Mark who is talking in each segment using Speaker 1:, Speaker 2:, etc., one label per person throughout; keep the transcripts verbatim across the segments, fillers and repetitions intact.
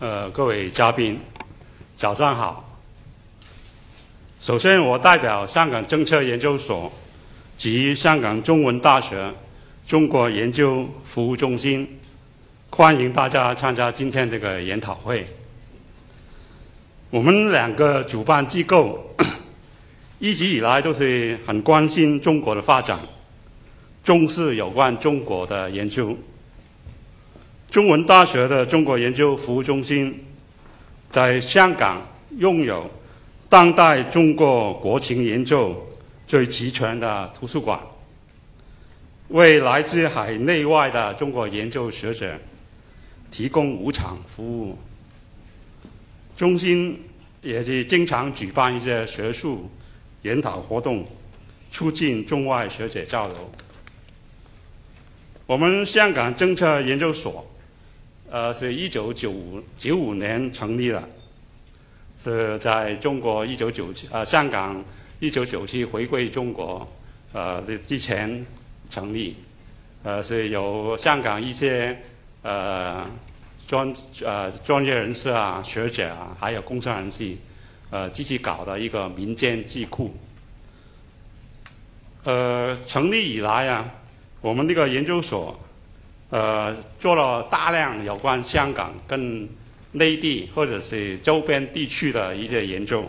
Speaker 1: 呃，各位嘉宾，早上好。首先，我代表香港政策研究所及香港中文大学中国研究服务中心，欢迎大家参加今天这个研讨会。我们两个主办机构一直以来都是很关心中国的发展，重视有关中国的研究。中文大学的中国研究服务中心在香港拥有当代中国国情研究最齐全的图书馆，为来自海内外的中国研究学者提供无偿服务。中心也是经常举办一些学术研讨活动，促进中外学者交流。我们香港政策研究所呃，是一九九五年成立的，是在中国一九九七呃香港一九九七回归中国呃之前成立，呃是由香港一些呃专呃专业人士啊、学者啊，还有工商人士呃积极搞的一个民间智库。呃，成立以来啊，我们这个研究所呃，做了大量有关香港跟内地或者是周边地区的一些研究。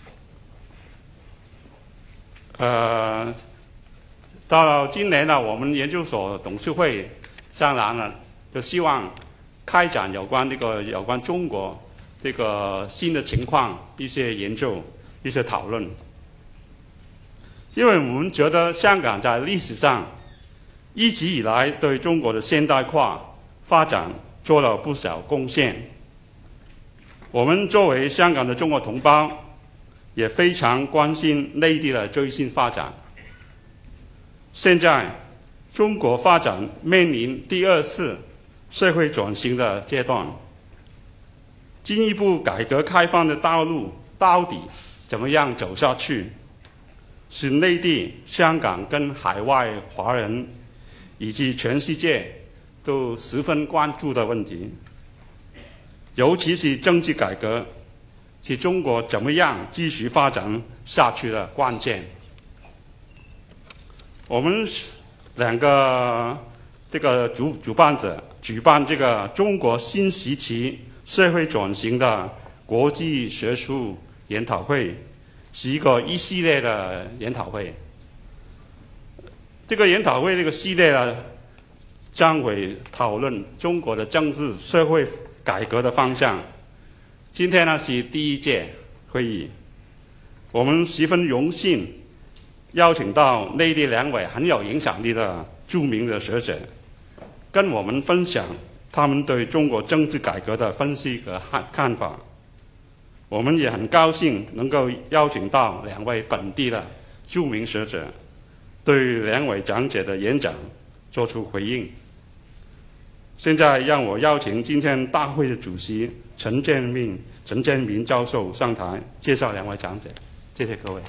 Speaker 1: 呃，到了今年呢，我们研究所董事会当然了，就希望开展有关这个有关中国这个新的情况一些研究、一些讨论。因为我们觉得香港在历史上一直以来对中国的现代化发展做了不少贡献。我们作为香港的中国同胞，也非常关心内地的最新发展。现在，中国发展面临第二次社会转型的阶段，进一步改革开放的道路到底怎么样走下去，是内地、香港跟海外华人以及全世界都十分关注的问题。尤其是政治改革是中国怎么样继续发展下去的关键。我们两个这个主主办者举办这个中国新时期社会转型的国际学术研讨会，是一个一系列的研讨会。这个研讨会这个系列呢，将会讨论中国的政治社会改革的方向。今天呢是第一届会议，我们十分荣幸邀请到内地两位很有影响力的著名的学者，跟我们分享他们对中国政治改革的分析和看法。我们也很高兴能够邀请到两位本地的著名学者，对两位讲者的演讲作出回应。现在让我邀请今天大会的主席陈建明陈建明教授上台介绍两位讲者，谢谢各位。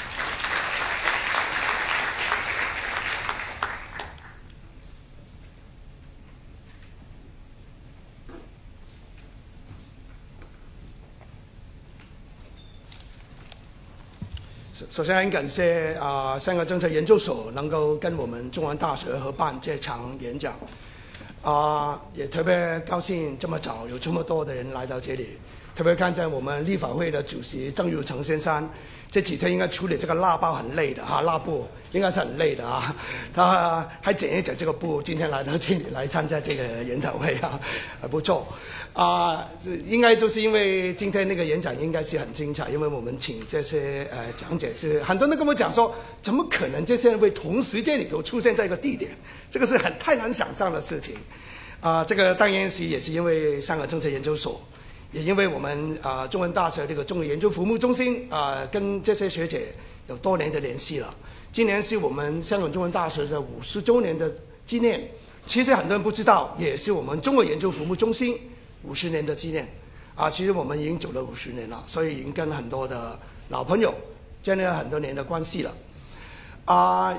Speaker 2: 首先很感谢啊、呃、香港政策研究所能够跟我们中文大学合办这场演讲，啊、呃、也特别高兴这么早有这么多的人来到这里，特别看见我们立法会的主席郑佑成先生，这几天应该处理这个蜡包很累的哈，蜡布应该是很累的啊，他还剪一剪这个布，今天来到这里来参加这个研讨会啊，还不错。啊、呃，应该就是因为今天那个演讲应该是很精彩，因为我们请这些呃讲解是很多人跟我讲说，怎么可能这些人会同时间里头出现在一个地点？这个是很太难想象的事情。啊、呃，这个当然是也是因为香港政策研究所，也因为我们啊、呃、中文大学这个中国研究服务中心啊、呃、跟这些学者有多年的联系了。今年是我们香港中文大学的五十周年的纪念，其实很多人不知道，也是我们中国研究服务中心五十年的纪念啊，其实我们已经走了五十年了，所以已经跟很多的老朋友建立了很多年的关系了啊。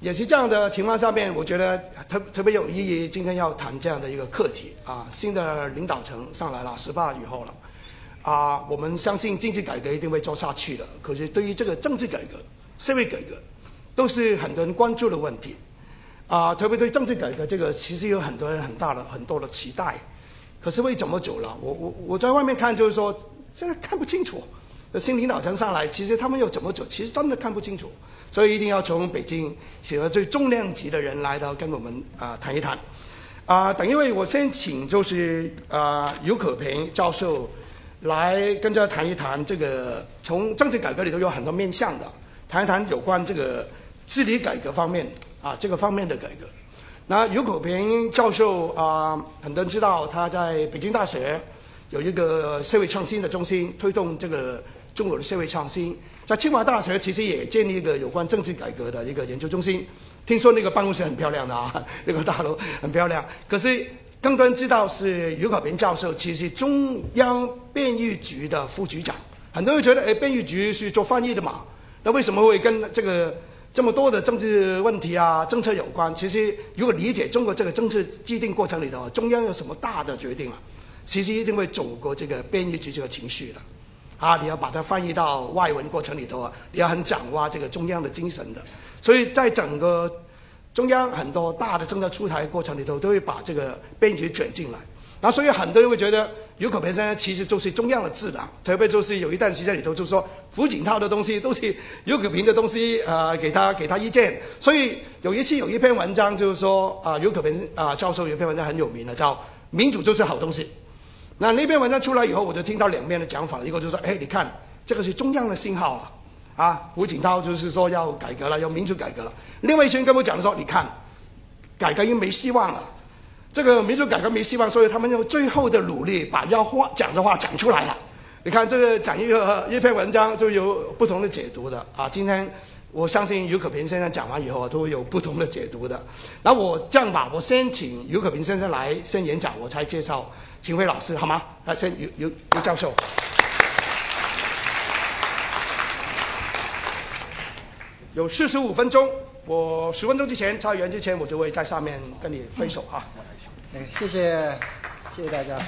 Speaker 2: 也是这样的情况下面，我觉得特特别有意义。今天要谈这样的一个课题啊，新的领导层上来了，十八以后了，啊，我们相信经济改革一定会做下去的。可是对于这个政治改革、社会改革，都是很多人关注的问题啊。特别对政治改革这个，其实有很多人很大的很多的期待，可是会怎么走了？我我我在外面看，就是说现在看不清楚。新领导层上来，其实他们又怎么走，其实真的看不清楚，所以一定要从北京选了最重量级的人来到跟我们啊、呃、谈一谈。啊、呃，等一位我先请就是啊、呃、尤可平教授来跟着谈一谈这个从政治改革里头有很多面向的，谈一谈有关这个治理改革方面啊这个方面的改革。那尤可平教授啊、呃，很多人知道他在北京大学有一个社会创新的中心，推动这个中国的社会创新。在清华大学其实也建立一个有关政治改革的一个研究中心，听说那个办公室很漂亮的啊，那个大楼很漂亮。可是更多人知道是尤可平教授其实是中央编译局的副局长。很多人觉得，哎，编译局是做翻译的嘛，那为什么会跟这个这么多的政治问题啊、政策有关？其实如果理解中国这个政治制定过程里头，中央有什么大的决定啊，其实一定会走过这个编译局这个程序的。啊，你要把它翻译到外文过程里头啊，你要很掌握这个中央的精神的。所以在整个中央很多大的政策出台过程里头，都会把这个编译局卷进来。然后所以很多人会觉得尤可平先生其实就是中央的智囊，特别就是有一段时间里头就说胡锦涛的东西都是尤可平的东西，呃，给他给他意见。所以有一次有一篇文章就是说啊，尤可平啊教授有一篇文章很有名的，叫《民主就是好东西》。那那篇文章出来以后，我就听到两边的讲法，一个就说，哎，你看这个是中央的信号了，啊，胡锦涛就是说要改革了，要民主改革了。另外一群跟我讲的说，你看，改革已经没希望了，这个民主改革没希望，所以他们用最后的努力把要话讲的话讲出来了。你看这个讲一个一篇文章就有不同的解读的啊。今天我相信尤可平先生讲完以后都会有不同的解读的。那我这样吧，我先请尤可平先生来先演讲，我才介绍秦晖老师，好吗？啊，先尤尤尤教授。有四十五分钟，我十分钟之前超员之前，我就会在上面跟你挥手哈。
Speaker 3: 嗯，谢谢，谢谢大家。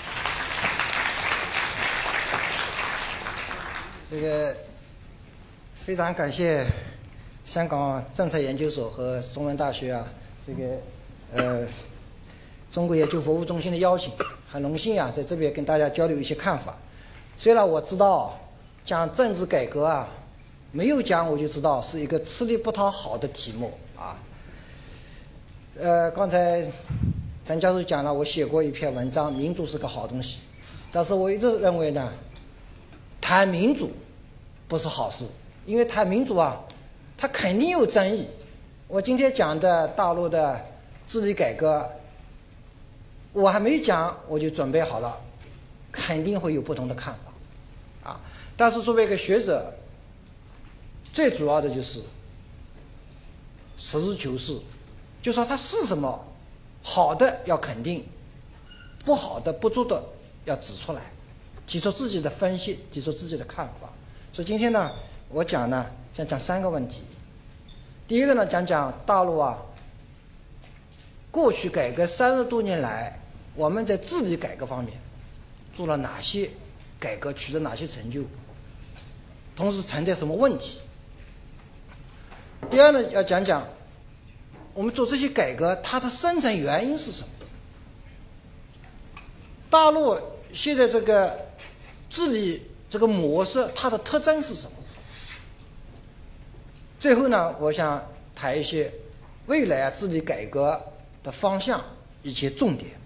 Speaker 3: 这个非常感谢香港政策研究所和中文大学啊，这个呃中国研究服务中心的邀请，很荣幸啊，在这边跟大家交流一些看法。虽然我知道讲政治改革啊，没有讲我就知道是一个吃力不讨好的题目啊。呃，刚才陈教授讲了，我写过一篇文章，民主是个好东西，但是我一直认为呢，谈民主不是好事，因为谈民主啊，它肯定有争议。我今天讲的大陆的治理改革，我还没讲我就准备好了，肯定会有不同的看法啊。但是作为一个学者，最主要的就是实事求是，就说它是什么，好的要肯定，不好的不足的要指出来，提出自己的分析，提出自己的看法。所以今天呢，我讲呢想讲三个问题。第一个呢，讲讲大陆啊，过去改革三十多年来，我们在治理改革方面做了哪些改革，取得哪些成就，同时存在什么问题。第二呢，要讲讲我们做这些改革它的深层原因是什么。大陆现在这个治理这个模式它的特征是什么。最后呢，我想谈一些未来啊治理改革的方向以及重点。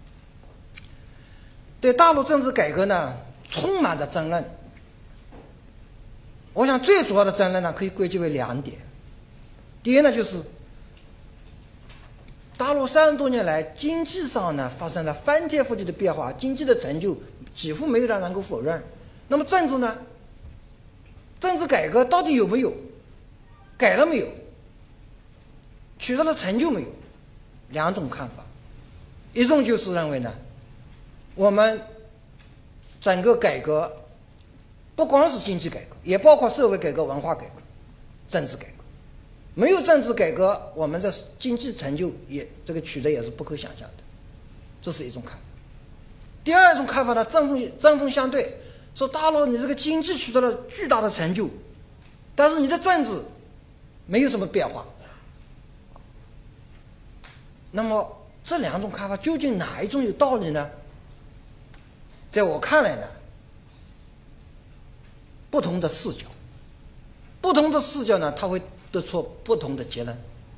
Speaker 3: 对大陆政治改革呢，充满着争论。我想最主要的争论呢，可以归结为两点。第一呢，就是大陆三十多年来经济上呢发生了翻天覆地的变化，经济的成就几乎没有人能够否认。那么政治呢，政治改革到底有没有？改了没有？取得了成就没有？两种看法。一种就是认为呢，我们整个改革不光是经济改革，也包括社会改革、文化改革、政治改革， 没有政治改革，我们的经济成就也这个取得也是不可想象的，这是一种看法。第二种看法呢，针锋针锋相对，说大陆你这个经济取得了巨大的成就，但是你的政治没有什么变化。那么这两种看法究竟哪一种有道理呢？在我看来呢，不同的视角，不同的视角呢，它会得出不同的结论。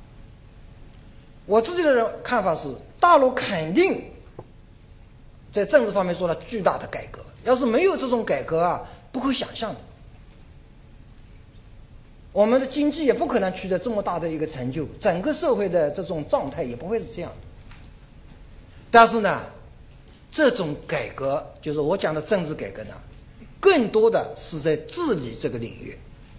Speaker 3: 我自己的看法是，大陆肯定在政治方面做了巨大的改革，要是没有这种改革啊，不可想象的。我们的经济也不可能取得这么大的一个成就，整个社会的这种状态也不会是这样的。但是呢，这种改革，就是我讲的政治改革呢，更多的是在治理这个领域，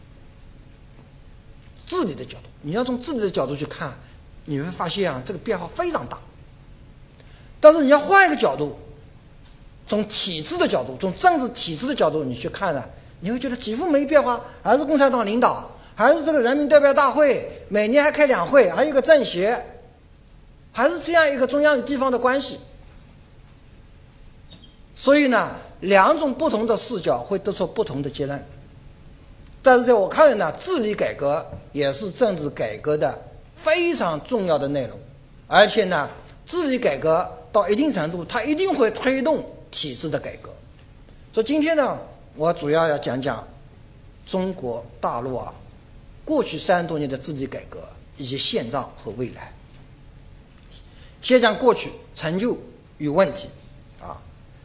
Speaker 3: 治理的角度。你要从治理的角度去看，你会发现啊，这个变化非常大。但是你要换一个角度，从体制的角度，从政治体制的角度你去看呢，你会觉得几乎没变化，还是共产党领导，还是这个人民代表大会，每年还开两会，还有一个政协，还是这样一个中央与地方的关系。所以呢，两种不同的视角会得出不同的结论。但是在我看来呢，治理改革也是政治改革的非常重要的内容，而且呢，治理改革到一定程度，它一定会推动体制的改革。所以今天呢，我主要要讲讲中国大陆啊过去三十多年的治理改革以及现状和未来。先讲过去成就与问题啊。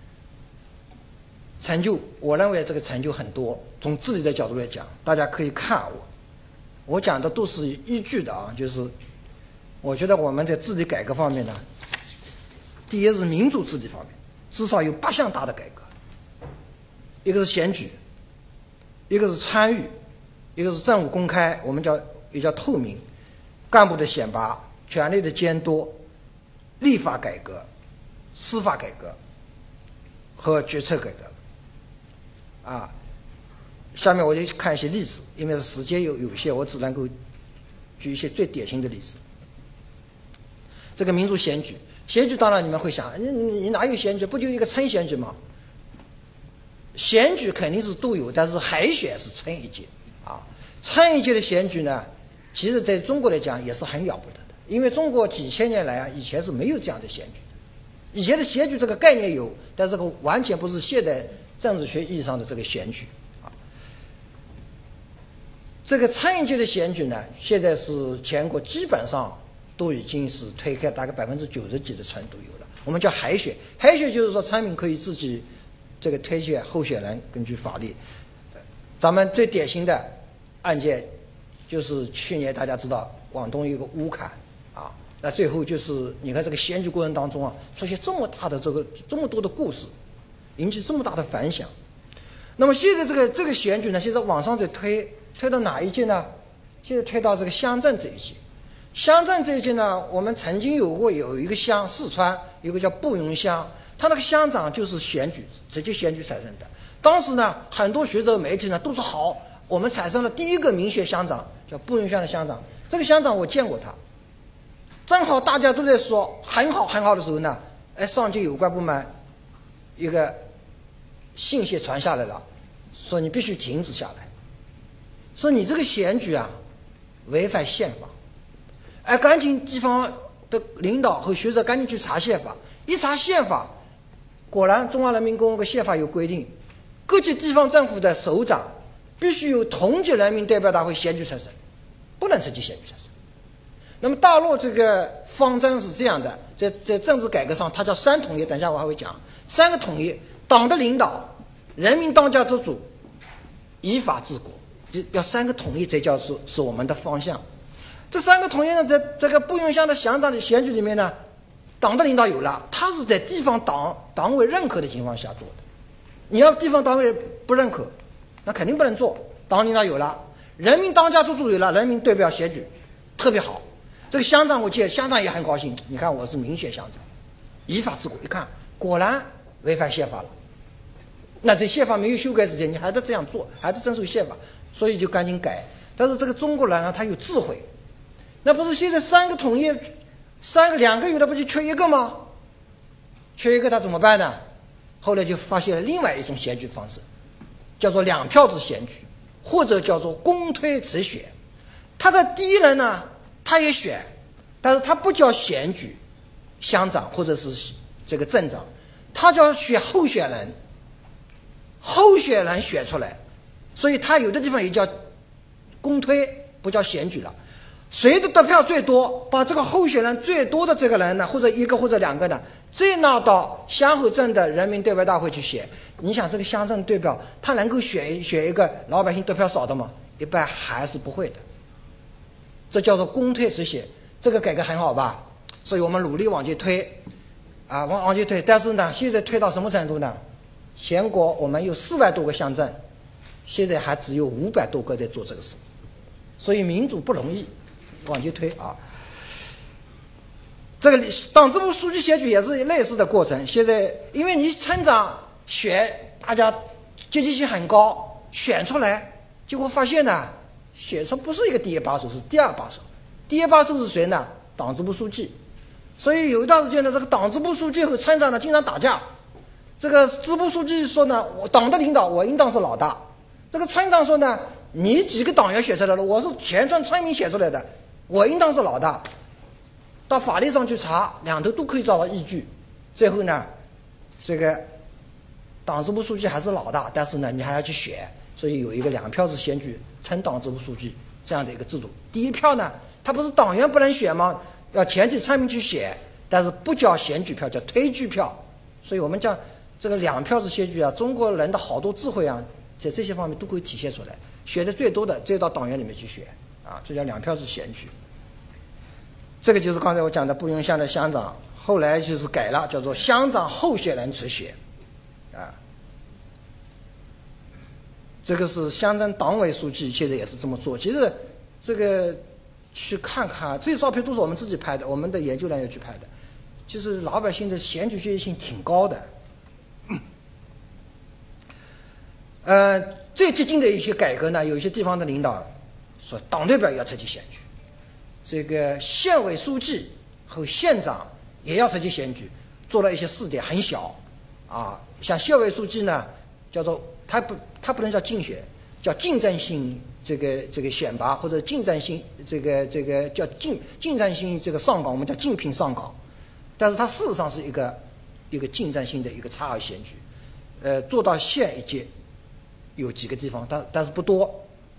Speaker 3: 成就，我认为这个成就很多。从治理的角度来讲，大家可以看我，我讲的都是依据的啊。就是我觉得我们在治理改革方面呢，第一是民主治理方面，至少有八项大的改革。一个是选举，一个是参与，一个是政务公开，我们叫也叫透明，干部的选拔，权力的监督，立法改革，司法改革和决策改革。啊，下面我就看一些例子，因为时间有有限，我只能够举一些最典型的例子。这个民主选举，选举当然你们会想，你你你哪有选举？不就一个村选举吗？选举肯定是都有，但是海选是村一届啊。村一届的选举呢，其实在中国来讲也是很了不得的，因为中国几千年来啊，以前是没有这样的选举的。以前的选举这个概念有，但这个完全不是现代政治学意义上的这个选举啊。这个参议界的选举呢，现在是全国基本上都已经是推开，大概百分之九十几的村都有了。我们叫海选，海选就是说村民可以自己这个推选候选人，根据法律。咱们最典型的案件就是去年大家知道广东有个乌坎啊，那最后就是你看这个选举过程当中啊，出现这么大的这个这么多的故事，引起这么大的反响。那么现在这个这个选举呢，现在网上在推推到哪一届呢？现在推到这个乡镇这一届。乡镇这一届呢，我们曾经有过有一个乡，四川有个叫布永乡，他那个乡长就是选举直接选举产生的。当时呢，很多学者媒体呢都说好，我们产生了第一个民选乡长，叫布永乡的乡长。这个乡长我见过他，正好大家都在说很好很好的时候呢，哎，上级有关部门一个信息传下来了，说你必须停止下来，说你这个选举啊违反宪法。哎，赶紧地方的领导和学者赶紧去查宪法，一查宪法，果然中华人民共和国宪法有规定，各级地方政府的首长必须由同级人民代表大会选举产生，不能直接选举产生。那么大陆这个方针是这样的，在在政治改革上，它叫三统一，等一下我还会讲三个统一：党的领导、人民当家作主、依法治国，就要三个统一，这叫是是我们的方向。这三个统一呢，在这个布永乡的乡长的选举里面呢，党的领导有了，他是在地方党党委认可的情况下做的。你要地方党委不认可，那肯定不能做。党领导有了，人民当家作主有了，人民代表选举特别好。这个乡长我见乡长也很高兴，你看我是民选乡长，依法治国，一看果然违反宪法了。那这宪法没有修改之前，你还得这样做，还得遵守宪法，所以就赶紧改。但是这个中国人啊，他有智慧， 那不是现在三个统一，三个两个有的不就缺一个吗？缺一个他怎么办呢？后来就发现了另外一种选举方式，叫做两票制选举，或者叫做公推直选。他的第一人呢，他也选，但是他不叫选举乡长或者是这个镇长，他叫选候选人，候选人选出来，所以他有的地方也叫公推，不叫选举了。谁的得票最多，把这个候选人最多的这个人呢，或者一个或者两个呢，再拿到乡和镇的人民代表大会去选。你想这个乡镇代表他能够选选一个老百姓得票少的吗？一般还是不会的。这叫做公推直选，这个改革很好吧？所以我们努力往前推，啊，往往前推。但是呢，现在推到什么程度呢？全国我们有四万多个乡镇，现在还只有五百多个在做这个事，所以民主不容易。往前推啊，这个党支部书记选举也是类似的过程。现在因为你村长选，大家积极性很高，选出来，结果发现呢，选出不是一个第一把手，是第二把手。第一把手是谁呢？党支部书记。所以有一段时间呢，这个党支部书记和村长呢经常打架。这个支部书记说呢，我党的领导，我应当是老大。这个村长说呢，你几个党员选出来了，我是全村村民选出来的。我应当是老大，到法律上去查，两头都可以找到依据。最后呢，这个党支部书记还是老大，但是呢，你还要去选，所以有一个两票制选举称党支部书记这样的一个制度。第一票呢，他不是党员不能选吗？要全体村民去选，但是不叫选举票，叫推举票。所以我们讲这个两票制选举啊，中国人的好多智慧啊，在这些方面都可以体现出来。选的最多的，再到党员里面去选。啊，这叫两票制选举。这个就是刚才我讲的布庸乡的乡长，后来就是改了，叫做乡长候选人直选。啊，这个是乡镇党委书记现在也是这么做。其实这个去看看，这些照片都是我们自己拍的，我们的研究人员去拍的。就是老百姓的选举积极性挺高的。呃，最激进的一些改革呢，有一些地方的领导说党代表也要出去选举，这个县委书记和县长也要出去选举，做了一些试点，很小啊。像县委书记呢，叫做他不他不能叫竞选，叫竞争性这个这个选拔，或者竞争性这个这个叫竞竞争性这个上岗，我们叫竞聘上岗。但是它事实上是一个一个竞争性的一个差额选举，呃，做到县一届有几个地方，但但是不多。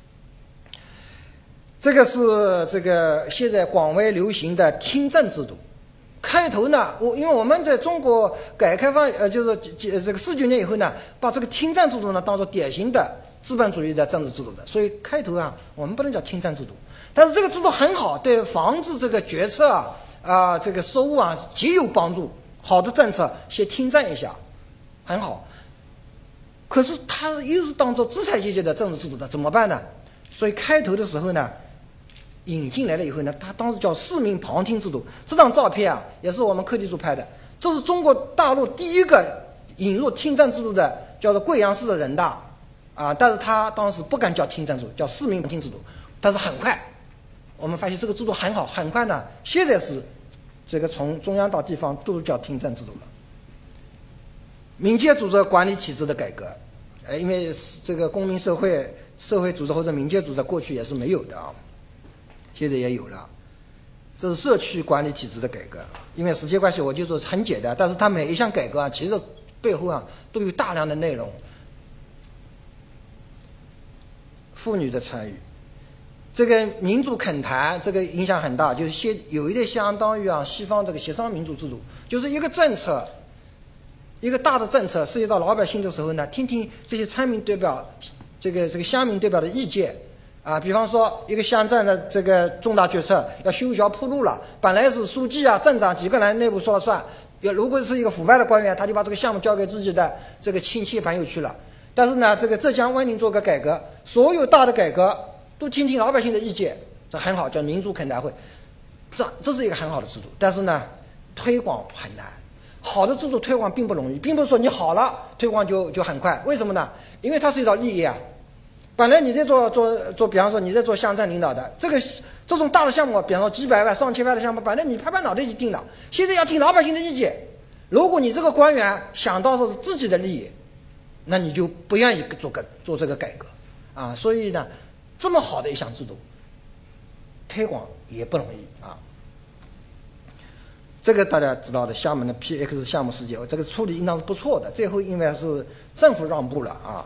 Speaker 3: 这个是这个现在广为流行的听证制度。开头呢，我因为我们在中国改革开放呃，就是这个四九年以后呢，把这个听证制度呢当做典型的资本主义的政治制度的，所以开头啊，我们不能叫听证制度，但是这个制度很好，对防止这个决策啊啊、呃、这个失误啊极有帮助。好的政策先听证一下，很好。可是它又是当做资产阶级的政治制度的，怎么办呢？所以开头的时候呢，引进来了以后呢，他当时叫市民旁听制度。这张照片啊，也是我们课题组拍的。这是中国大陆第一个引入听证制度的，叫做贵阳市的人大啊。但是他当时不敢叫听证制度，叫市民旁听制度。但是很快，我们发现这个制度很好，很快呢，现在是这个从中央到地方都叫听证制度了。民间组织管理体制的改革，呃，因为这个公民社会、社会组织或者民间组织过去也是没有的啊。现在也有了，这是社区管理体制的改革。因为时间关系，我就说很简单，但是它每一项改革啊，其实背后啊都有大量的内容。妇女的参与，这个民主恳谈，这个影响很大，就是先有一点相当于啊西方这个协商民主制度，就是一个政策，一个大的政策涉及到老百姓的时候呢，听听这些村民代表、这个这个乡民代表的意见。啊，比方说一个乡镇的这个重大决策要修桥铺路了，本来是书记啊、镇长几个人内部说了算，要如果是一个腐败的官员，他就把这个项目交给自己的这个亲戚朋友去了。但是呢，这个浙江温宁做个改革，所有大的改革都听听老百姓的意见，这很好，叫民主恳谈会，这这是一个很好的制度。但是呢，推广很难，好的制度推广并不容易，并不是说你好了推广就就很快。为什么呢？因为它涉及到利益啊。 本来你在做做做，比方说你在做乡镇领导的，这个这种大的项目，比方说几百万、上千万的项目，本来你拍拍脑袋就定了，现在要听老百姓的意见。如果你这个官员想到说是自己的利益，那你就不愿意做个做这个改革啊。所以呢，这么好的一项制度，推广也不容易啊。这个大家知道的，厦门的 P X 项目事件，这个处理应当是不错的，最后因为是政府让步了啊。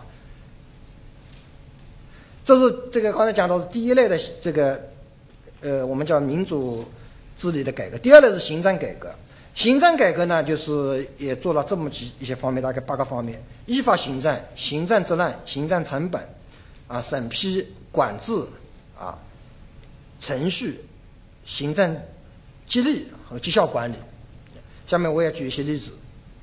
Speaker 3: 这是这个刚才讲到是第一类的这个，呃，我们叫民主治理的改革。第二类是行政改革。行政改革呢，就是也做了这么几一些方面，大概八个方面：依法行政、行政责任、行政成本、啊审批管制、啊程序、行政激励和绩效管理。下面我也举一些例子。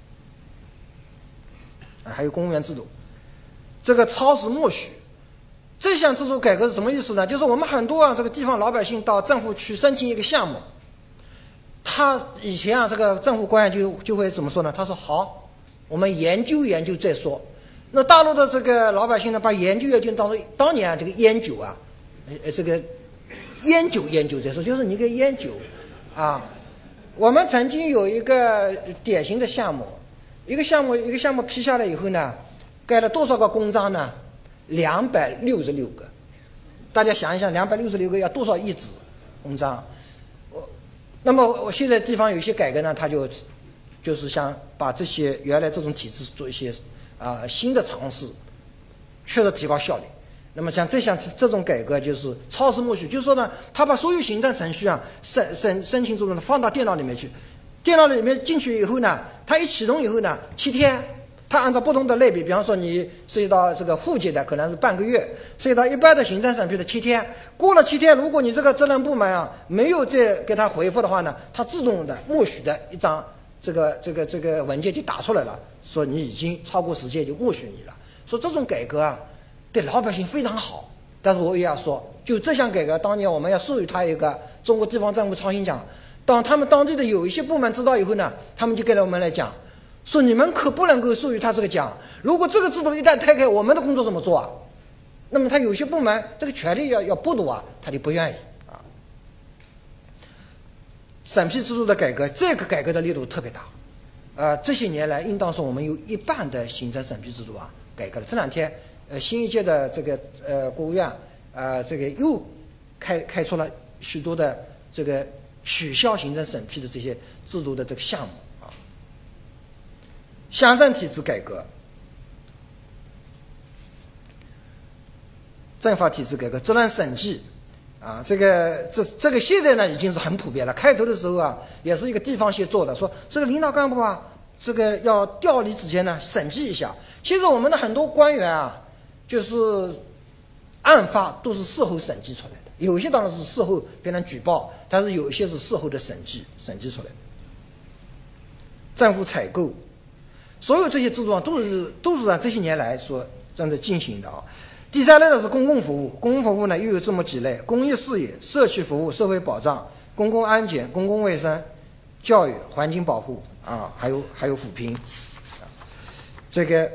Speaker 3: 啊，还有公务员制度，这个超时默许。这项制度改革是什么意思呢？就是我们很多啊，这个地方老百姓到政府去申请一个项目，他以前啊，这个政府官员就就会怎么说呢？他说好，我们研究研究再说。那大陆的这个老百姓呢，把研究研究当做当年啊这个烟酒啊，呃这个烟酒研究再说，就是你个烟酒啊。我们曾经有一个典型的项目，一个项目一个项目批下来以后呢，盖了多少个公章呢？两百六十六个，大家想一想，两百六十六个要多少亿纸公章？我，那么我现在地方有一些改革呢，他就就是想把这些原来这种体制做一些啊、呃、新的尝试，确实提高效率。那么像这项这种改革就是超时默许，就是说呢，他把所有行政程序啊申申申请之后呢放到电脑里面去，电脑里面进去以后呢，它一启动以后呢，七天。它按照不同的类别，比方说你涉及到这个户籍的，可能是半个月；涉及到一般的行政审批的七天。过了七天，如果你这个责任部门啊没有再给他回复的话呢，它自动的默许的一张这个这个这个文件就打出来了，说你已经超过时间就默许你了。说这种改革啊，对老百姓非常好。但是我也要说，就这项改革，当年我们要授予他一个中国地方政府创新奖。当他们当地的有一些部门知道以后呢，他们就跟我们来讲。说你们可不能够授予他这个奖，如果这个制度一旦推开，我们的工作怎么做啊？那么他有些部门这个权利要要剥夺啊，他就不愿意啊。审批制度的改革，这个改革的力度特别大，呃，这些年来应当说我们有一半的行政审批制度啊改革了。这两天，呃，新一届的这个呃国务院呃这个又开开出了许多的这个取消行政审批的这些制度的这个项目。乡镇体制改革、政法体制改革、责任审计，啊，这个这这个现在呢已经是很普遍了。开头的时候啊，也是一个地方先做的，说这个领导干部啊，这个要调离之前呢审计一下。现在我们的很多官员啊，就是案发都是事后审计出来的，有些当然是事后变成举报，但是有一些是事后的审计审计出来的。政府采购。所有这些制度啊，都是都是按这些年来所正在进行的啊。第三类呢是公共服务，公共服务呢又有这么几类：公益事业、社区服务、社会保障、公共安检、公共卫生、教育、环境保护啊，还有还有扶贫。这个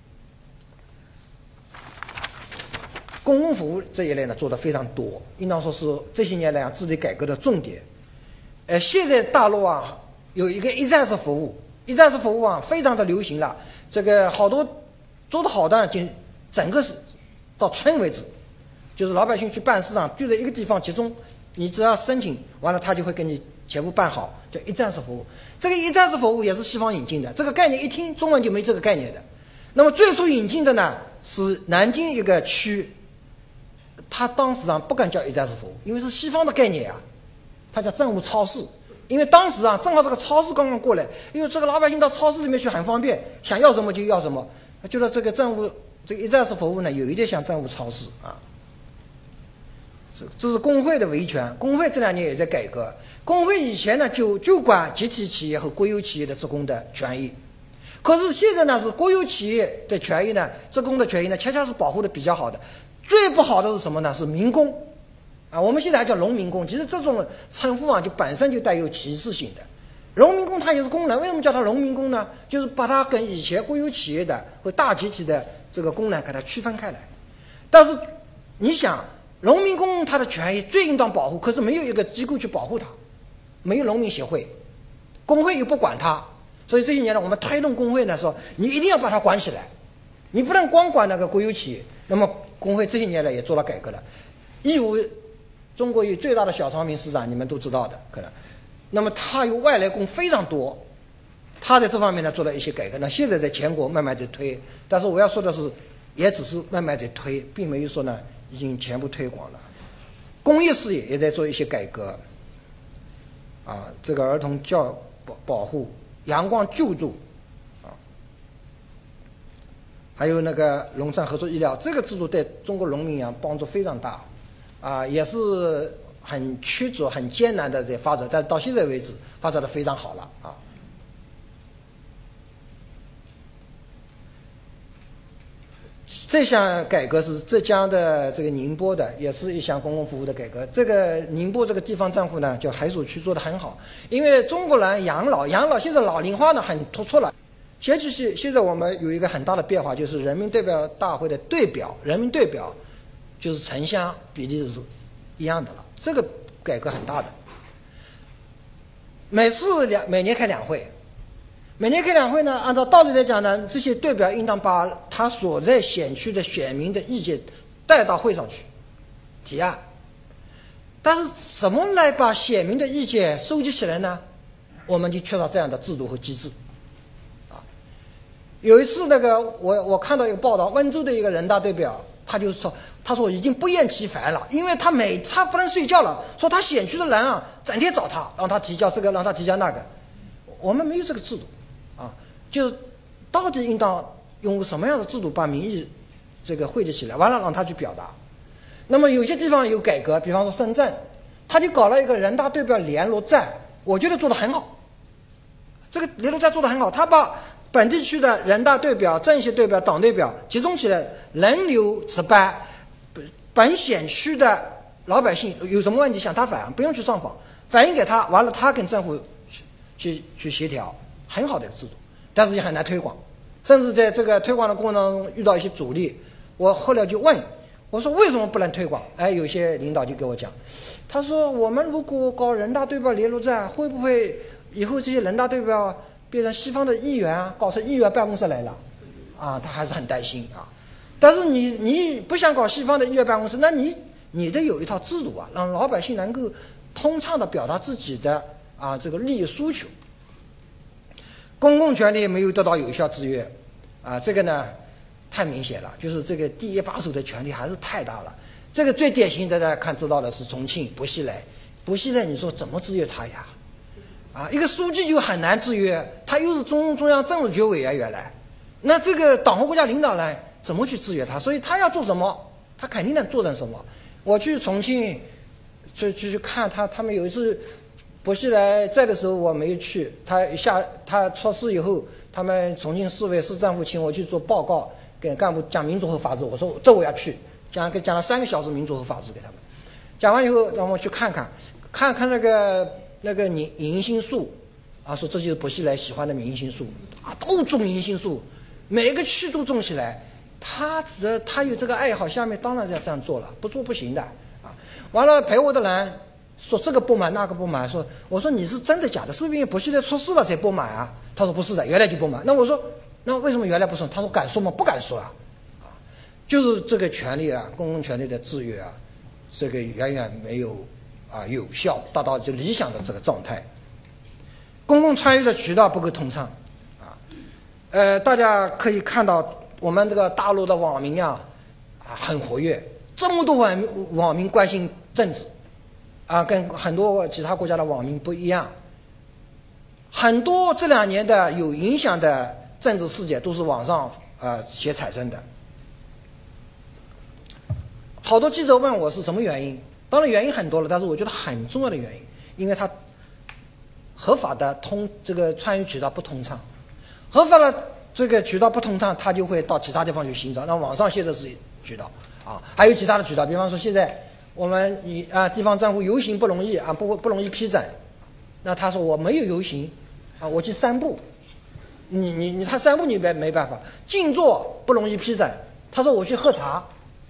Speaker 3: 公共服务这一类呢做得非常多，应当说是这些年来啊治理改革的重点。呃，现在大陆啊有一个一站式服务。一站式服务啊，非常的流行了。这个好多做得好的，就整个是到村为止，就是老百姓去办事啊，就在一个地方集中，你只要申请完了，他就会给你全部办好，叫一站式服务。这个一站式服务也是西方引进的，这个概念一听中文就没这个概念的。那么最初引进的呢是南京一个区，他当时啊不敢叫一站式服务，因为是西方的概念啊，他叫政务超市。因为当时啊，正好这个超市刚刚过来，因为这个老百姓到超市里面去很方便，想要什么就要什么。觉得这个政务这个一站式服务呢，有一点像政务超市啊。这这是工会的维权，工会这两年也在改革。工会以前呢就就管集体企业和国有企业的职工的权益，可是现在呢是国有企业的权益呢，职工的权益呢，恰恰是保护的比较好的。最不好的是什么呢？是民工。啊，我们现在还叫农民工，其实这种称呼啊，就本身就带有歧视性的。农民工他也是工人，为什么叫他农民工呢？就是把它跟以前国有企业的和大集体的这个工人给它区分开来。 但是你想，农民工他的权益最应当保护，可是没有一个机构去保护他，没有农民协会，工会又不管他，所以这些年来我们推动工会呢，说你一定要把它管起来，你不能光管那个国有企业。那么工会这些年来也做了改革了，义乌中国有最大的小长明市长，你们都知道的可能。那么他有外来工非常多，他在这方面呢做了一些改革。那现在在全国慢慢在推，但是我要说的是，也只是慢慢在推，并没有说呢已经全部推广了。工业事业也在做一些改革，啊，这个儿童教保保护、阳光救助，啊，还有那个农产合作医疗，这个制度对中国农民啊帮助非常大，啊，也是很曲折、很艰难的在发展，但是到现在为止发展的非常好了啊。这项改革是浙江的这个宁波的，也是一项公共服务的改革。这个宁波这个地方政府呢，叫海曙区做得很好，因为中国人养老，养老现在老龄化呢很突出了。现在是现在我们有一个很大的变化，就是人民代表大会的代表，人民代表就是城乡比例是一样的了，这个改革很大的。每次两每年开两会。每年开两会呢，按照道理来讲呢，这些代表应当把他所在选区的选民的意见带到会上去提案。但是怎么来把选民的意见收集起来呢？我们就缺少这样的制度和机制。啊，有一次那个我我看到一个报道，温州的一个人大代表，他就说，他说已经不厌其烦了，因为他每他不能睡觉了，说他选区的人啊，整天找他，让他提交这个，让他提交那个。我们没有这个制度。啊，就是到底应当用什么样的制度把民意这个汇集起来，完了让他去表达。那么有些地方有改革，比方说深圳，他就搞了一个人大代表联络站，我觉得做得很好。这个联络站做得很好，他把本地区的人大代表、政协代表、党代表集中起来，轮流值班，本选区的老百姓有什么问题向他反映，不用去上访，反映给他，完了他跟政府去去去协调。很好的一个制度，但是也很难推广，甚至在这个推广的过程当中遇到一些阻力。我后来就问，我说为什么不能推广？哎，有些领导就给我讲，他说我们如果搞人大代表联络站，会不会以后这些人大代表变成西方的议员啊，搞成议员办公室来了？啊，他还是很担心啊。但是你你不想搞西方的议员办公室，那你你得有一套制度啊，让老百姓能够通畅的表达自己的啊这个利益诉求。公共权利没有得到有效制约，啊，这个呢太明显了，就是这个第一把手的权力还是太大了。这个最典型的大家看知道的是重庆薄熙来，薄熙来你说怎么制约他呀？啊，一个书记就很难制约，他又是中中央政治局委员原来，那这个党和国家领导呢怎么去制约他？所以他要做什么，他肯定能做成什么。我去重庆去去去看他，他们有一次。薄熙来在的时候我没有去，他下他出事以后，他们重庆市委市政府请我去做报告，给干部讲民主和法治，我说这我要去，讲讲了三个小时民主和法治给他们，讲完以后让我去看看，看看那个那个银银杏树，啊，说这就是薄熙来喜欢的银杏树，啊，都种银杏树，每个区都种起来，他只他有这个爱好，下面当然要这样做了，不做不行的啊。完了陪我的人。说这个不满那个不满，说我说你是真的假的？是不是因为薄熙来出事了才不满啊？他说不是的，原来就不满。那我说那为什么原来不说？他说敢说吗？不敢说啊，啊，就是这个权利啊，公共权利的制约啊，这个远远没有啊有效达到就理想的这个状态。公共参与的渠道不够通畅啊，呃，大家可以看到我们这个大陆的网民啊啊很活跃，这么多网网民关心政治。啊，跟很多其他国家的网民不一样，很多这两年的有影响的政治事件都是网上呃写产生的。好多记者问我是什么原因，当然原因很多了，但是我觉得很重要的原因，因为它合法的通这个参与渠道不通畅，合法的这个渠道不通畅，它就会到其他地方去寻找。那网上现在是渠道啊，还有其他的渠道，比方说现在。我们以啊地方政府游行不容易啊不不容易批准，那他说我没有游行啊，我去散步，你你你他散步你没没办法，静坐不容易批准，他说我去喝茶，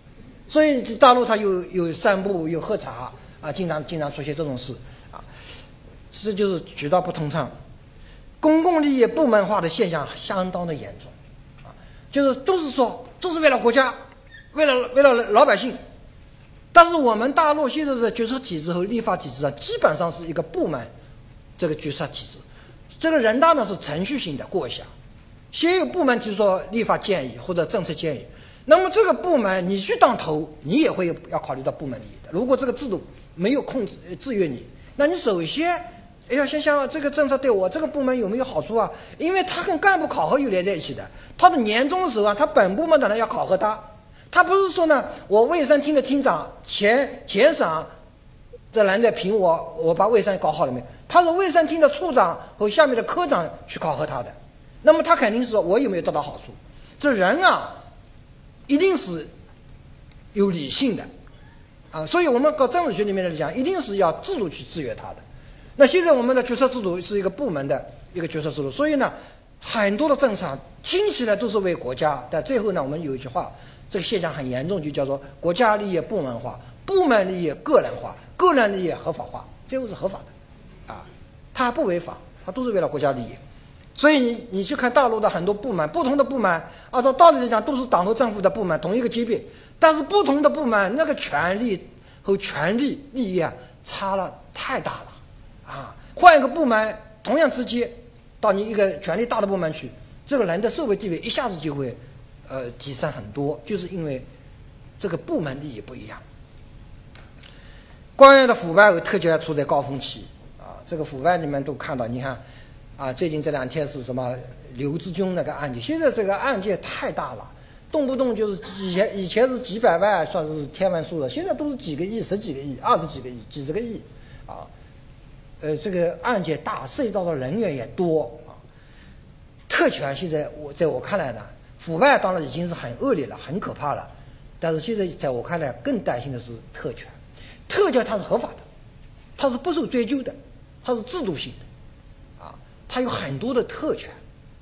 Speaker 3: 所以大陆它有有散步有喝茶啊，经常经常出现这种事啊，这就是渠道不通畅，公共利益部门化的现象相当的严重啊，就是都是说都是为了国家，为了为了老百姓，但是我们大陆现在的决策体制和立法体制啊，基本上是一个部门这个决策体制，这个人大呢是程序性的过一下，先有部门提出说立法建议或者政策建议。那么这个部门你去当头，你也会要考虑到部门利益的。如果这个制度没有控制制约你，那你首先哎要先想这个政策对我这个部门有没有好处啊？因为它跟干部考核有连在一起的。他的年终的时候啊，他本部门的人要考核他，他不是说呢，我卫生厅的厅长前前省的人在评我，我把卫生搞好了没？他是卫生厅的处长和下面的科长去考核他的。那么他肯定是说我有没有得到好处？这人啊。一定是有理性的啊，所以我们搞政治学里面来讲，一定是要制度去制约它的。那现在我们的决策制度是一个部门的一个决策制度，所以呢，很多的政策听起来都是为国家，但最后呢，我们有一句话，这个现象很严重，就叫做国家利益部门化，部门利益个人化，个人利益合法化，最后是合法的啊，它不违法，它都是为了国家利益。所以你你去看大陆的很多部门，不同的部门，按照道理来讲都是党和政府的部门，同一个级别，但是不同的部门那个权力和权力利益啊差了太大了啊！换一个部门，同样职级，到你一个权力大的部门去，这个人的社会地位一下子就会呃提升很多，就是因为这个部门利益不一样。官员的腐败和特权处在高峰期啊，这个腐败你们都看到，你看。啊，最近这两天是什么刘志军那个案件？现在这个案件太大了，动不动就是以前以前是几百万算是天文数了，现在都是几个亿、十几个亿、二十几个亿、几十个亿，啊，呃，这个案件大，涉及到的人员也多啊。特权现在我在我看来呢，腐败当然已经是很恶劣了、很可怕了，但是现在在我看来更担心的是特权，特权它是合法的，它是不受追究的，它是制度性的。它有很多的特权，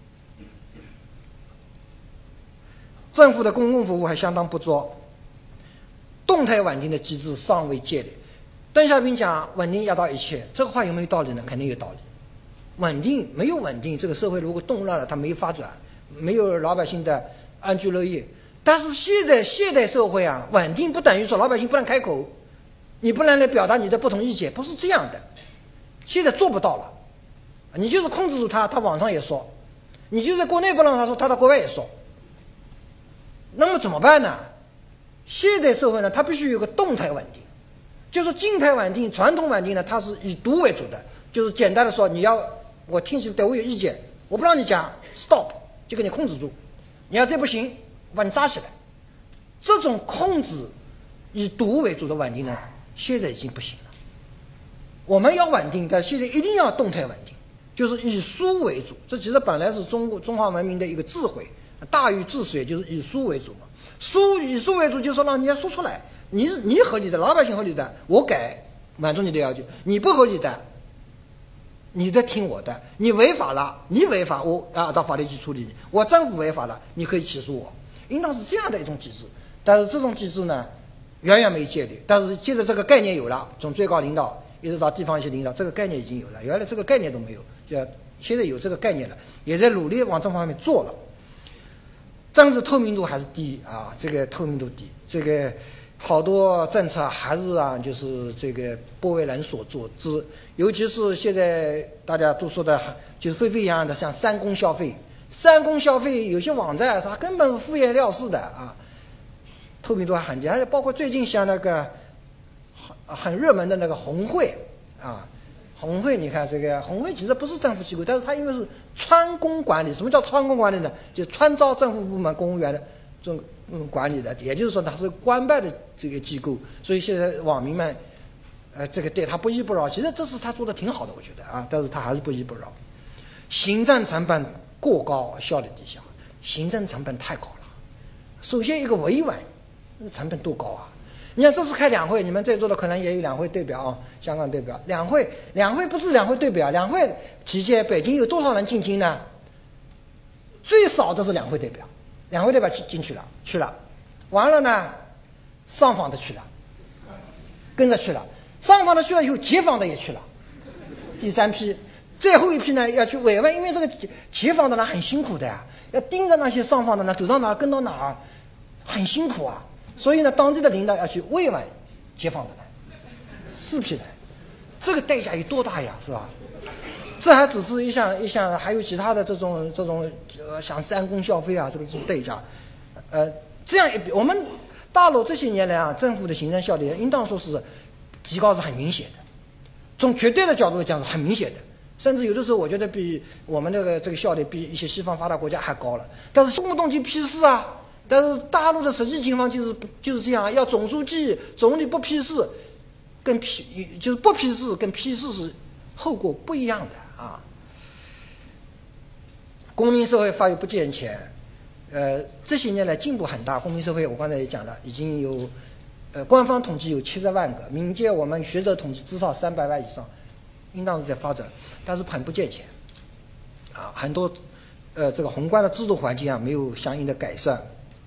Speaker 3: 政府的公共服务还相当不足，动态稳定的机制尚未建立。邓小平讲稳定压倒一切，这个话有没有道理呢？肯定有道理。稳定没有稳定，这个社会如果动乱了，它没有发展，没有老百姓的安居乐业。但是现在现代社会啊，稳定不等于说老百姓不能开口，你不能来表达你的不同意见，不是这样的。现在做不到了。你就是控制住他，他网上也说；你就在国内不让他说，他到国外也说。那么怎么办呢？现代社会呢，它必须有个动态稳定，就是静态稳定、传统稳定呢，它是以独为主的，就是简单的说，你要我听起来对我有意见，我不让你讲 ，stop 就给你控制住，你要再不行，我把你扎起来。这种控制以独为主的稳定呢，现在已经不行了。我们要稳定，但现在一定要动态稳定。就是以书为主，这其实本来是中国中华文明的一个智慧，大禹治水就是以书为主嘛。书以书为主，就是说让你要说出来，你你合理的，老百姓合理的，我改满足你的要求；你不合理的，你得听我的。你违法了，你违法，我按照法律去处理你；我政府违法了，你可以起诉我。应当是这样的一种机制。但是这种机制呢，远远没建立。但是现在这个概念有了，从最高领导一直到地方一些领导，这个概念已经有了。原来这个概念都没有。就现在有这个概念了，也在努力往这方面做了。政治透明度还是低啊，这个透明度低，这个好多政策还是啊，就是这个不为人所做之。尤其是现在大家都说的，就是沸沸扬扬的，像三公消费，三公消费有些网站它根本是敷衍了事的啊，透明度还很低。还有包括最近像那个很很热门的那个红会啊。红会，你看这个红会其实不是政府机构，但是它因为是川公管理。什么叫川公管理呢？就川招政府部门公务员的这种嗯管理的，也就是说它是官办的这个机构，所以现在网民们，呃，这个对他不依不饶。其实这是他做的挺好的，我觉得啊，但是他还是不依不饶。行政成本过高，效率低下，行政成本太高了。首先一个维稳，成本多高啊！你看这次开两会，你们在座的可能也有两会代表啊，香港代表。两会两会不是两会代表，两会期间北京有多少人进京呢？最少的是两会代表，两会代表进进去了去了，完了呢， 上访的去了，跟着去了，上访的去了以后，解访的也去了，第三批，最后一批呢要去慰问，因为这个解访的人很辛苦的呀，要盯着那些上访的人走到哪儿跟到哪儿，很辛苦啊，所以呢，当地的领导要去慰问解访的人，四批人，这个代价有多大呀，是吧？这还只是一项一项，还有其他的这种这种呃，像三公消费啊，这个这种代价，呃，这样一比，我们大陆这些年来啊，政府的行政效率应当说是提高是很明显的，从绝对的角度来讲是很明显的，甚至有的时候我觉得比我们这个这个效率比一些西方发达国家还高了。但是动不动就批示啊，但是大陆的实际情况就是就是这样，要总书记、总理不批示，跟批就是不批示跟批示是后果不一样的啊。公民社会发育不健全，呃，这些年来进步很大。公民社会我刚才也讲了，已经有，呃，官方统计有七十万个，民间我们学者统计至少三百万以上，应当是在发展，但是很不健全，啊，很多，呃，这个宏观的制度环境啊没有相应的改善，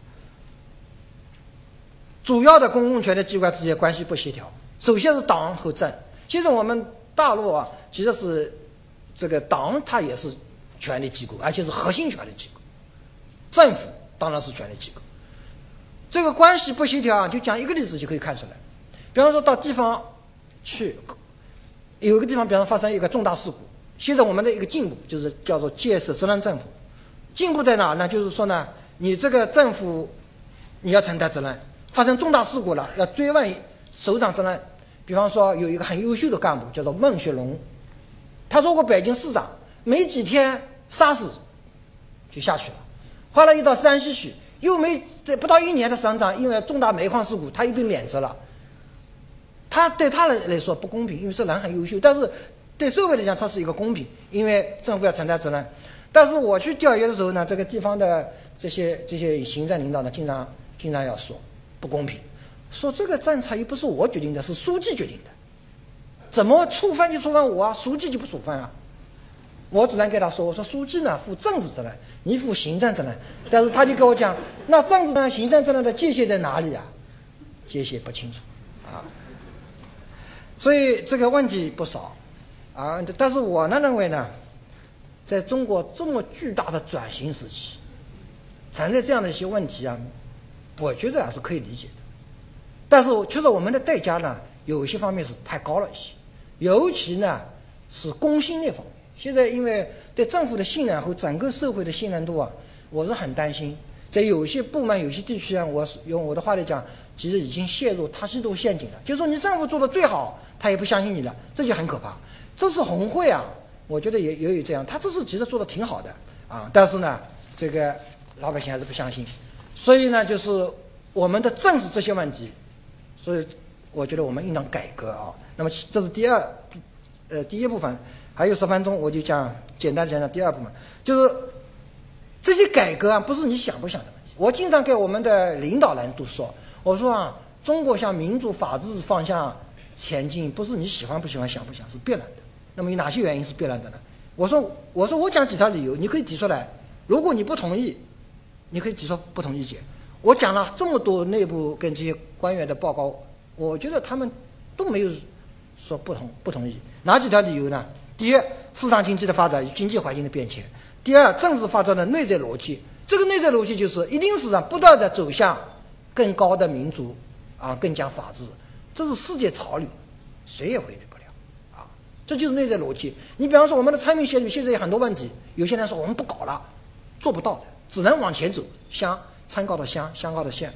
Speaker 3: 主要的公共权力机关之间关系不协调，首先是党和政。其实我们大陆啊，其实是这个党它也是权力机构，而且是核心权力机构。政府当然是权力机构，这个关系不协调啊，就讲一个例子就可以看出来。比方说到地方去，有一个地方，比方说发生一个重大事故，现在我们的一个进步就是叫做建设责任政府。进步在哪呢？就是说呢，你这个政府你要承担责任，发生重大事故了要追问首长责任。比方说有一个很优秀的干部叫做孟学龙，他做过北京市长，没几天 SARS 就下去了，后来又到山西去，又没不到一年的省长，因为重大煤矿事故他又被免职了。他对他来说不公平，因为这人很优秀，但是对社会来讲他是一个公平，因为政府要承担责任。但是我去调研的时候呢，这个地方的这些这些行政领导呢，经常经常要说不公平，说这个政策又不是我决定的，是书记决定的，怎么处分就处分我啊，书记就不处分啊。我只能给他说，我说书记呢负政治责任，你负行政责任。但是他就跟我讲，那政治责任、行政责任的界限在哪里啊？界限不清楚啊。所以这个问题不少啊。但是我呢认为呢，在中国这么巨大的转型时期，存在这样的一些问题啊，我觉得还是可以理解的。但是确实我们的代价呢，有一些方面是太高了一些，尤其呢是公信力方面。现在因为对政府的信任和整个社会的信任度啊，我是很担心。在有些部门、有些地区啊，我用我的话来讲，其实已经陷入塔西佗陷阱了。就是说你政府做的最好，他也不相信你了，这就很可怕。这次红会啊，我觉得也也有这样，他这次其实做的挺好的啊，但是呢，这个老百姓还是不相信。所以呢，就是我们的正视这些问题，所以我觉得我们应当改革啊。那么这是第二，呃，第一部分。还有十分钟，我就讲简单讲讲第二部分，就是这些改革啊，不是你想不想的问题。我经常给我们的领导人都说，我说啊，中国向民主法治方向前进，不是你喜欢不喜欢、想不想，是必然的。那么有哪些原因是必然的呢？我说，我说我讲几条理由，你可以提出来。如果你不同意，你可以提出不同意见。我讲了这么多内部跟这些官员的报告，我觉得他们都没有说不同不同意。哪几条理由呢？第一，市场经济的发展与经济环境的变迁；第二，政治发展的内在逻辑。这个内在逻辑就是一定是让不断的走向更高的民主啊，更讲法治，这是世界潮流，谁也回避不了啊。这就是内在逻辑。你比方说我们的参与选举现在有很多问题，有些人说我们不搞了，做不到的，只能往前走，乡参高的乡，乡高的县。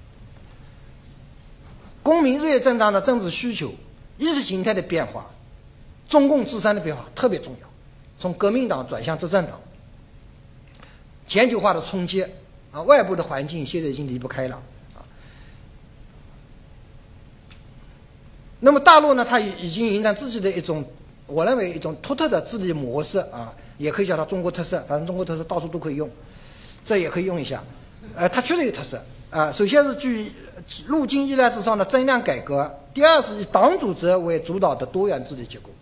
Speaker 3: 公民日益增长的政治需求、意识形态的变化。中共自身的变化特别重要，从革命党转向执政党，全球化的冲击啊，外部的环境现在已经离不开了啊。那么大陆呢，它已经形成自己的一种，我认为一种独特的治理模式啊，也可以叫它中国特色，反正中国特色到处都可以用，这也可以用一下。呃，它确实有特色啊。首先是据路径依赖之上的增量改革，第二是以党组织为主导的多元治理结构。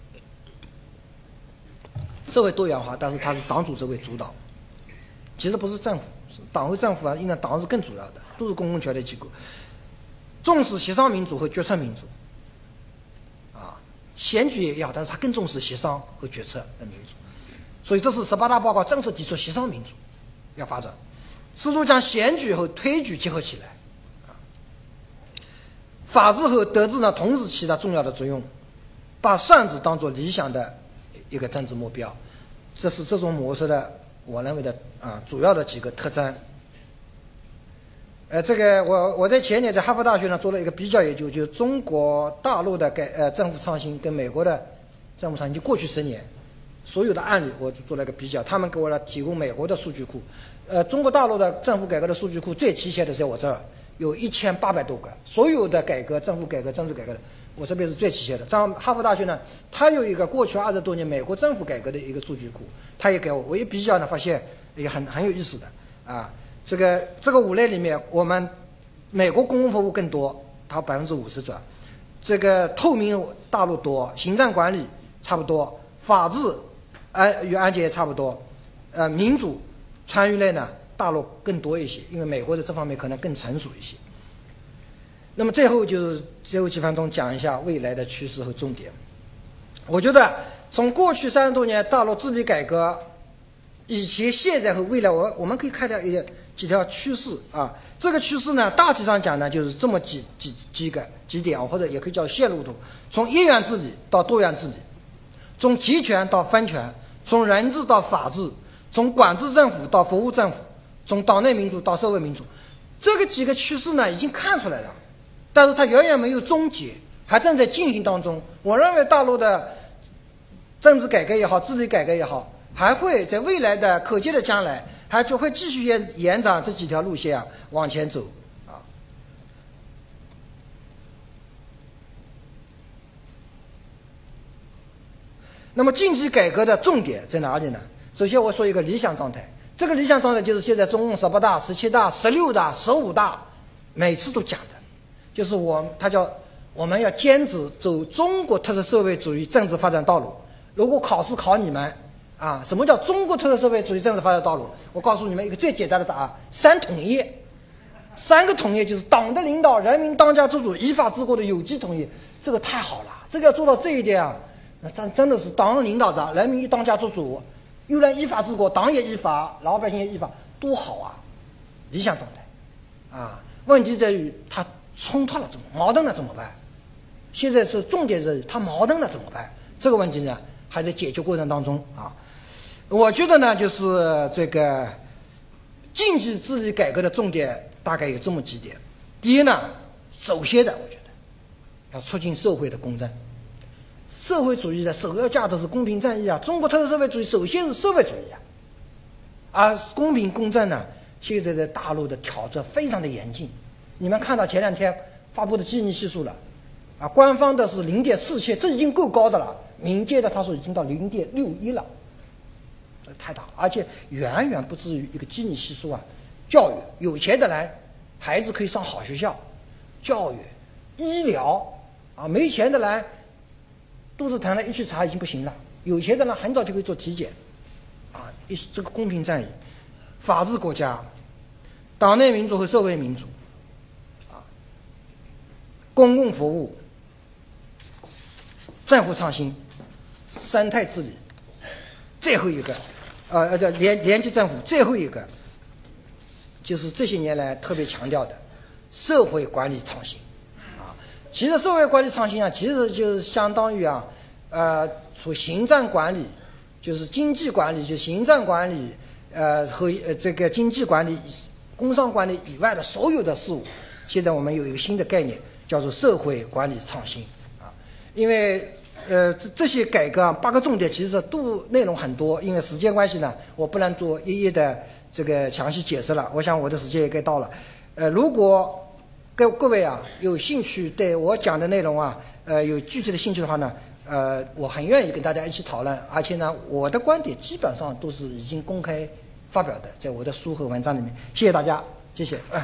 Speaker 3: 社会多元化，但是它是党组织为主导，其实不是政府，党和政府啊，应该党是更主要的，都是公共权力机构。 重视协商民主和决策民主。啊，选举也要，但是他更重视协商和决策的民主。所以这是十八大报告正式提出协商民主要发展，试图将选举和推举结合起来。啊，法治和德治呢同时起到重要的作用，把算子当作理想的一个政治目标，这是这种模式的我认为的啊主要的几个特征。呃，这个我我在前年在哈佛大学呢做了一个比较研究，就是中国大陆的改呃政府创新跟美国的政府创新，就过去十年所有的案例我做了一个比较，他们给我了提供美国的数据库，呃，中国大陆的政府改革的数据库最齐全的在我这儿，有一千八百多个，所有的改革、政府改革、政治改革的，我这边是最齐全的。像哈佛大学呢，它有一个过去二十多年美国政府改革的一个数据库，它也给我，我一比较呢，发现也很很有意思的啊。这个这个五类里面，我们美国公共服务更多，它百分之五十转，这个透明大陆多，行政管理差不多，法治安与安检也差不多，呃，民主参与类呢，大陆更多一些，因为美国的这方面可能更成熟一些。那么最后就是最后几分钟讲一下未来的趋势和重点。我觉得从过去三十多年大陆治理改革，以前、现在和未来，我我们可以看到一几条趋势啊。这个趋势呢，大体上讲呢，就是这么几几几个几点，或者也可以叫线路图：从一元治理到多元治理，从集权到分权，从人治到法治，从管制政府到服务政府，从党内民主到社会民主。这个几个趋势呢，已经看出来了，但是它远远没有终结，还正在进行当中。我认为大陆的政治改革也好，治理改革也好，还会在未来的可见的将来，还就会继续延延展这几条路线啊往前走啊。那么经济改革的重点在哪里呢？首先我说一个理想状态，这个理想状态就是现在中共十八大、十七大、十六大、十五大每次都讲的，就是我他叫我们要坚持走中国特色社会主义政治发展道路。如果考试考你们啊，什么叫中国特色社会主义政治发展道路？我告诉你们一个最简单的答案：三统一。三个统一就是党的领导，人民当家作主，依法治国的有机统一。这个太好了，这个要做到这一点啊，那真真的是党领导着，人民当家作主，又能依法治国，党也依法，老百姓也依法，多好啊！理想状态啊。问题在于它冲突了怎么矛盾了怎么办？现在是重点在于它矛盾了怎么办？这个问题呢，还在解决过程当中啊。我觉得呢，就是这个经济治理改革的重点大概有这么几点。第一呢，首先的，我觉得要促进社会的公正。社会主义的首要价值是公平正义啊，中国特色社会主义首先是社会主义啊。而公平公正呢，现在在大陆的挑战非常的严峻。你们看到前两天发布的基尼系数了，啊，官方的是零点四七，这已经够高的了。民间的他说已经到零点六一了，这太大了，而且远远不至于一个基尼系数啊。教育，有钱的人孩子可以上好学校，教育、医疗啊，没钱的人肚子疼了一去查已经不行了，有钱的人很早就可以做体检，啊，一这个公平正义、法治国家、党内民主和社会民主，啊，公共服务、政府创新、生态治理，最后一个，呃，叫联联接政府，最后一个就是这些年来特别强调的社会管理创新，啊，其实社会管理创新啊，其实就是相当于啊，呃，除行政管理，就是经济管理，就行政管理，呃和呃这个经济管理、工商管理以外的所有的事物，现在我们有一个新的概念，叫做社会管理创新，啊，因为。呃，这这些改革啊，八个重点其实都内容很多，因为时间关系呢，我不能做一一的这个详细解释了。我想我的时间也该到了。呃，如果各各位啊有兴趣对我讲的内容啊，呃有具体的兴趣的话呢，呃，我很愿意跟大家一起讨论，而且呢，我的观点基本上都是已经公开发表的，在我的书和文章里面。谢谢大家，谢谢。啊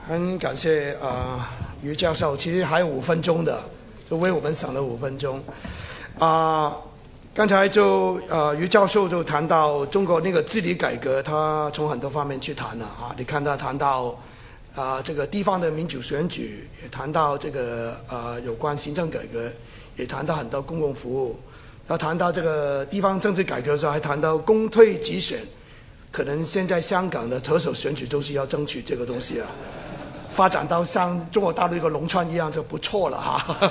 Speaker 2: 很感谢啊、呃、于教授，其实还有五分钟的，就为我们省了五分钟。啊、呃，刚才就呃于教授就谈到中国那个治理改革，他从很多方面去谈了啊。你看他谈到啊、呃、这个地方的民主选举，也谈到这个呃有关行政改革，也谈到很多公共服务。他谈到这个地方政治改革的时候，还谈到公推直选。可能现在香港的特首选举都是要争取这个东西啊，发展到像中国大陆一个农村一样就不错了哈。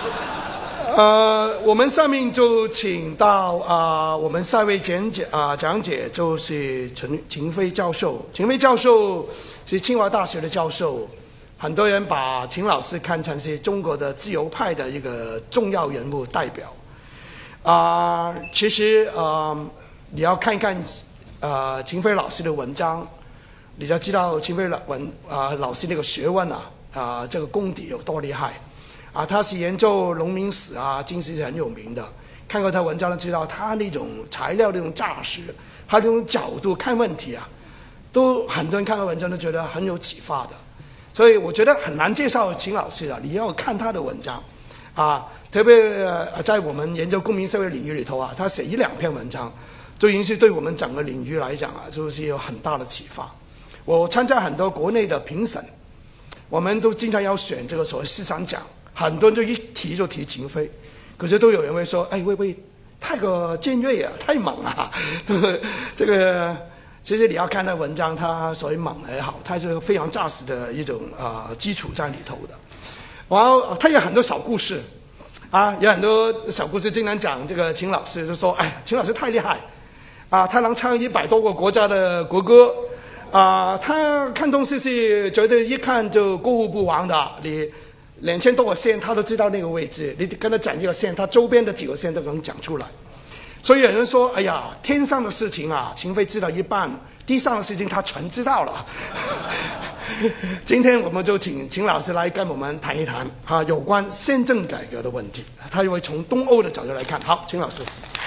Speaker 2: 呃，我们上面就请到啊、呃，我们下一位讲解啊、呃、讲解就是陈秦飞教授。秦飞教授是清华大学的教授，很多人把秦老师看成是中国的自由派的一个重要人物代表。啊、呃，其实呃，你要看看。呃，秦飞老师的文章，你就知道秦飞老文啊、呃、老师那个学问啊啊、呃、这个功底有多厉害啊！他是研究农民史啊，经史是很有名的。看过他文章就知道他那种材料那种扎实，他那种角度看问题啊，都很多人看过文章都觉得很有启发的。所以我觉得很难介绍秦老师啊，你要看他的文章啊，特别在我们研究公民社会领域里头啊，他写一两篇文章。就已经是对我们整个领域来讲啊，就是有很大的启发。我参加很多国内的评审，我们都经常要选这个所谓思想奖，很多人就一提就提秦飞，可是都有人会说：“哎，会不会太过尖锐啊，太猛啊？”这个其实你要看那文章，它所谓猛也好，它是非常扎实的一种啊、呃、基础在里头的。然后它有很多小故事啊，有很多小故事经常讲这个秦老师，就说：“哎，秦老师太厉害。”啊，他能唱一百多个国家的国歌，啊，他看东西是觉得一看就过目不忘的。你两千多个县，他都知道那个位置。你跟他讲一个县，他周边的几个县都能讲出来。所以有人说：“哎呀，天上的事情啊，秦飞知道一半；地上的事情他全知道了。”今天我们就请秦老师来跟我们谈一谈啊，有关宪政改革的问题。他就会从东欧的角度来看。好，秦老师。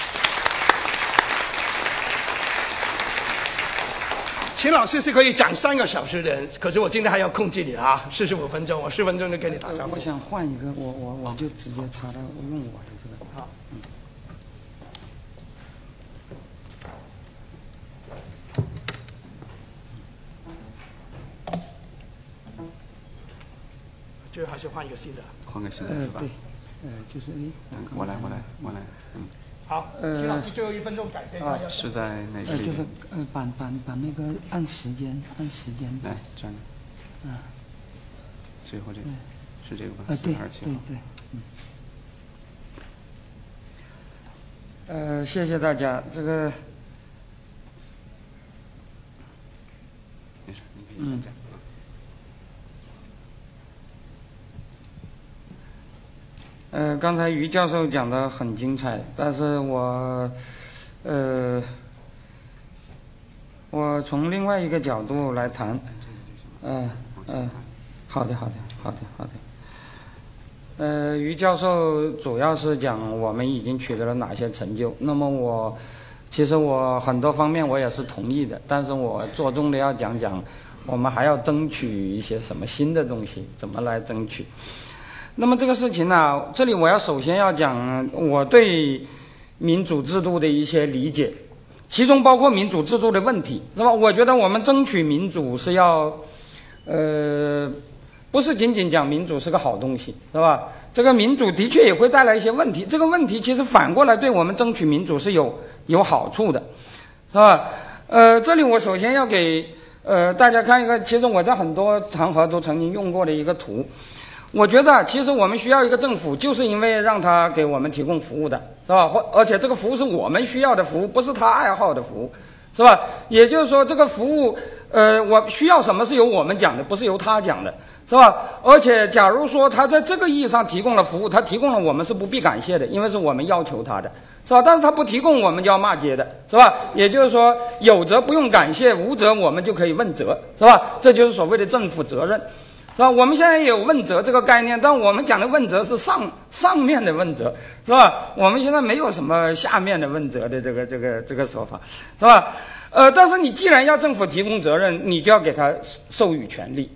Speaker 2: 秦老师是可以讲三个小时的人，可是我今天还要控制你啊，四十五分钟，我四分钟就跟你打招呼。
Speaker 4: 我想换一个，我我我就直接插到用我的这个。
Speaker 2: 好。嗯。最后还是换一个新的。
Speaker 5: 换个新的是吧？
Speaker 4: 呃，对，呃，就是哎，
Speaker 5: 我来，我来，我来，嗯。
Speaker 2: 好，秦老师最后一分钟改变。啊，
Speaker 5: 是在哪个？
Speaker 4: 呃，就是呃，把把把那个按时间，按时间。
Speaker 5: 来，这样。
Speaker 4: 啊。
Speaker 5: 最后这个是这个吧？
Speaker 4: 呃，对对对，嗯。呃，谢谢大家，这个。
Speaker 5: 没事，你可以先讲。
Speaker 4: 呃，刚才于教授讲的很精彩，但是我，呃，我从另外一个角度来谈，嗯、呃、嗯、呃，好的好的好的好的，呃，于教授主要是讲我们已经取得了哪些成就，那么我，其实我很多方面我也是同意的，但是我着重的要讲讲，我们还要争取一些什么新的东西，怎么来争取。那么这个事情呢，这里我要首先要讲我对民主制度的一些理解，其中包括民主制度的问题，是吧？我觉得我们争取民主是要，呃，不是仅仅讲民主是个好东西，是吧？这个民主的确也会带来一些问题，这个问题其实反过来对我们争取民主是有有好处的，是吧？呃，这里我首先要给呃大家看一个，其实我在很多场合都曾经用过的一个图。我觉得其实我们需要一个政府，就是因为让他给我们提供服务的，是吧？或而且这个服务是我们需要的服务，不是他爱好的服务，是吧？也就是说，这个服务，呃，我需要什么是由我们讲的，不是由他讲的，是吧？而且，假如说他在这个意义上提供了服务，他提供了我们是不必感谢的，因为是我们要求他的，是吧？但是他不提供，我们就要骂街的，是吧？也就是说，有责不用感谢，无责我们就可以问责，是吧？这就是所谓的政府责任。是吧？我们现在也有问责这个概念，但我们讲的问责是上上面的问责，是吧？我们现在没有什么下面的问责的这个这个这个说法，是吧？呃，但是你既然要政府提供责任，你就要给他授予权利，是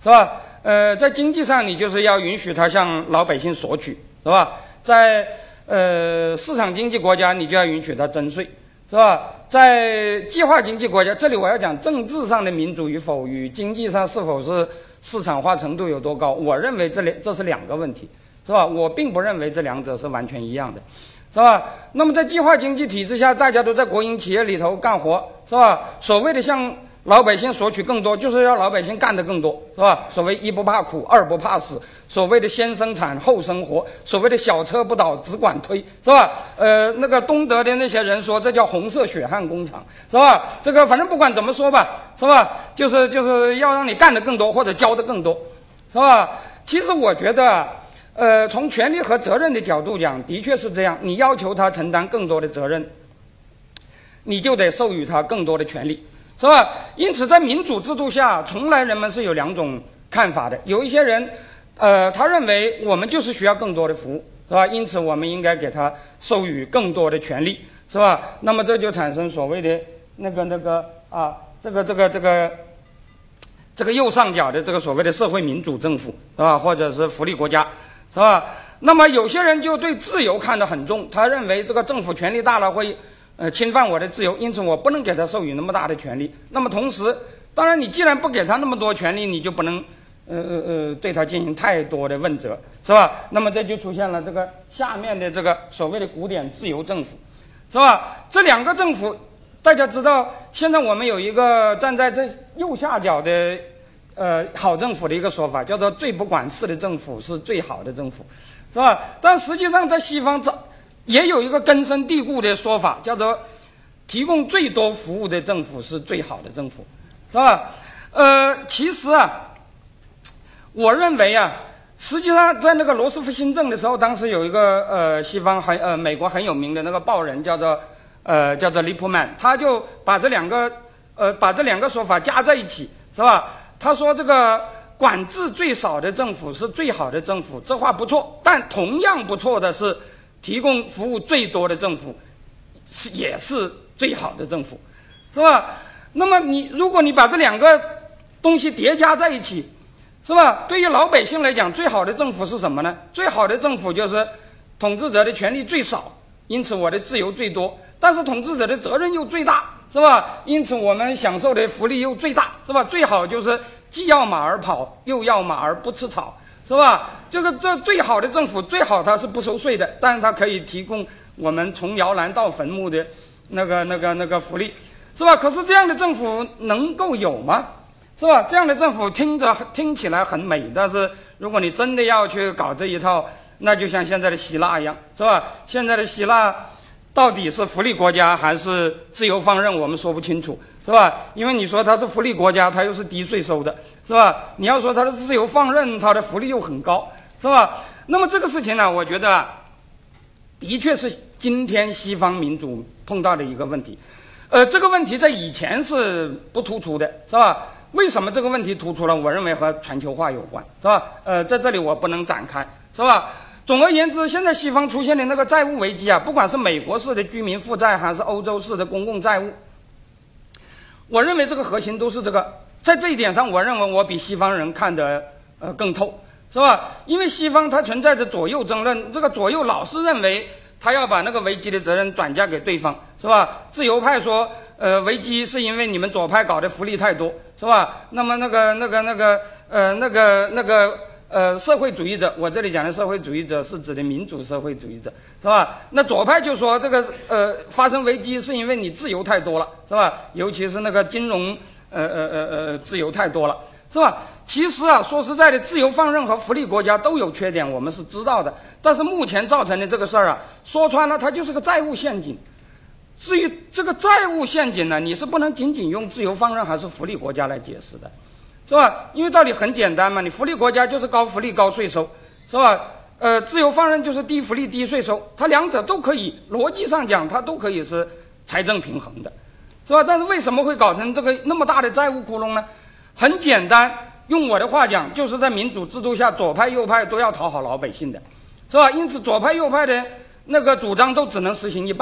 Speaker 4: 是吧？呃，在经济上你就是要允许他向老百姓索取，是吧？在呃市场经济国家，你就要允许他征税，是吧？在计划经济国家，这里我要讲政治上的民主与否与经济上是否是市场化程度有多高，我认为这里这是两个问题，是吧？我并不认为这两者是完全一样的，是吧？那么在计划经济体制下，大家都在国营企业里头干活，是吧？所谓的向老百姓索取更多，就是要老百姓干得更多，是吧？所谓一不怕苦，二不怕死，所谓的先生产后生活，所谓的小车不倒只管推，是吧？呃，那个东德的那些人说这叫红色血汗工厂，是吧？这个反正不管怎么说吧，是吧？就是就是要让你干得更多或者教得更多，是吧？其实我觉得，呃，从权利和责任的角度讲，的确是这样。你要求他承担更多的责任，你就得授予他更多的权利。是吧？因此，在民主制度下，从来人们是有两种看法的。有一些人，呃，他认为我们就是需要更多的服务，是吧？因此，我们应该给他授予更多的权利，是吧？那么这就产生所谓的那个那个啊，这个这个这个这个右上角的这个所谓的社会民主政府，是吧？或者是福利国家，是吧？那么有些人就对自由看得很重，他认为这个政府权力大了会。呃，侵犯我的自由，因此我不能给他授予那么大的权利。那么同时，当然你既然不给他那么多权利，你就不能，呃呃呃，对他进行太多的问责，是吧？那么这就出现了这个下面的这个所谓的古典自由政府，是吧？这两个政府，大家知道，现在我们有一个站在这右下角的，呃，好政府的一个说法，叫做最不管事的政府是最好的政府，是吧？但实际上在西方这。也有一个根深蒂固的说法，叫做提供最多服务的政府是最好的政府，是吧？呃，其实啊，我认为啊，实际上在那个罗斯福新政的时候，当时有一个呃西方很呃美国很有名的那个报人叫做呃叫做利普曼，他就把这两个呃把这两个说法加在一起，是吧？他说这个管制最少的政府是最好的政府，这话不错，但同样不错的是。提供服务最多的政府，是也是最好的政府，是吧？那么你如果你把这两个东西叠加在一起，是吧？对于老百姓来讲，最好的政府是什么呢？最好的政府就是统治者的权利最少，因此我的自由最多，但是统治者的责任又最大，是吧？因此我们享受的福利又最大，是吧？最好就是既要马儿跑，又要马儿不吃草。是吧？这个这最好的政府最好它是不收税的，但是它可以提供我们从摇篮到坟墓的那个那个那个福利，是吧？可是这样的政府能够有吗？是吧？这样的政府听着听起来很美，但是如果你真的要去搞这一套，那就像现在的希腊一样，是吧？现在的希腊到底是福利国家还是自由放任，我们说不清楚。是吧？因为你说它是福利国家，它又是低税收的，是吧？你要说它是自由放任，它的福利又很高，是吧？那么这个事情呢，我觉得的确是今天西方民主碰到的一个问题。呃，这个问题在以前是不突出的，是吧？为什么这个问题突出了？我认为和全球化有关，是吧？呃，在这里我不能展开，是吧？总而言之，现在西方出现的那个债务危机啊，不管是美国式的居民负债，还是欧洲式的公共债务。我认为这个核心都是这个，在这一点上，我认为我比西方人看得呃更透，是吧？因为西方它存在着左右争论，这个左右老是认为他要把那个危机的责任转嫁给对方，是吧？自由派说，呃，危机是因为你们左派搞的福利太多，是吧？那么那个那个那个呃那个那个呃社会主义者，我这里讲的社会主义者是指的民主社会主义者，是吧？那左派就说这个呃发生危机是因为你自由太多了，是吧？尤其是那个金融呃呃呃呃自由太多了，是吧？其实啊，说实在的，自由放任和福利国家都有缺点，我们是知道的。但是目前造成的这个事儿啊，说穿了，它就是个债务陷阱。至于这个债务陷阱呢，你是不能仅仅用自由放任还是福利国家来解释的，是吧？因为道理很简单嘛，你福利国家就是高福利高税收，是吧？呃，自由放任就是低福利低税收，它两者都可以，逻辑上讲它都可以是财政平衡的，是吧？但是为什么会搞成这个那么大的债务窟窿呢？很简单，用我的话讲，就是在民主制度下，左派右派都要讨好老百姓的，是吧？因此左派右派的那个主张都只能实行一半，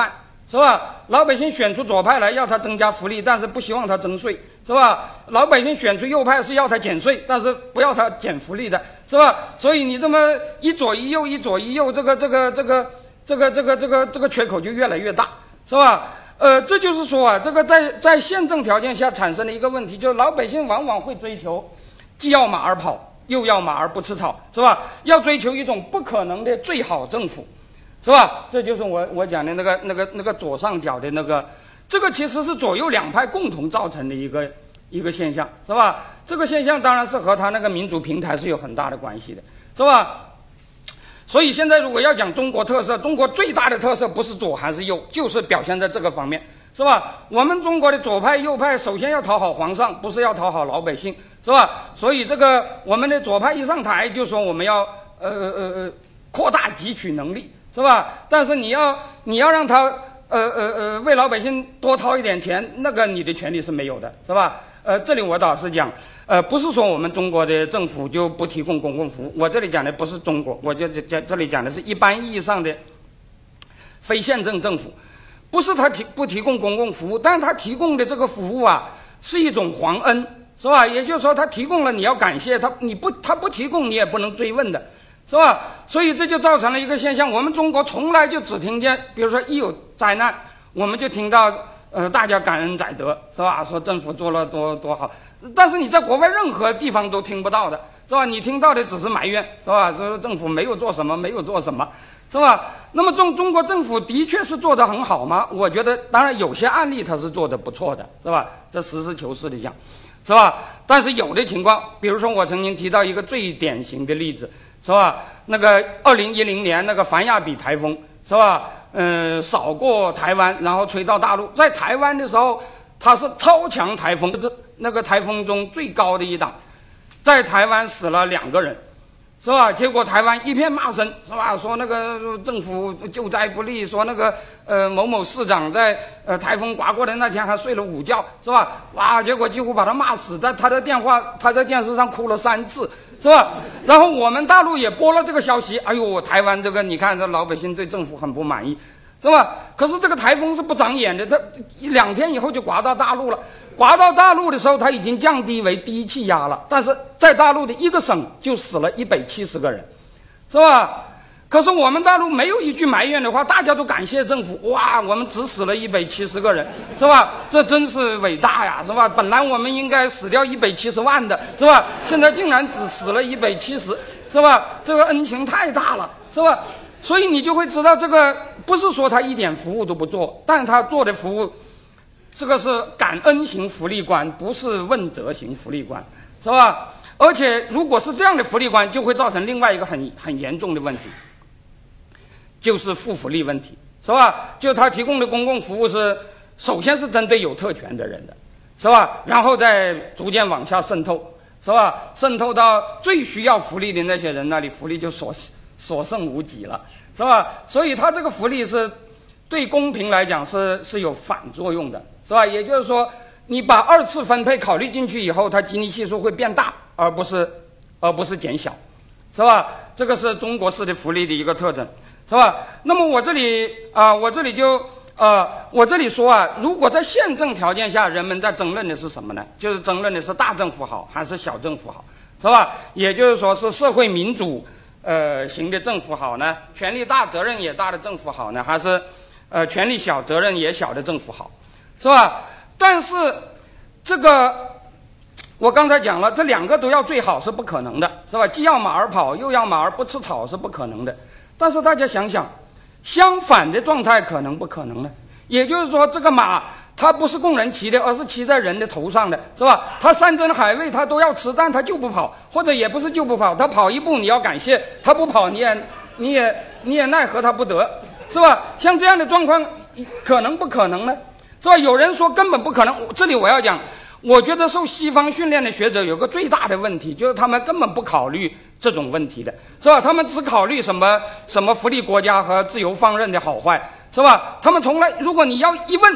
Speaker 4: 是吧？老百姓选出左派来要他增加福利，但是不希望他征税，是吧？老百姓选出右派是要他减税，但是不要他减福利的，是吧？所以你这么一左一右，一左一右，这个这个这个这个这个这个这个缺口就越来越大，是吧？呃，这就是说啊，这个在在宪政条件下产生的一个问题，就是老百姓往往会追求既要马儿跑，又要马儿不吃草，是吧？要追求一种不可能的最好政府。是吧？这就是我我讲的那个那个那个左上角的那个，这个其实是左右两派共同造成的一个一个现象，是吧？这个现象当然是和他那个民主平台是有很大的关系的，是吧？所以现在如果要讲中国特色，中国最大的特色不是左还是右，就是表现在这个方面，是吧？我们中国的左派右派首先要讨好皇上，不是要讨好老百姓，是吧？所以这个我们的左派一上台就说我们要呃呃呃扩大汲取能力。是吧？但是你要你要让他呃呃呃为老百姓多掏一点钱，那个你的权利是没有的，是吧？呃，这里我倒是讲，呃，不是说我们中国的政府就不提供公共服务，我这里讲的不是中国，我就讲这里讲的是一般意义上的非宪政政府，不是他提不提供公共服务，但是他提供的这个服务啊是一种皇恩，是吧？也就是说他提供了你要感谢他，你不他不提供你也不能追问的。是吧？所以这就造成了一个现象，我们中国从来就只听见，比如说一有灾难，我们就听到呃大家感恩载德，是吧？说政府做了多多好，但是你在国外任何地方都听不到的，是吧？你听到的只是埋怨，是吧？说政府没有做什么，没有做什么，是吧？那么中中国政府的确是做得很好吗？我觉得，当然有些案例它是做得不错的，是吧？这实事求是的讲，是吧？但是有的情况，比如说我曾经提到一个最典型的例子。是吧？那个二零一零年那个凡亚比台风，是吧？嗯、呃，扫过台湾，然后吹到大陆。在台湾的时候，它是超强台风，这那个台风中最高的一档，在台湾死了两个人，是吧？结果台湾一片骂声，是吧？说那个政府救灾不力，说那个呃某某市长在呃台风刮过的那天还睡了午觉，是吧？哇，结果几乎把他骂死，但他的电话他在电视上哭了三次。是吧？然后我们大陆也播了这个消息，哎呦，台湾这个你看，这老百姓对政府很不满意，是吧？可是这个台风是不长眼的，它两天以后就刮到大陆了。刮到大陆的时候，它已经降低为低气压了，但是在大陆的一个省就死了一百七十个人，是吧？可是我们大陆没有一句埋怨的话，大家都感谢政府。哇，我们只死了一百七十个人，是吧？这真是伟大呀，是吧？本来我们应该死掉一百七十万的，是吧？现在竟然只死了一百七十，是吧？这个恩情太大了，是吧？所以你就会知道，这个不是说他一点服务都不做，但是他做的服务，这个是感恩型福利观，不是问责型福利观，是吧？而且如果是这样的福利观，就会造成另外一个很很严重的问题。就是负福利问题，是吧？就他提供的公共服务是，首先是针对有特权的人的，是吧？然后再逐渐往下渗透，是吧？渗透到最需要福利的那些人那里，福利就所所剩无几了，是吧？所以他这个福利是对公平来讲是是有反作用的，是吧？也就是说，你把二次分配考虑进去以后，它基尼系数会变大，而不是而不是减小，是吧？这个是中国式的福利的一个特征。是吧？那么我这里啊、呃，我这里就呃，我这里说啊，如果在宪政条件下，人们在争论的是什么呢？就是争论的是大政府好还是小政府好，是吧？也就是说是社会民主呃型的政府好呢，权力大责任也大的政府好呢，还是呃权力小责任也小的政府好，是吧？但是这个我刚才讲了，这两个都要最好是不可能的，是吧？既要马儿跑，又要马儿不吃草是不可能的。但是大家想想，相反的状态可能不可能呢？也就是说，这个马它不是供人骑的，而是骑在人的头上的，是吧？它山珍海味它都要吃，但它就不跑，或者也不是就不跑，它跑一步你要感谢，它不跑你也你也你也奈何它不得，是吧？像这样的状况，可能不可能呢？是吧？有人说根本不可能。这里我要讲，我觉得受西方训练的学者有个最大的问题，就是他们根本不考虑这种问题的，是吧？他们只考虑什么什么福利国家和自由放任的好坏，是吧？他们从来，如果你要一问，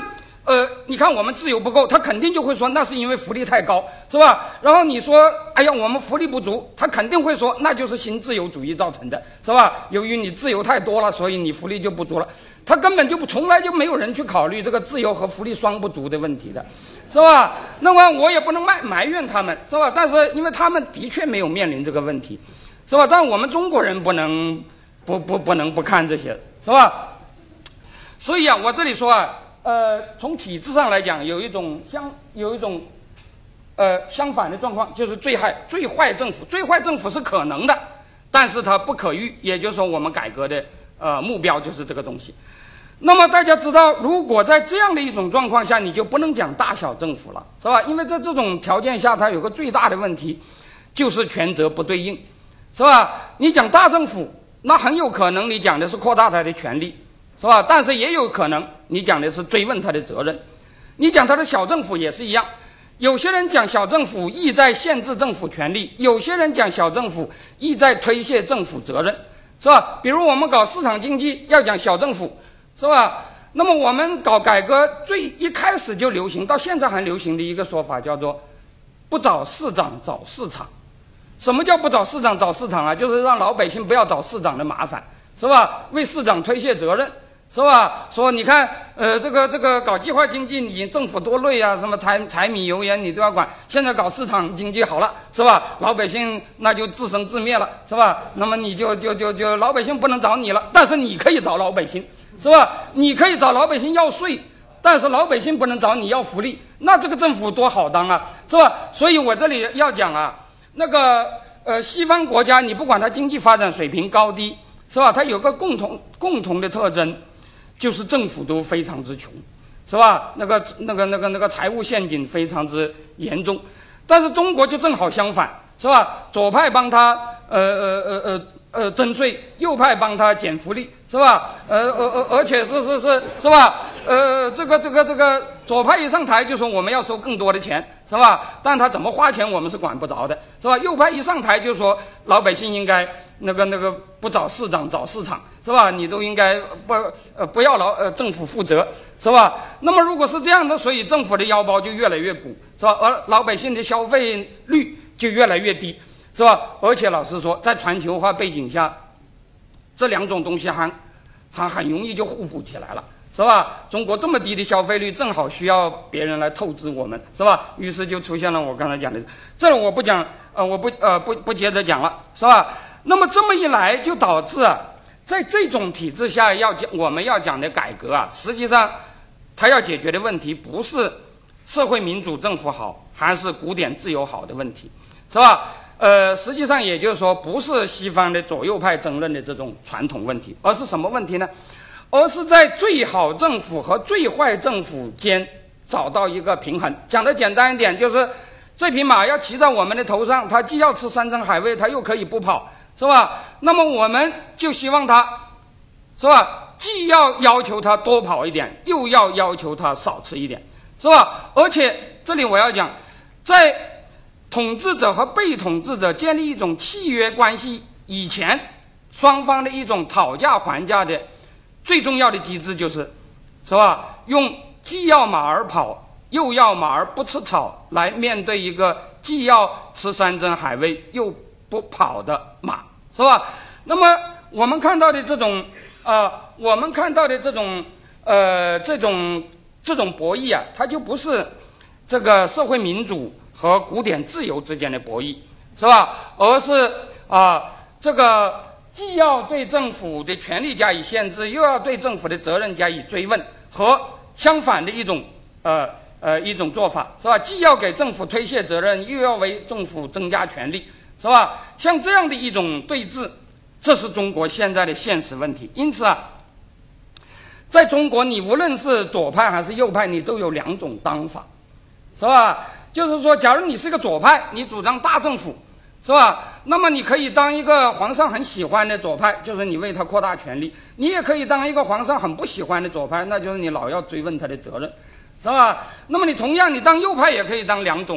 Speaker 4: 呃，你看我们自由不够，他肯定就会说那是因为福利太高，是吧？然后你说，哎呀，我们福利不足，他肯定会说那就是新自由主义造成的，是吧？由于你自由太多了，所以你福利就不足了。他根本就不从来就没有人去考虑这个自由和福利双不足的问题的，是吧？那么我也不能埋埋怨他们，是吧？但是因为他们的确没有面临这个问题，是吧？但我们中国人不能不不不能不看这些，是吧？所以啊，我这里说啊。呃，从体制上来讲，有一种相有一种，呃，相反的状况，就是最坏最坏政府，最坏政府是可能的，但是它不可遇，也就是说，我们改革的呃目标就是这个东西。那么大家知道，如果在这样的一种状况下，你就不能讲大小政府了，是吧？因为在这种条件下，它有个最大的问题，就是权责不对应，是吧？你讲大政府，那很有可能你讲的是扩大它的权利。是吧？但是也有可能你讲的是追问他的责任，你讲他的小政府也是一样。有些人讲小政府意在限制政府权利，有些人讲小政府意在推卸政府责任，是吧？比如我们搞市场经济要讲小政府，是吧？那么我们搞改革最一开始就流行，到现在还流行的一个说法叫做不找市长找市场。什么叫不找市长找市场啊？就是让老百姓不要找市长的麻烦，是吧？为市长推卸责任。是吧？说你看，呃，这个这个搞计划经济，你政府多累啊，什么柴柴米油盐你都要管。现在搞市场经济好了，是吧？老百姓那就自生自灭了，是吧？那么你就就就就老百姓不能找你了，但是你可以找老百姓，是吧？你可以找老百姓要税，但是老百姓不能找你要福利，那这个政府多好当啊，是吧？所以我这里要讲啊，那个呃，西方国家你不管它经济发展水平高低，是吧？它有个共同共同的特征。就是政府都非常之穷，是吧？那个、那个、那个、那个财务陷阱非常之严重，但是中国就正好相反，是吧？左派帮他呃呃呃呃呃征税，右派帮他减福利，是吧？呃呃呃，而且是是是是吧？呃，这个这个这个左派一上台就说我们要收更多的钱，是吧？但他怎么花钱我们是管不着的，是吧？右派一上台就说老百姓应该那个那个不找市长找市场。是吧？你都应该不呃不要老呃政府负责，是吧？那么如果是这样的，所以政府的腰包就越来越鼓，是吧？而老百姓的消费率就越来越低，是吧？而且老实说，在全球化背景下，这两种东西还还很容易就互补起来了，是吧？中国这么低的消费率，正好需要别人来透支我们，是吧？于是就出现了我刚才讲的，这我不讲，呃，我不呃不不接着讲了，是吧？那么这么一来，就导致啊。在这种体制下，要讲我们要讲的改革啊，实际上，它要解决的问题不是社会民主政府好，还是古典自由好的问题，是吧？呃，实际上也就是说，不是西方的左右派争论的这种传统问题，而是什么问题呢？而是在最好政府和最坏政府间找到一个平衡。讲得简单一点，就是这匹马要骑在我们的头上，它既要吃山珍海味，它又可以不跑。是吧？那么我们就希望他，是吧？既要要求他多跑一点，又要要求他少吃一点，是吧？而且这里我要讲，在统治者和被统治者建立一种契约关系以前，双方的一种讨价还价的最重要的机制就是，是吧？用既要马儿跑，又要马儿不吃草来面对一个既要吃山珍海味又不跑的马，是吧？那么我们看到的这种啊、呃，我们看到的这种呃这种这种博弈啊，它就不是这个社会民主和古典自由之间的博弈，是吧？而是啊、呃、这个既要对政府的权力加以限制，又要对政府的责任加以追问，和相反的一种呃呃一种做法，是吧？既要给政府推卸责任，又要为政府增加权力。是吧？像这样的一种对峙，这是中国现在的现实问题。因此啊，在中国，你无论是左派还是右派，你都有两种当法，是吧？就是说，假如你是个左派，你主张大政府，是吧？那么你可以当一个皇上很喜欢的左派，就是你为他扩大权力；你也可以当一个皇上很不喜欢的左派，那就是你老要追问他的责任，是吧？那么你同样，你当右派也可以当两种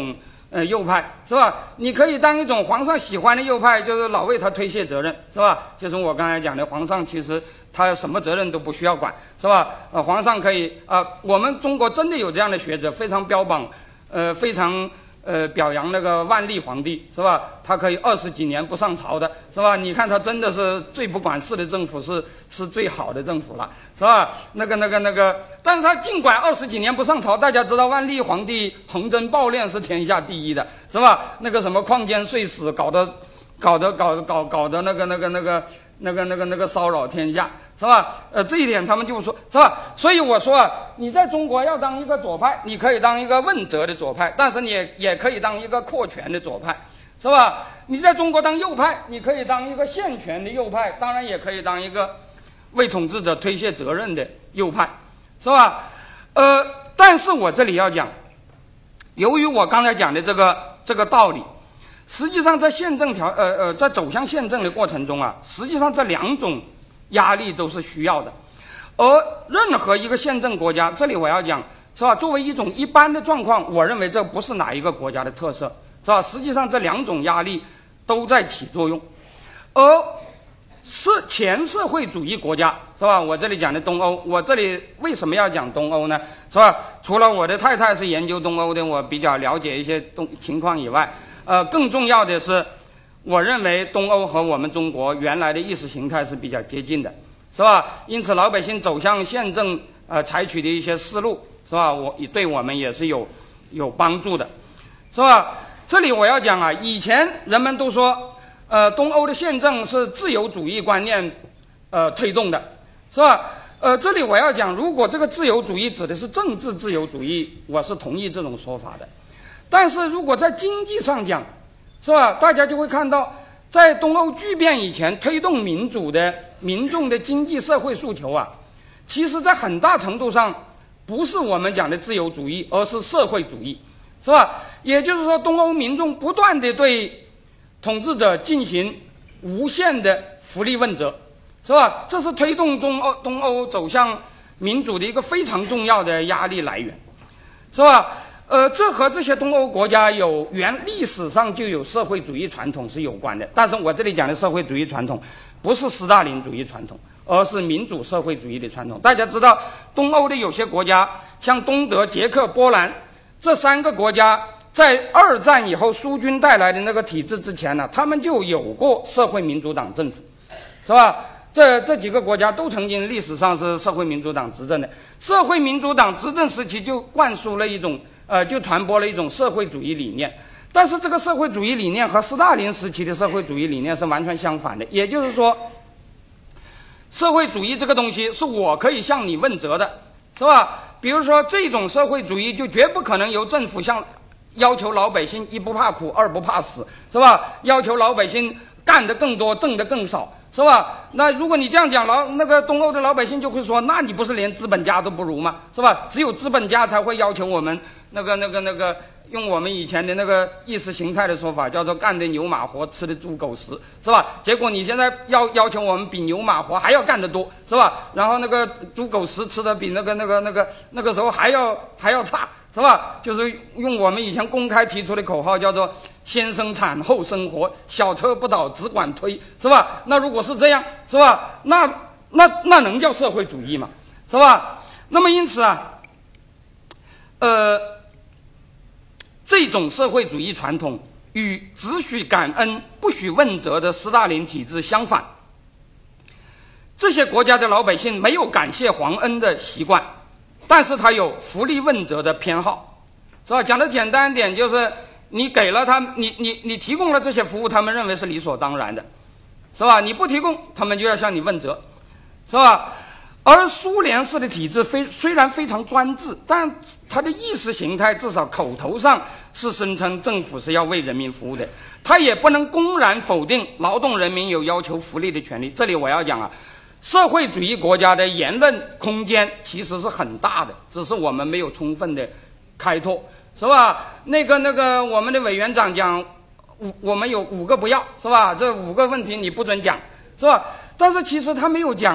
Speaker 4: 呃右派，是吧？你可以当一种皇上喜欢的右派，就是老为他推卸责任，是吧？就是我刚才讲的，皇上其实他什么责任都不需要管，是吧？呃，皇上可以啊、呃，我们中国真的有这样的学者，非常标榜，呃，非常。呃，表扬那个万历皇帝是吧？他可以二十几年不上朝的是吧？你看他真的是最不管事的政府是是最好的政府了是吧？那个那个那个，但是他尽管二十几年不上朝，大家知道万历皇帝横征暴敛是天下第一的是吧？那个什么矿监税史搞得搞得搞得搞搞得那个那个那个那个那个那个骚扰天下是吧？呃，这一点他们就说是吧？所以我说啊，你在中国要当一个左派，你可以当一个问责的左派，但是你也也可以当一个扩权的左派，是吧？你在中国当右派，你可以当一个限权的右派，当然也可以当一个为统治者推卸责任的右派，是吧？呃，但是我这里要讲，由于我刚才讲的这个这个道理。实际上，在宪政条呃呃，在走向宪政的过程中啊，实际上这两种压力都是需要的。而任何一个宪政国家，这里我要讲是吧？作为一种一般的状况，我认为这不是哪一个国家的特色，是吧？实际上，这两种压力都在起作用。而是前社会主义国家，是吧？我这里讲的东欧，我这里为什么要讲东欧呢？是吧？除了我的太太是研究东欧的，我比较了解一些东情况以外。呃，更重要的是，我认为东欧和我们中国原来的意识形态是比较接近的，是吧？因此，老百姓走向宪政，呃，采取的一些思路，是吧？我对我们也是有有帮助的，是吧？这里我要讲啊，以前人们都说，呃，东欧的宪政是自由主义观念，呃，推动的，是吧？呃，这里我要讲，如果这个自由主义指的是政治自由主义，我是同意这种说法的。但是如果在经济上讲，是吧？大家就会看到，在东欧剧变以前，推动民主的民众的经济社会诉求啊，其实在很大程度上不是我们讲的自由主义，而是社会主义，是吧？也就是说，东欧民众不断地对统治者进行无限的福利问责，是吧？这是推动中欧东欧走向民主的一个非常重要的压力来源，是吧？呃，这和这些东欧国家有原历史上就有社会主义传统是有关的。但是我这里讲的社会主义传统，不是斯大林主义传统，而是民主社会主义的传统。大家知道，东欧的有些国家，像东德、捷克、波兰这三个国家，在二战以后苏军带来的那个体制之前呢，他们就有过社会民主党政府，是吧？这这几个国家都曾经历史上是社会民主党执政的。社会民主党执政时期就灌输了一种。呃，就传播了一种社会主义理念，但是这个社会主义理念和斯大林时期的社会主义理念是完全相反的。也就是说，社会主义这个东西是我可以向你问责的，是吧？比如说这种社会主义就绝不可能由政府向要求老百姓一不怕苦二不怕死，是吧？要求老百姓干得更多挣得更少，是吧？那如果你这样讲，老那个东欧的老百姓就会说，那你不是连资本家都不如吗？是吧？只有资本家才会要求我们那个那个那个用我们以前的那个意识形态的说法，叫做干的牛马活，吃的猪狗食，是吧？结果你现在要要求我们比牛马活还要干得多，是吧？然后那个猪狗食吃的比那个那个那个那个时候还要还要差，是吧？就是用我们以前公开提出的口号，叫做先生产后生活，小车不倒只管推，是吧？那如果是这样，是吧？那那那能叫社会主义吗？是吧？那么因此啊，呃。这种社会主义传统与只许感恩不许问责的斯大林体制相反，这些国家的老百姓没有感谢皇恩的习惯，但是他有福利问责的偏好，是吧？讲的简单一点，就是你给了他，你你你提供了这些服务，他们认为是理所当然的，是吧？你不提供，他们就要向你问责，是吧？而苏联式的体制非虽然非常专制，但它的意识形态至少口头上是声称政府是要为人民服务的，它也不能公然否定劳动人民有要求福利的权利。这里我要讲啊，社会主义国家的言论空间其实是很大的，只是我们没有充分的开拓，是吧？那个那个我们的委员长讲五我们有五个不要，是吧？这五个问题你不准讲，是吧？但是其实他没有讲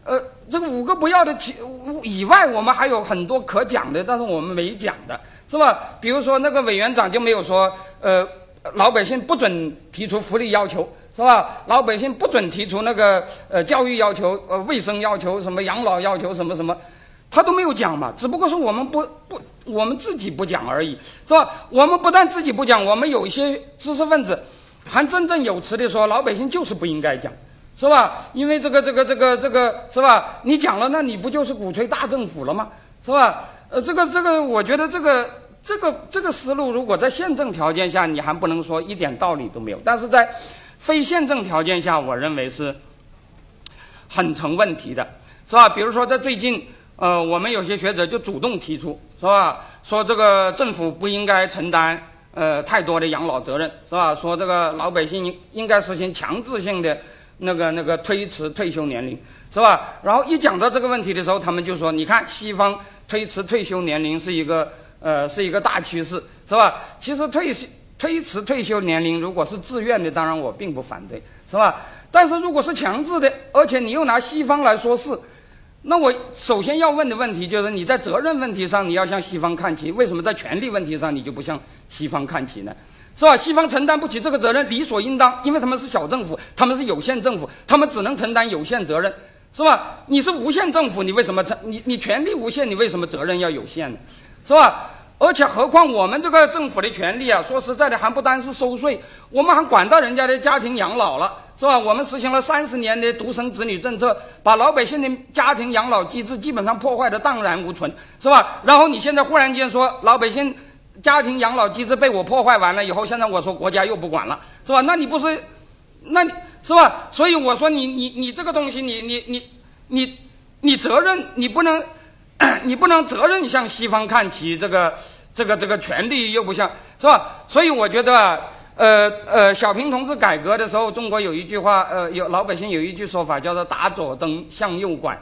Speaker 4: 呃，这个五个不要的其以外，我们还有很多可讲的，但是我们没讲的，是吧？比如说那个委员长就没有说，呃，老百姓不准提出福利要求，是吧？老百姓不准提出那个呃教育要求、呃卫生要求、什么养老要求什么什么，他都没有讲嘛。只不过是我们不不我们自己不讲而已，是吧？我们不但自己不讲，我们有一些知识分子还振振有词的说，老百姓就是不应该讲。是吧？因为这个这个这个这个是吧？你讲了，那你不就是鼓吹大政府了吗？是吧？呃，这个这个，我觉得这个这个这个思路，如果在宪政条件下，你还不能说一点道理都没有；但是在非宪政条件下，我认为是很成问题的，是吧？比如说在最近，呃，我们有些学者就主动提出，是吧？说这个政府不应该承担呃太多的养老责任，是吧？说这个老百姓应该实行强制性的。那个那个推迟退休年龄是吧？然后一讲到这个问题的时候，他们就说：“你看，西方推迟退休年龄是一个呃是一个大趋势，是吧？其实推推迟退休年龄如果是自愿的，当然我并不反对，是吧？但是如果是强制的，而且你又拿西方来说事，那我首先要问的问题就是：你在责任问题上你要向西方看齐，为什么在权利问题上你就不向西方看齐呢？”是吧？西方承担不起这个责任，理所应当，因为他们是小政府，他们是有限政府，他们只能承担有限责任，是吧？你是无限政府，你为什么你你权力无限，你为什么责任要有限呢？是吧？而且何况我们这个政府的权利啊，说实在的，还不单是收税，我们还管到人家的家庭养老了，是吧？我们实行了三十年的独生子女政策，把老百姓的家庭养老机制基本上破坏的荡然无存，是吧？然后你现在忽然间说老百姓家庭养老机制被我破坏完了以后，现在我说国家又不管了，是吧？那你不是，那你是吧？所以我说你你你这个东西，你你你你你责任，你不能你不能责任向西方看齐，这个这个这个权利又不像，是吧？所以我觉得，呃呃，小平同志改革的时候，中国有一句话，呃，有老百姓有一句说法叫做打左灯向右拐。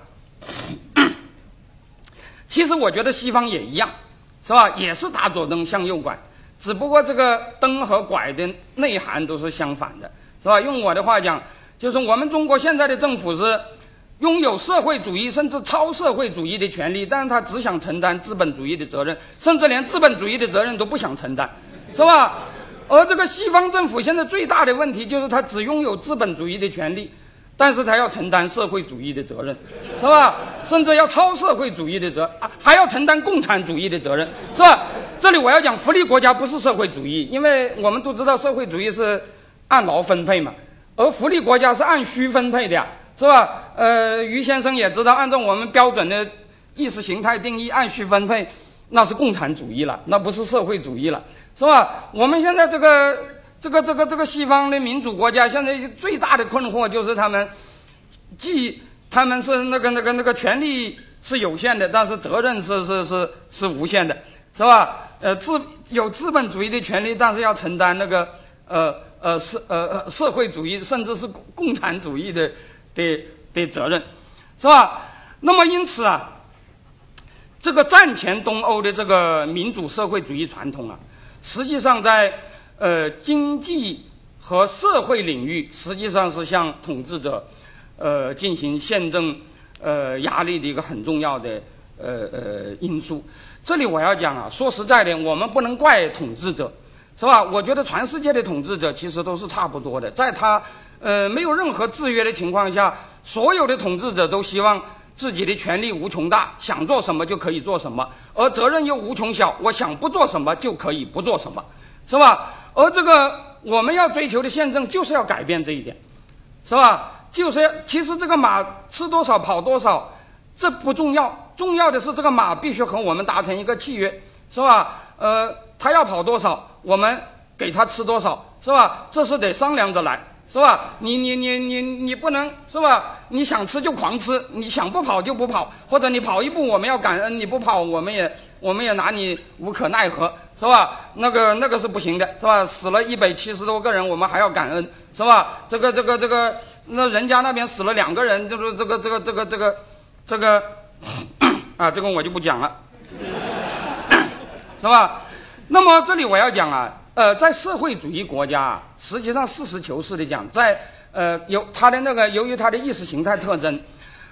Speaker 4: 其实我觉得西方也一样。是吧？也是打左灯向右拐，只不过这个灯和拐的内涵都是相反的，是吧？用我的话讲，就是我们中国现在的政府是拥有社会主义甚至超社会主义的权利，但是他只想承担资本主义的责任，甚至连资本主义的责任都不想承担，是吧？而这个西方政府现在最大的问题就是他只拥有资本主义的权利，但是他要承担社会主义的责任，是吧？甚至要超社会主义的责任，啊，还要承担共产主义的责任，是吧？这里我要讲，福利国家不是社会主义，因为我们都知道社会主义是按劳分配嘛，而福利国家是按需分配的呀，是吧？呃，于先生也知道，按照我们标准的意识形态定义，按需分配那是共产主义了，那不是社会主义了，是吧？我们现在这个。这个这个这个西方的民主国家，现在最大的困惑就是他们，既他们是那个那个那个权利是有限的，但是责任是是是是无限的，是吧？呃，资有资本主义的权利，但是要承担那个呃呃社呃社会主义甚至是共产主义的的的责任，是吧？那么因此啊，这个战前东欧的这个民主社会主义传统啊，实际上在呃，经济和社会领域实际上是向统治者，呃，进行宪政呃压力的一个很重要的呃呃因素。这里我要讲啊，说实在的，我们不能怪统治者，是吧？我觉得全世界的统治者其实都是差不多的，在他呃没有任何制约的情况下，所有的统治者都希望自己的权力无穷大，想做什么就可以做什么，而责任又无穷小，我想不做什么就可以不做什么，是吧？而这个我们要追求的宪政就是要改变这一点，是吧？就是要其实这个马吃多少跑多少，这不重要，重要的是这个马必须和我们达成一个契约，是吧？呃，他要跑多少，我们给他吃多少，是吧？这是得商量着来，是吧？你你你你你不能，是吧？你想吃就狂吃，你想不跑就不跑，或者你跑一步我们要感恩，你不跑我们也我们也拿你无可奈何，是吧？那个那个是不行的，是吧？死了一百七十多个人，我们还要感恩，是吧？这个这个这个，那人家那边死了两个人，就是这个这个这个这个这个啊，这个我就不讲了，是吧？那么这里我要讲啊。呃，在社会主义国家啊，实际上实事求是的讲，在呃有它的那个由于它的意识形态特征，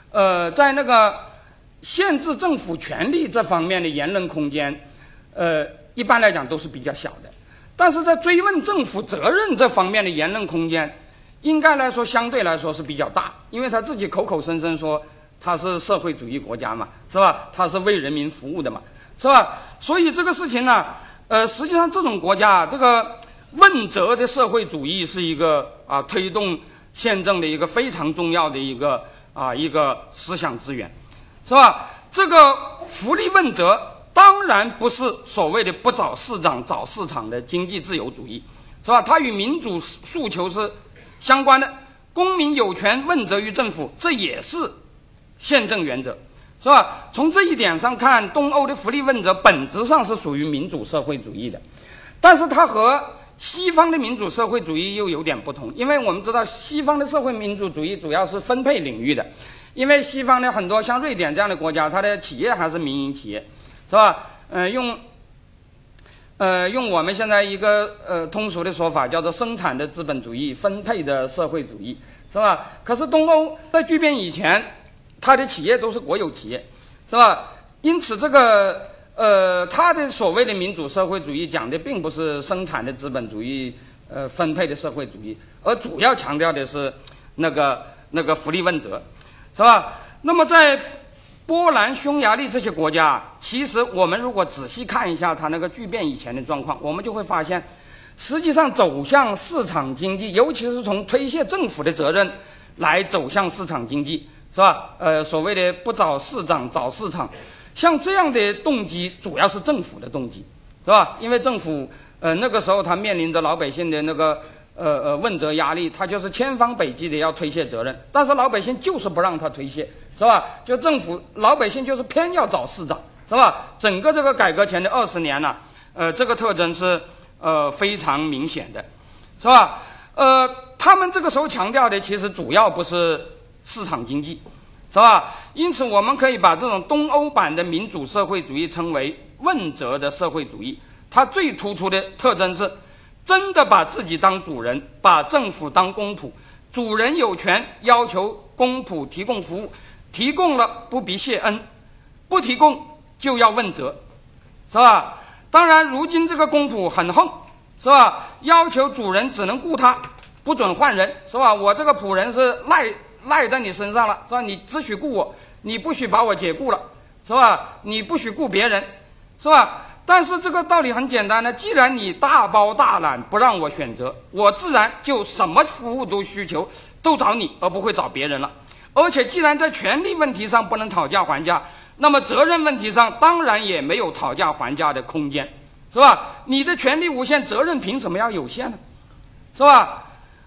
Speaker 4: 呃，在那个限制政府权力这方面的言论空间，呃，一般来讲都是比较小的。但是在追问政府责任这方面的言论空间，应该来说相对来说是比较大，因为他自己口口声声说他是社会主义国家嘛，是吧？他是为人民服务的嘛，是吧？所以这个事情呢，呃，实际上这种国家，这个问责的社会主义是一个啊推动宪政的一个非常重要的一个啊一个思想资源，是吧？这个福利问责当然不是所谓的不找市长找市场的经济自由主义，是吧？它与民主诉求是相关的，公民有权问责于政府，这也是宪政原则，是吧？从这一点上看，东欧的福利问责本质上是属于民主社会主义的，但是它和西方的民主社会主义又有点不同，因为我们知道西方的社会民主主义主要是分配领域的，因为西方的很多像瑞典这样的国家，它的企业还是民营企业，是吧？呃，用呃用我们现在一个呃通俗的说法叫做生产的资本主义，分配的社会主义，是吧？可是东欧在巨变以前，它的企业都是国有企业，是吧？因此这个呃，它的所谓的民主社会主义讲的并不是生产的资本主义，呃，分配的社会主义，而主要强调的是那个那个福利问责，是吧？那么在波兰、匈牙利这些国家，其实我们如果仔细看一下它那个巨变以前的状况，我们就会发现，实际上走向市场经济，尤其是从推卸政府的责任来走向市场经济，是吧？呃，所谓的不找市长找市场。像这样的动机主要是政府的动机，是吧？因为政府呃那个时候他面临着老百姓的那个呃呃问责压力，他就是千方百计的要推卸责任，但是老百姓就是不让他推卸，是吧？就政府老百姓就是偏要找市长，是吧？整个这个改革前的二十年呢、啊，呃这个特征是呃非常明显的，是吧？呃他们这个时候强调的其实主要不是市场经济，是吧？因此我们可以把这种东欧版的民主社会主义称为问责的社会主义。它最突出的特征是真的把自己当主人，把政府当公仆，主人有权要求公仆提供服务，提供了不必谢恩，不提供就要问责，是吧？当然如今这个公仆很横，是吧？要求主人只能雇他，不准换人，是吧？我这个仆人是赖赖在你身上了，是吧？你只许雇我，你不许把我解雇了，是吧？你不许雇别人，是吧？但是这个道理很简单呢，既然你大包大揽不让我选择，我自然就什么服务都需求都找你，而不会找别人了。而且既然在权利问题上不能讨价还价，那么责任问题上当然也没有讨价还价的空间，是吧？你的权利无限，责任凭什么要有限呢？是吧？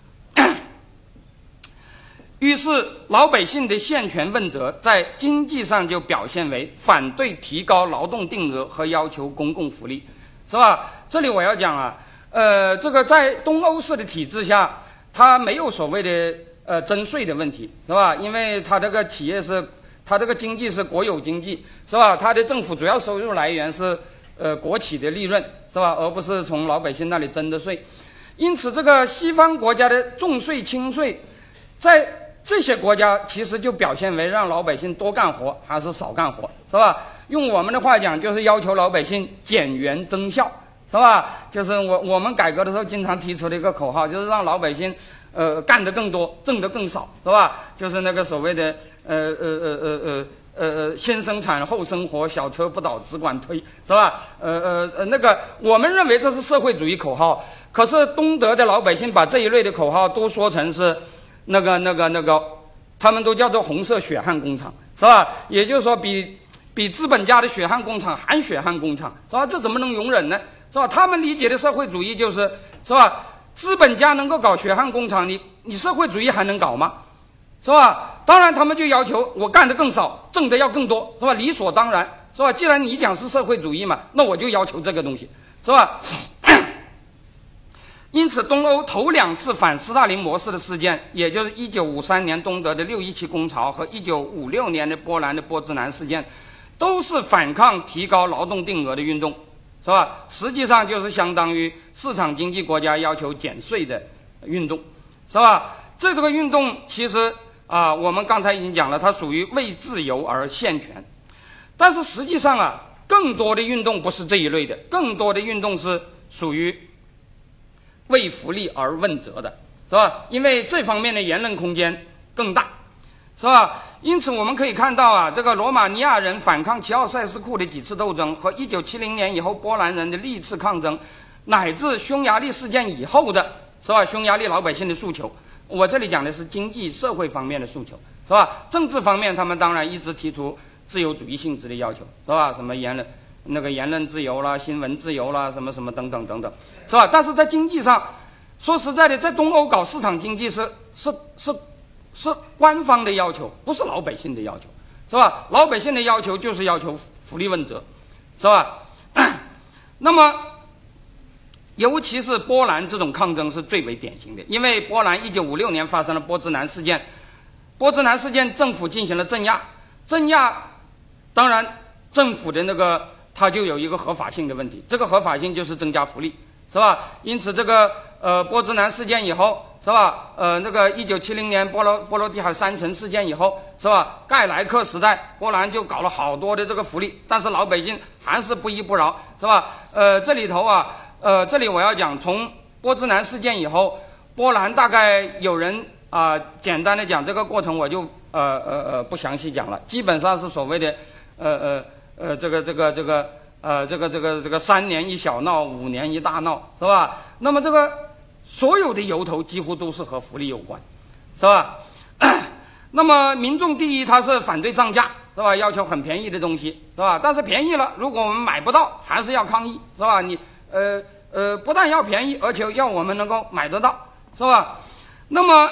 Speaker 4: 于是老百姓的限权问责在经济上就表现为反对提高劳动定额和要求公共福利，是吧？这里我要讲啊，呃，这个在东欧式的体制下，它没有所谓的呃征税的问题，是吧？因为它这个企业是，它这个经济是国有经济，是吧？它的政府主要收入来源是呃国企的利润，是吧？而不是从老百姓那里征的税。因此，这个西方国家的重税轻税，在这些国家其实就表现为让老百姓多干活还是少干活，是吧？用我们的话讲，就是要求老百姓减员增效，是吧？就是我我们改革的时候经常提出的一个口号，就是让老百姓呃干得更多，挣得更少，是吧？就是那个所谓的呃呃呃呃呃呃先生产后生活，小车不倒只管推，是吧？呃呃呃那个我们认为这是社会主义口号，可是东德的老百姓把这一类的口号都说成是那个、那个、那个，他们都叫做红色血汗工厂，是吧？也就是说比，比资本家的血汗工厂还血汗工厂，是吧？这怎么能容忍呢？是吧？他们理解的社会主义就是，是吧？资本家能够搞血汗工厂，你你社会主义还能搞吗？是吧？当然，他们就要求我干得更少，挣得要更多，是吧？理所当然，是吧？既然你讲是社会主义嘛，那我就要求这个东西，是吧？因此，东欧头两次反斯大林模式的事件，也就是一九五三年东德的六一七工潮和一九五六年的波兰的波兹南事件，都是反抗提高劳动定额的运动，是吧？实际上就是相当于市场经济国家要求减税的运动，是吧？这这个运动其实啊，我们刚才已经讲了，它属于为自由而献权。但是实际上啊，更多的运动不是这一类的，更多的运动是属于为福利而问责的，是吧？因为这方面的言论空间更大，是吧？因此我们可以看到啊，这个罗马尼亚人反抗齐奥塞斯库的几次斗争，和一九七零年以后波兰人的历次抗争，乃至匈牙利事件以后的，是吧？匈牙利老百姓的诉求，我这里讲的是经济社会方面的诉求，是吧？政治方面，他们当然一直提出自由主义性质的要求，是吧？什么言论那个言论自由啦、新闻自由啦，什么什么等等等等，是吧？但是在经济上，说实在的，在东欧搞市场经济是是是是官方的要求，不是老百姓的要求，是吧？老百姓的要求就是要求福利问责，是吧？那么，尤其是波兰这种抗争是最为典型的，因为波兰一九五六年发生了波兹南事件，波兹南事件政府进行了镇压，镇压，当然政府的那个它就有一个合法性的问题，这个合法性就是增加福利，是吧？因此这个呃波兹南事件以后，是吧？呃那个一九七零年波罗波罗的海三城事件以后，是吧？盖莱克时代，波兰就搞了好多的这个福利，但是老百姓还是不依不饶，是吧？呃这里头啊。呃，这里我要讲，从波兹南事件以后，波兰大概有人啊、呃，简单的讲这个过程，我就呃呃呃不详细讲了，基本上是所谓的呃呃呃这个这个这个呃这个这个这个三年一小闹，五年一大闹，是吧？那么这个所有的由头几乎都是和福利有关，是吧？那么民众第一，他是反对涨价，是吧？要求很便宜的东西，是吧？但是便宜了，如果我们买不到，还是要抗议，是吧？你。呃呃，不但要便宜，而且要我们能够买得到，是吧？那么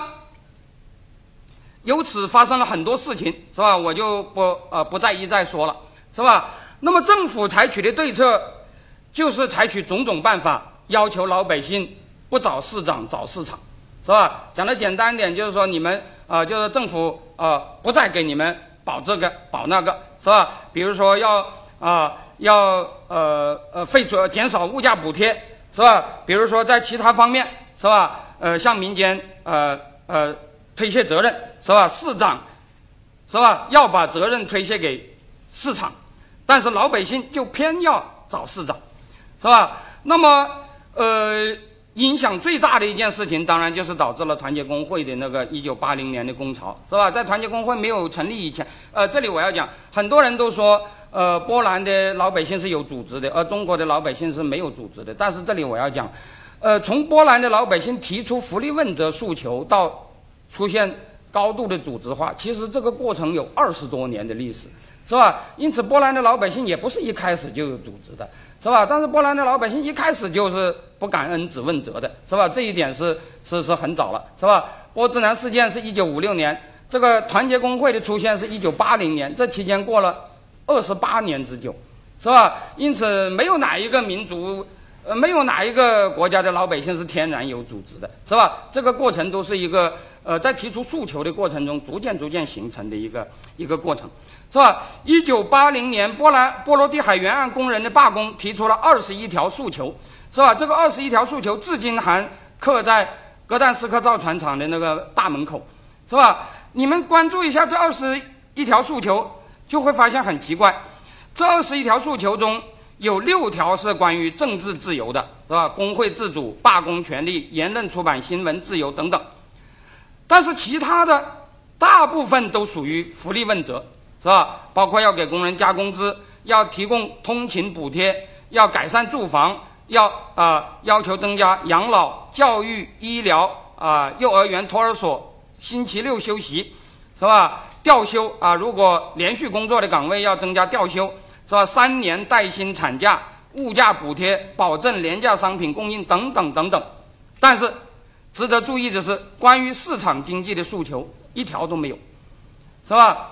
Speaker 4: 由此发生了很多事情，是吧？我就不呃不再一再说了，是吧？那么政府采取的对策就是采取种种办法，要求老百姓不找市长找市场，是吧？讲的简单点，就是说你们啊、呃，就是政府啊、呃，不再给你们保这个保那个，是吧？比如说要啊。呃要呃呃废除减少物价补贴，是吧？比如说在其他方面，是吧？呃，向民间呃呃推卸责任，是吧？市长，是吧？要把责任推卸给市场，但是老百姓就偏要找市长，是吧？那么呃，影响最大的一件事情，当然就是导致了团结工会的那个一九八零年的工潮，是吧？在团结工会没有成立以前，呃，这里我要讲，很多人都说。呃，波兰的老百姓是有组织的，而中国的老百姓是没有组织的。但是这里我要讲，呃，从波兰的老百姓提出福利问责诉求到出现高度的组织化，其实这个过程有二十多年的历史，是吧？因此，波兰的老百姓也不是一开始就有组织的，是吧？但是波兰的老百姓一开始就是不感恩只问责的，是吧？这一点是是是很早了，是吧？波兹南事件是一九五六年，这个团结工会的出现是一九八零年，这期间过了二十八年之久，是吧？因此，没有哪一个民族，呃，没有哪一个国家的老百姓是天然有组织的，是吧？这个过程都是一个，呃，在提出诉求的过程中，逐渐逐渐形成的一个一个过程，是吧？一九八零年，波兰波罗的海沿岸工人的罢工提出了二十一条诉求，是吧？这个二十一条诉求至今还刻在格但斯克造船厂的那个大门口，是吧？你们关注一下这二十一条诉求。就会发现很奇怪，这二十一条诉求中有六条是关于政治自由的，是吧？工会自主、罢工权利、言论出版、新闻自由等等。但是其他的大部分都属于福利问责，是吧？包括要给工人加工资，要提供通勤补贴，要改善住房，要啊、呃、要求增加养老、教育、医疗啊、呃、幼儿园、托儿所星期六休息，是吧？调休啊，如果连续工作的岗位要增加调休，是吧？三年带薪产假、物价补贴、保证廉价商品供应等等等等。但是，值得注意的是，关于市场经济的诉求一条都没有，是吧？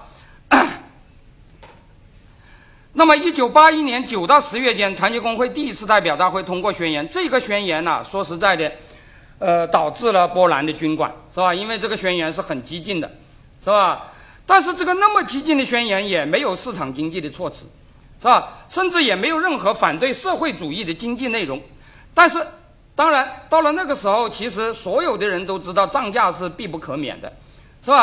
Speaker 4: 那么，一九八一年九到十月间，团结工会第一次代表大会通过宣言。这个宣言呢、啊，说实在的，呃，导致了波兰的军管，是吧？因为这个宣言是很激进的，是吧？但是这个那么激进的宣言也没有市场经济的措辞，是吧？甚至也没有任何反对社会主义的经济内容。但是，当然到了那个时候，其实所有的人都知道涨价是必不可免的，是吧？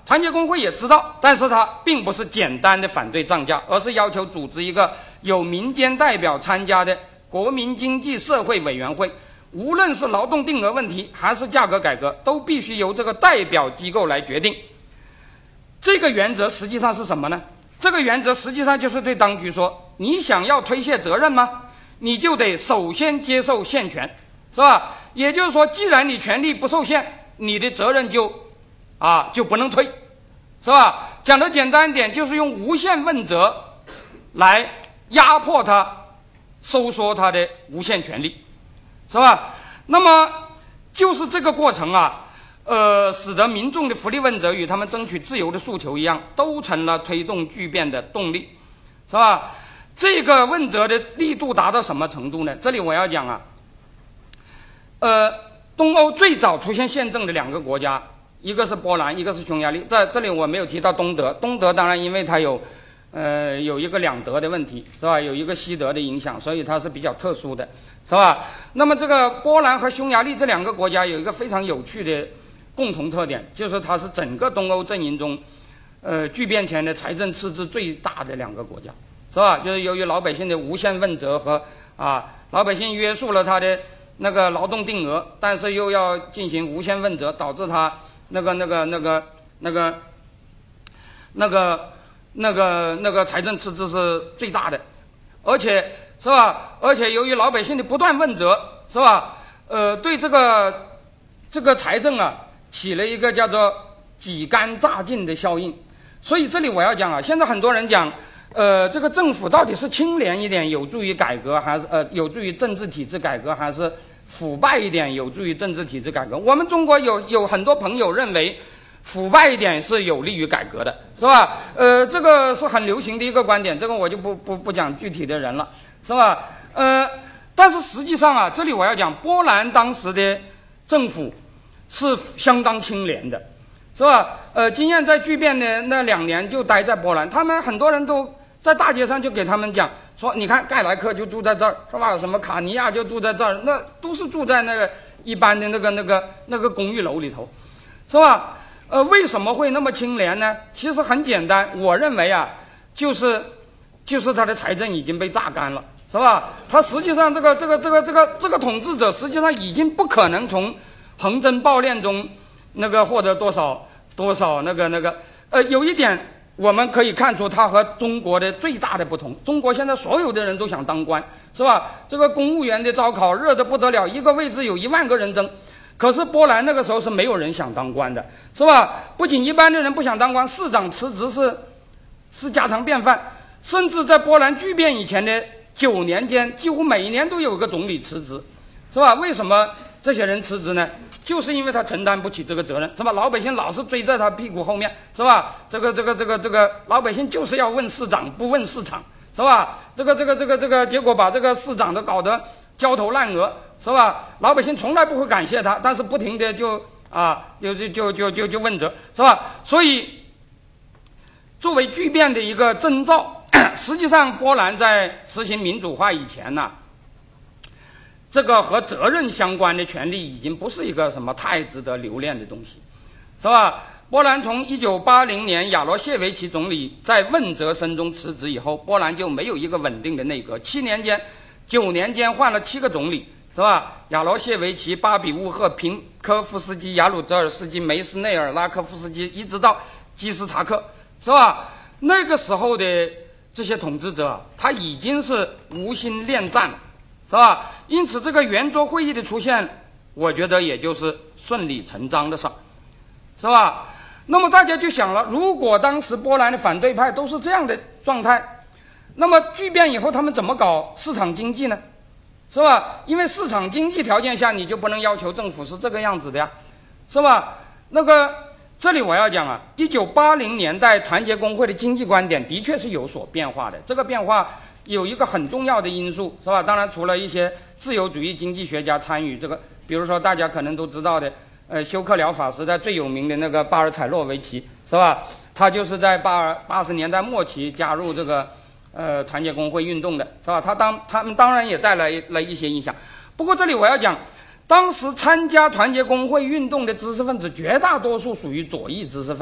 Speaker 4: 团结工会也知道，但是他并不是简单的反对涨价，而是要求组织一个有民间代表参加的国民经济社会委员会，无论是劳动定额问题还是价格改革，都必须由这个代表机构来决定。这个原则实际上是什么呢？这个原则实际上就是对当局说，你想要推卸责任吗？你就得首先接受限权，是吧？也就是说，既然你权利不受限，你的责任就啊就不能推，是吧？讲得简单一点，就是用无限问责来压迫他，收缩他的无限权利，是吧？那么就是这个过程啊，呃，使得民众的福利问责与他们争取自由的诉求一样，都成了推动巨变的动力，是吧？这个问责的力度达到什么程度呢？这里我要讲啊，呃，东欧最早出现宪政的两个国家，一个是波兰，一个是匈牙利。在这里我没有提到东德，东德当然因为它有，呃，有一个两德的问题，是吧？有一个西德的影响，所以它是比较特殊的，是吧？那么这个波兰和匈牙利这两个国家有一个非常有趣的共同特点，就是它是整个东欧阵营中，呃，巨变前的财政赤字最大的两个国家，是吧？就是由于老百姓的无限问责和啊，老百姓约束了他的那个劳动定额，但是又要进行无限问责，导致他那个那个那个那个那个那个那个财政赤字是最大的，而且是吧？而且由于老百姓的不断问责，是吧？呃，对这个这个财政啊，起了一个叫做挤干榨尽的效应。所以这里我要讲啊，现在很多人讲，呃，这个政府到底是清廉一点有助于改革，还是呃有助于政治体制改革，还是腐败一点有助于政治体制改革？我们中国有有很多朋友认为，腐败一点是有利于改革的，是吧？呃，这个是很流行的一个观点，这个我就不不不讲具体的人了，是吧？呃，但是实际上啊，这里我要讲，波兰当时的政府是相当清廉的，是吧？呃，经验在巨变的那两年就待在波兰，他们很多人都在大街上就给他们讲说，你看盖莱克就住在这儿，是吧？什么卡尼亚就住在这儿，那都是住在那个一般的那个那个那个公寓楼里头，是吧？呃，为什么会那么清廉呢？其实很简单，我认为啊，就是就是他的财政已经被榨干了，是吧？他实际上这个这个这个这个这个统治者实际上已经不可能从横征暴敛中那个获得多少多少那个那个呃，有一点我们可以看出他和中国的最大的不同。中国现在所有的人都想当官，是吧？这个公务员的招考热得不得了，一个位置有一万个人争。可是波兰那个时候是没有人想当官的，是吧？不仅一般的人不想当官，市长辞职是是家常便饭，甚至在波兰巨变以前的九年间，几乎每一年都有个总理辞职，是吧？为什么这些人辞职呢？就是因为他承担不起这个责任，是吧？老百姓老是追在他屁股后面，是吧？这个这个这个这个老百姓就是要问市长，不问市场，是吧？这个这个这个这个结果把这个市长都搞得焦头烂额，是吧？老百姓从来不会感谢他，但是不停的就啊就就就就就就问责，是吧？所以作为巨变的一个征兆，实际上波兰在实行民主化以前呢、啊。这个和责任相关的权利已经不是一个什么太值得留恋的东西，是吧？波兰从一九八零年亚罗谢维奇总理在问责声中辞职以后，波兰就没有一个稳定的内阁，七年间、九年间换了七个总理，是吧？亚罗谢维奇、巴比乌赫、平科夫斯基、亚鲁泽尔斯基、梅斯内尔、拉科夫斯基，一直到基斯查克，是吧？那个时候的这些统治者，他已经是无心恋战了，是吧？因此这个圆桌会议的出现，我觉得也就是顺理成章的事，是吧？那么大家就想了，如果当时波兰的反对派都是这样的状态，那么巨变以后他们怎么搞市场经济呢？是吧？因为市场经济条件下，你就不能要求政府是这个样子的呀，是吧？那个这里我要讲啊，一九八零年代团结工会的经济观点的确是有所变化的，这个变化有一个很重要的因素，是吧？当然除了一些自由主义经济学家参与这个，比如说大家可能都知道的，呃，休克疗法时代最有名的那个巴尔采洛维奇，是吧？他就是在八八十年代末期加入这个呃团结工会运动的，是吧？他当他们当然也带来了一些影响。不过这里我要讲，当时参加团结工会运动的知识分子绝大多数属于左翼知识分子，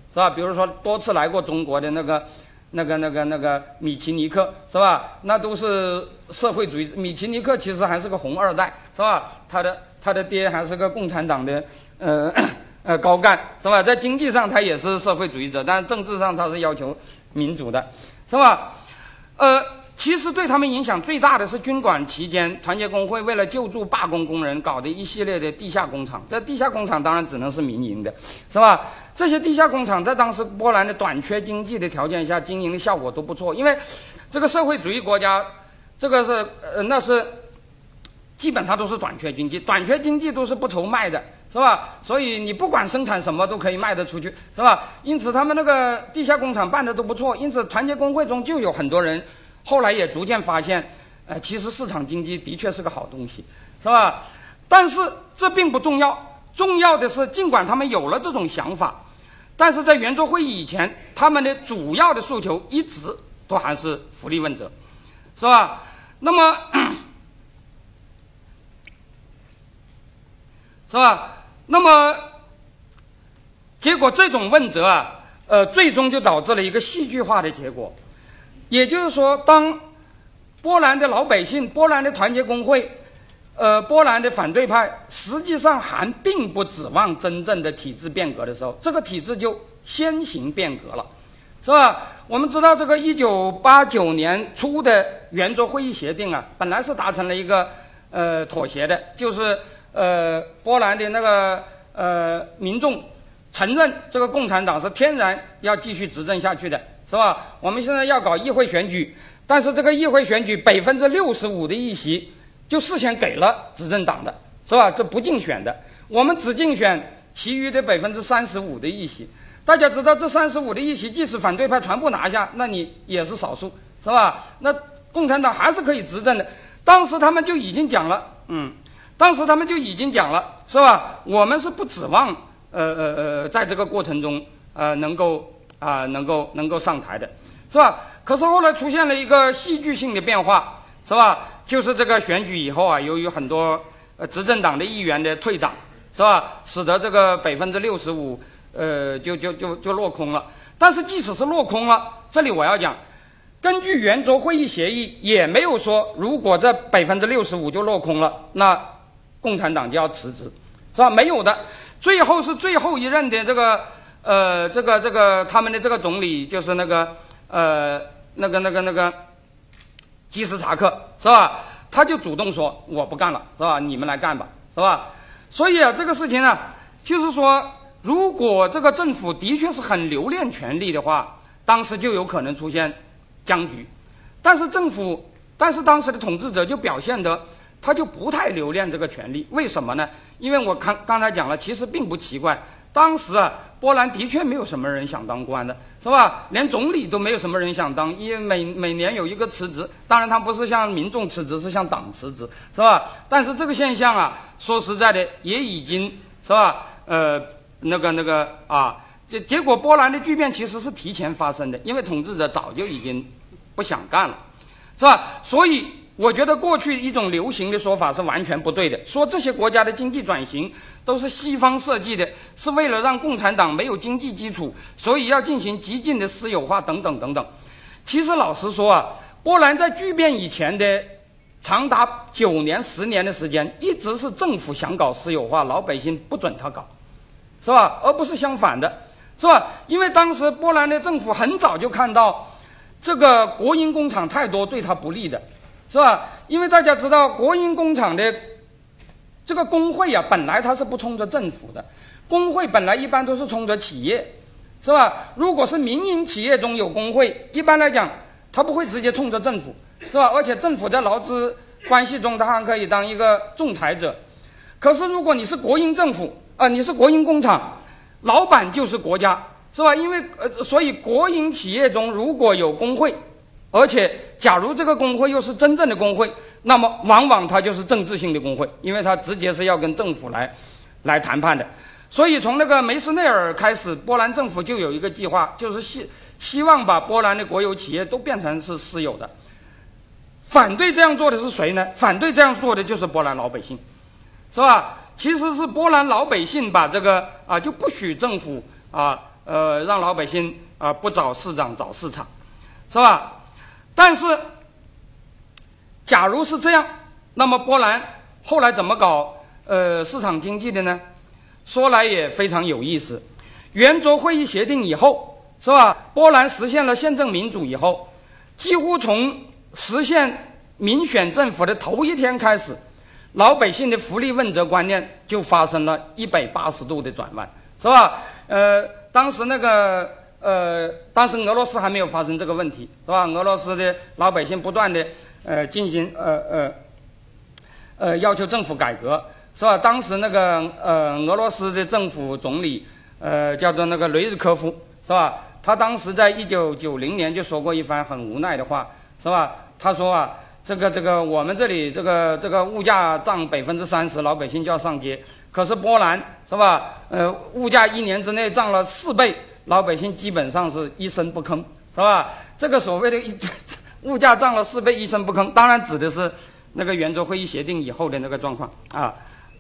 Speaker 4: 是吧？比如说多次来过中国的那个、那个、那个、那个米奇尼克，是吧？那都是社会主义。米奇尼克其实还是个红二代，是吧？他的他的爹还是个共产党的呃呃高干，是吧？在经济上他也是社会主义者，但是政治上他是要求民主的，是吧？呃。其实对他们影响最大的是军管期间，团结工会为了救助罢工工人搞的一系列的地下工厂。这地下工厂当然只能是民营的，是吧？这些地下工厂在当时波兰的短缺经济的条件下，经营的效果都不错。因为这个社会主义国家，这个是呃那是基本上都是短缺经济，短缺经济都是不愁卖的，是吧？所以你不管生产什么都可以卖得出去，是吧？因此他们那个地下工厂办得都不错，因此团结工会中就有很多人。后来也逐渐发现，呃，其实市场经济的确是个好东西，是吧？但是这并不重要，重要的是，尽管他们有了这种想法，但是在圆桌会议以前，他们的主要的诉求一直都还是福利问责，是吧？那么，是吧？那么，结果这种问责啊，呃，最终就导致了一个戏剧化的结果。也就是说，当波兰的老百姓、波兰的团结工会、呃，波兰的反对派，实际上还并不指望真正的体制变革的时候，这个体制就先行变革了，是吧？我们知道，这个一九八九年初的圆桌会议协定啊，本来是达成了一个呃妥协的，就是呃，波兰的那个呃民众承认这个共产党是天然要继续执政下去的。是吧？我们现在要搞议会选举，但是这个议会选举百分之六十五的议席就事先给了执政党的，是吧？这不竞选的，我们只竞选其余的百分之三十五的议席。大家知道，这三十五的议席，即使反对派全部拿下，那你也是少数，是吧？那共产党还是可以执政的。当时他们就已经讲了，嗯，当时他们就已经讲了，是吧？我们是不指望，呃呃呃，在这个过程中，呃，能够。啊、呃，能够能够上台的，是吧？可是后来出现了一个戏剧性的变化，是吧？就是这个选举以后啊，由于很多呃执政党的议员的退党，是吧？使得这个百分之六十五，呃，就就就就落空了。但是即使是落空了，这里我要讲，根据圆桌会议协议，也没有说如果这百分之六十五就落空了，那共产党就要辞职，是吧？没有的。最后是最后一任的这个。呃，这个这个他们的这个总理就是那个呃那个那个那个基什察克，是吧？他就主动说我不干了，是吧？你们来干吧，是吧？所以啊，这个事情啊，就是说，如果这个政府的确是很留恋权力的话，当时就有可能出现僵局。但是政府，但是当时的统治者就表现得他就不太留恋这个权力，为什么呢？因为我刚刚才讲了，其实并不奇怪。当时啊，波兰的确没有什么人想当官的，是吧？连总理都没有什么人想当，因为每每年有一个辞职，当然他不是向民众辞职，是向党辞职，是吧？但是这个现象啊，说实在的，也已经是吧？呃，那个那个啊，结结果波兰的巨变其实是提前发生的，因为统治者早就已经不想干了，是吧？所以我觉得过去一种流行的说法是完全不对的，说这些国家的经济转型都是西方设计的，是为了让共产党没有经济基础，所以要进行激进的私有化等等等等。其实老实说啊，波兰在巨变以前的长达九年、十年的时间，一直是政府想搞私有化，老百姓不准他搞，是吧？而不是相反的，是吧？因为当时波兰的政府很早就看到这个国营工厂太多对他不利的，是吧？因为大家知道国营工厂的这个工会啊，本来它是不冲着政府的，工会本来一般都是冲着企业，是吧？如果是民营企业中有工会，一般来讲，它不会直接冲着政府，是吧？而且政府在劳资关系中，它还可以当一个仲裁者。可是如果你是国营政府啊、呃，你是国营工厂，老板就是国家，是吧？因为呃，所以国营企业中如果有工会，而且假如这个工会又是真正的工会，那么往往它就是政治性的工会，因为它直接是要跟政府来来谈判的。所以从那个梅斯内尔开始，波兰政府就有一个计划，就是希希望把波兰的国有企业都变成是私有的。反对这样做的是谁呢？反对这样做的就是波兰老百姓，是吧？其实是波兰老百姓把这个啊就不许政府啊呃，让老百姓啊、呃、不找市长找市场，是吧？但是，假如是这样，那么波兰后来怎么搞呃市场经济的呢？说来也非常有意思。圆桌会议协定以后，是吧？波兰实现了宪政民主以后，几乎从实现民选政府的头一天开始，老百姓的福利问责观念就发生了一百八十度的转弯，是吧？呃，当时那个呃，当时俄罗斯还没有发生这个问题，是吧？俄罗斯的老百姓不断的呃进行呃呃呃要求政府改革，是吧？当时那个呃俄罗斯的政府总理呃叫做那个雷日科夫，是吧？他当时在一九九零年就说过一番很无奈的话，是吧？他说啊，这个这个我们这里这个这个物价涨百分之三十，老百姓就要上街。可是波兰是吧？呃，物价一年之内涨了四倍，老百姓基本上是一声不吭，是吧？这个所谓的一物价涨了四倍一声不吭，当然指的是那个圆桌会议协定以后的那个状况啊。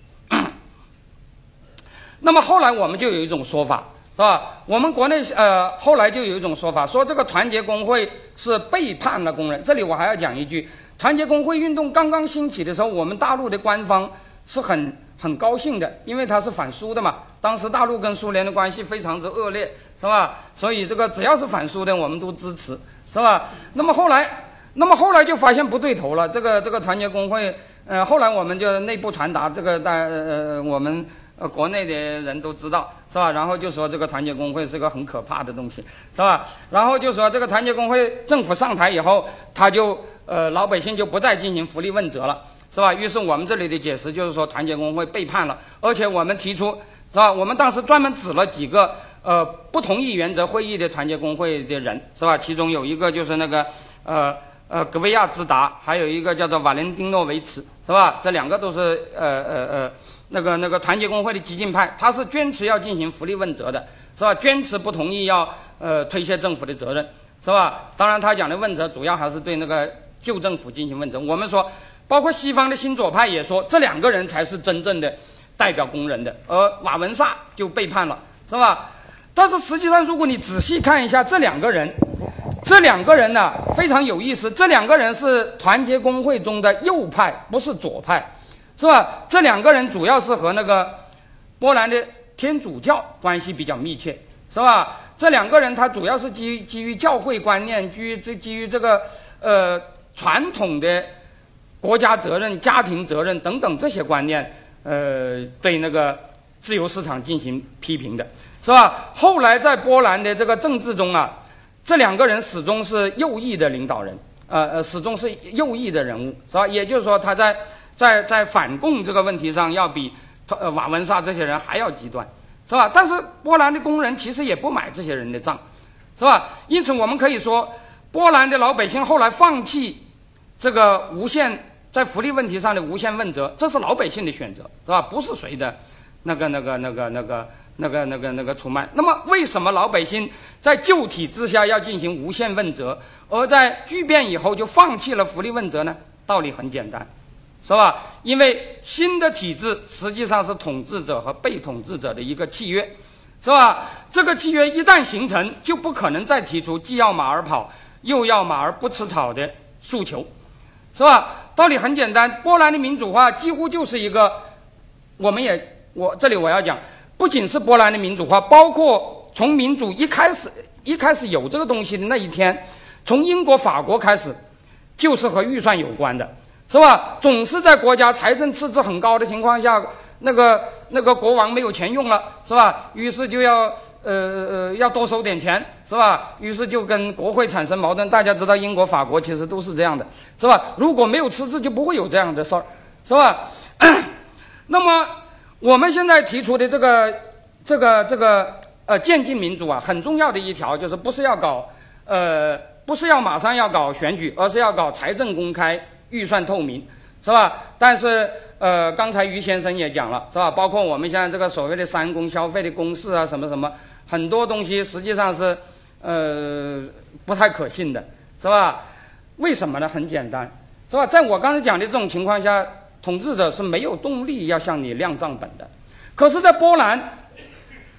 Speaker 4: 那么后来我们就有一种说法，是吧？我们国内呃后来就有一种说法，说这个团结工会是背叛了工人。这里我还要讲一句，团结工会运动刚刚兴起的时候，我们大陆的官方是很很高兴的，因为它是反苏的嘛。当时大陆跟苏联的关系非常之恶劣，是吧？所以这个只要是反苏的，我们都支持，是吧？那么后来，那么后来就发现不对头了。这个这个团结工会，呃，后来我们就内部传达，这个大呃我们。呃，国内的人都知道，是吧？然后就说这个团结工会是个很可怕的东西，是吧？然后就说这个团结工会政府上台以后，他就呃老百姓就不再进行福利问责了，是吧？于是我们这里的解释就是说团结工会背叛了，而且我们提出，是吧？我们当时专门指了几个呃不同意原则会议的团结工会的人，是吧？其中有一个就是那个呃呃格维亚兹达，还有一个叫做瓦伦丁诺维茨，是吧？这两个都是呃呃呃。那个那个团结工会的激进派，他是坚持要进行福利问责的，是吧？坚持不同意要呃推卸政府的责任，是吧？当然，他讲的问责主要还是对那个旧政府进行问责。我们说，包括西方的新左派也说，这两个人才是真正的代表工人的，而瓦文萨就背叛了，是吧？但是实际上，如果你仔细看一下这两个人，这两个人呢非常有意思，这两个人是团结工会中的右派，不是左派。是吧？这两个人主要是和那个波兰的天主教关系比较密切，是吧？这两个人他主要是基于基于教会观念，基于这基于这个呃传统的国家责任、家庭责任等等这些观念，呃，对那个自由市场进行批评的，是吧？后来在波兰的这个政治中啊，这两个人始终是右翼的领导人，呃呃，始终是右翼的人物，是吧？也就是说他在在在反共这个问题上，要比呃瓦文萨这些人还要极端，是吧？但是波兰的工人其实也不买这些人的账，是吧？因此我们可以说，波兰的老百姓后来放弃这个无限在福利问题上的无限问责，这是老百姓的选择，是吧？不是谁的那个那个那个那个那个那个那个出卖。那么为什么老百姓在旧体制下要进行无限问责，而在巨变以后就放弃了福利问责呢？道理很简单。是吧？因为新的体制实际上是统治者和被统治者的一个契约，是吧？这个契约一旦形成，就不可能再提出既要马儿跑，又要马儿不吃草的诉求，是吧？道理很简单，波兰的民主化几乎就是一个，我们也我这里我要讲，不仅是波兰的民主化，包括从民主一开始一开始有这个东西的那一天，从英国、法国开始，就是和预算有关的。是吧？总是在国家财政赤字很高的情况下，那个那个国王没有钱用了，是吧？于是就要呃呃要多收点钱，是吧？于是就跟国会产生矛盾。大家知道，英国、法国其实都是这样的，是吧？如果没有赤字，就不会有这样的事儿，是吧？那么我们现在提出的这个这个这个呃渐进民主啊，很重要的一条就是不是要搞呃不是要马上要搞选举，而是要搞财政公开。预算透明，是吧？但是，呃，刚才于先生也讲了，是吧？包括我们现在这个所谓的三公消费的公式啊，什么什么，很多东西实际上是，呃，不太可信的，是吧？为什么呢？很简单，是吧？在我刚才讲的这种情况下，统治者是没有动力要向你亮账本的。可是，在波兰，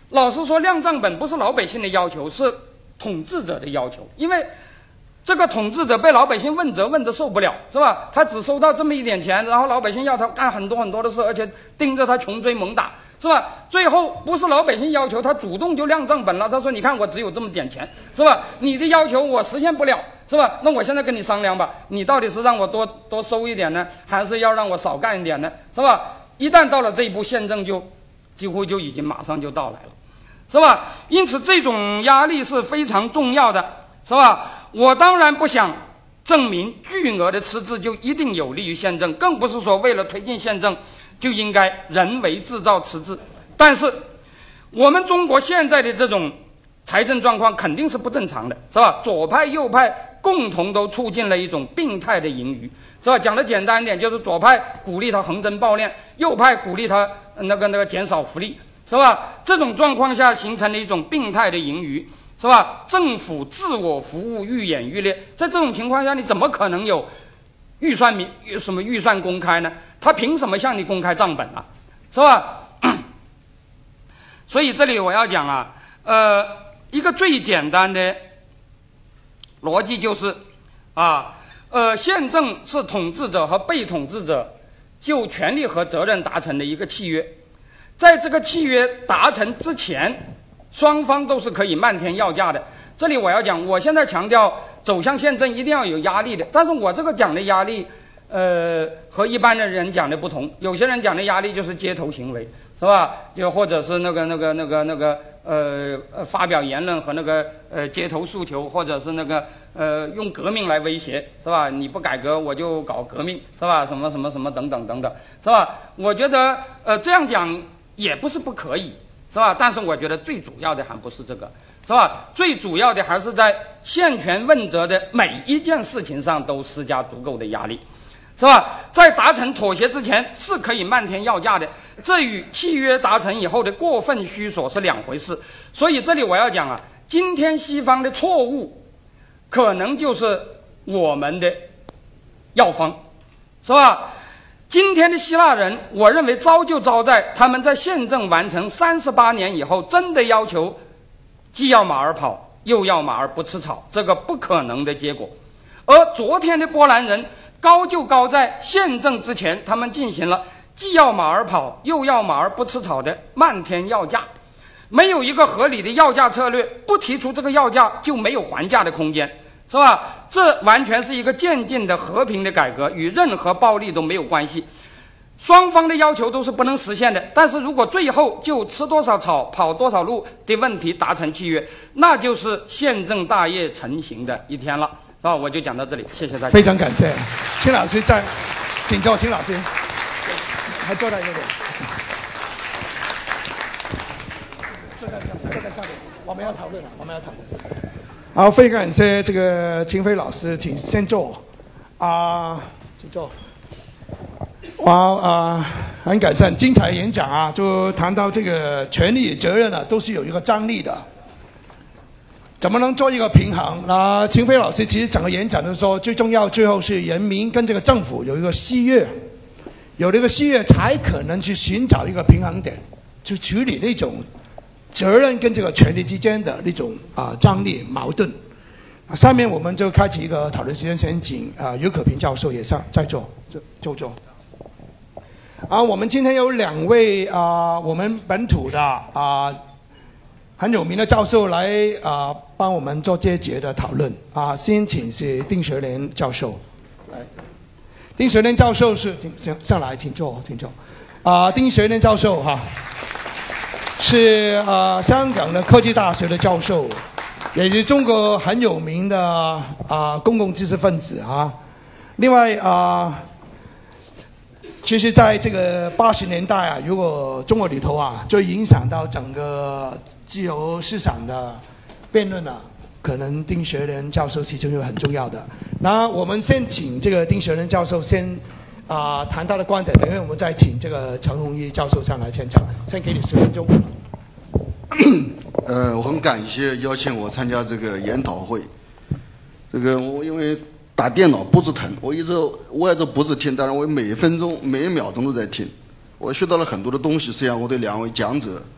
Speaker 4: 老实说，亮账本不是老百姓的要求，是统治者的要求。因为这个统治者被老百姓问责问得受不了，是吧？他只收到这么一点钱，然后老百姓要他干很多很多的事，而且盯着他穷追猛打，是吧？最后不是老百姓要求，他主动就亮账本了。他说：“你看，我只有这么点钱，是吧？你的要求我实现不了，是吧？那我现在跟你商量吧，你到底是让我多多收一点呢，还是要让我少干一点呢？是吧？”一旦到了这一步，宪政就几乎就已经马上就到来了，是吧？因此，这种压力是非常重要的，是吧？我当然不想证明巨额的赤字就一定有利于宪政，更不是说为了推进宪政就应该人为制造赤字。但是我们中国现在的这种财政状况肯定是不正常的，是吧？左派右派共同都促进了一种病态的盈余，是吧？讲的简单一点，就是左派鼓励他横征暴敛，右派鼓励他那个那个减少福利，是吧？这种状况下形成了一种病态的盈余，是吧？政府自我服务愈演愈烈，在这种情况下，你怎么可能有预算明什么预算公开呢？他凭什么向你公开账本啊？是吧？所以这里我要讲啊，呃，一个最简单的逻辑就是啊，呃，宪政是统治者和被统治者就权利和责任达成的一个契约，在这个契约达成之前，双方都是可以漫天要价的。这里我要讲，我现在强调走向宪政一定要有压力的，但是我这个讲的压力，呃，和一般的人讲的不同。有些人讲的压力就是街头行为，是吧？就或者是那个那个那个那个呃呃发表言论和那个呃街头诉求，或者是那个呃用革命来威胁，是吧？你不改革我就搞革命，是吧？什么什么什么等等等等，是吧？我觉得呃这样讲也不是不可以，是吧？但是我觉得最主要的还不是这个，是吧？最主要的还是在宪权问责的每一件事情上都施加足够的压力，是吧？在达成妥协之前是可以漫天要价的，这与契约达成以后的过分虚索是两回事。所以这里我要讲啊，今天西方的错误可能就是我们的药方，是吧？今天的希腊人，我认为糟就糟在他们在宪政完成三十八年以后，真的要求既要马儿跑，又要马儿不吃草，这个不可能的结果。而昨天的波兰人高就高在宪政之前，他们进行了既要马儿跑，又要马儿不吃草的漫天要价，没有一个合理的要价策略，不提出这个要价就没有还价的空间，是吧？这完全是一个渐进的和平的改革，与任何暴力都没有关系。双方的要求都是不能实现的，但是如果最后就吃多少草跑多少路的问题达成契约，那就是宪政大业成型的一天了，是吧？我就讲到这里，谢谢大家。
Speaker 2: 非常感谢，秦老师在，请坐，秦老师，还坐在这里，坐在坐在下面，我们要讨论了，我们要讨论。好，非常感谢这个秦飞老师，请先坐，啊，请坐。哇啊，很感谢，很精彩的演讲啊，就谈到这个权利与责任啊，都是有一个张力的，怎么能做一个平衡？那秦飞老师其实整个演讲的时候，最重要最后是人民跟这个政府有一个契约，有了一个契约才可能去寻找一个平衡点，去处理那种责任跟这个权利之间的那种啊张力矛盾。啊，下面我们就开启一个讨论时间，先请啊尤可平教授也上在座，就就坐。啊，我们今天有两位啊，我们本土的啊很有名的教授来啊帮我们做这节的讨论啊。先请是丁学莲教授来，丁学莲教授是请上上来，请坐，请坐。啊，丁学莲教授哈、啊、是啊香港的科技大学的教授，也是中国很有名的啊公共知识分子啊。另外啊。其实在这个八十年代啊，如果中国里头啊，最影响到整个自由市场的辩论啊，可能丁学莲教授其中有很重要的。那我们先请这个丁学莲教授先啊、呃、谈他的观点，等会我们再请这个陈弘毅教授上来现场，先给你十分钟。
Speaker 6: 呃，我很感谢邀请我参加这个研讨会。这个我因为打电脑脖子疼，我一直握着脖子听，当然我每分钟每一秒钟都在听，我学到了很多的东西。实际上，我对两位讲者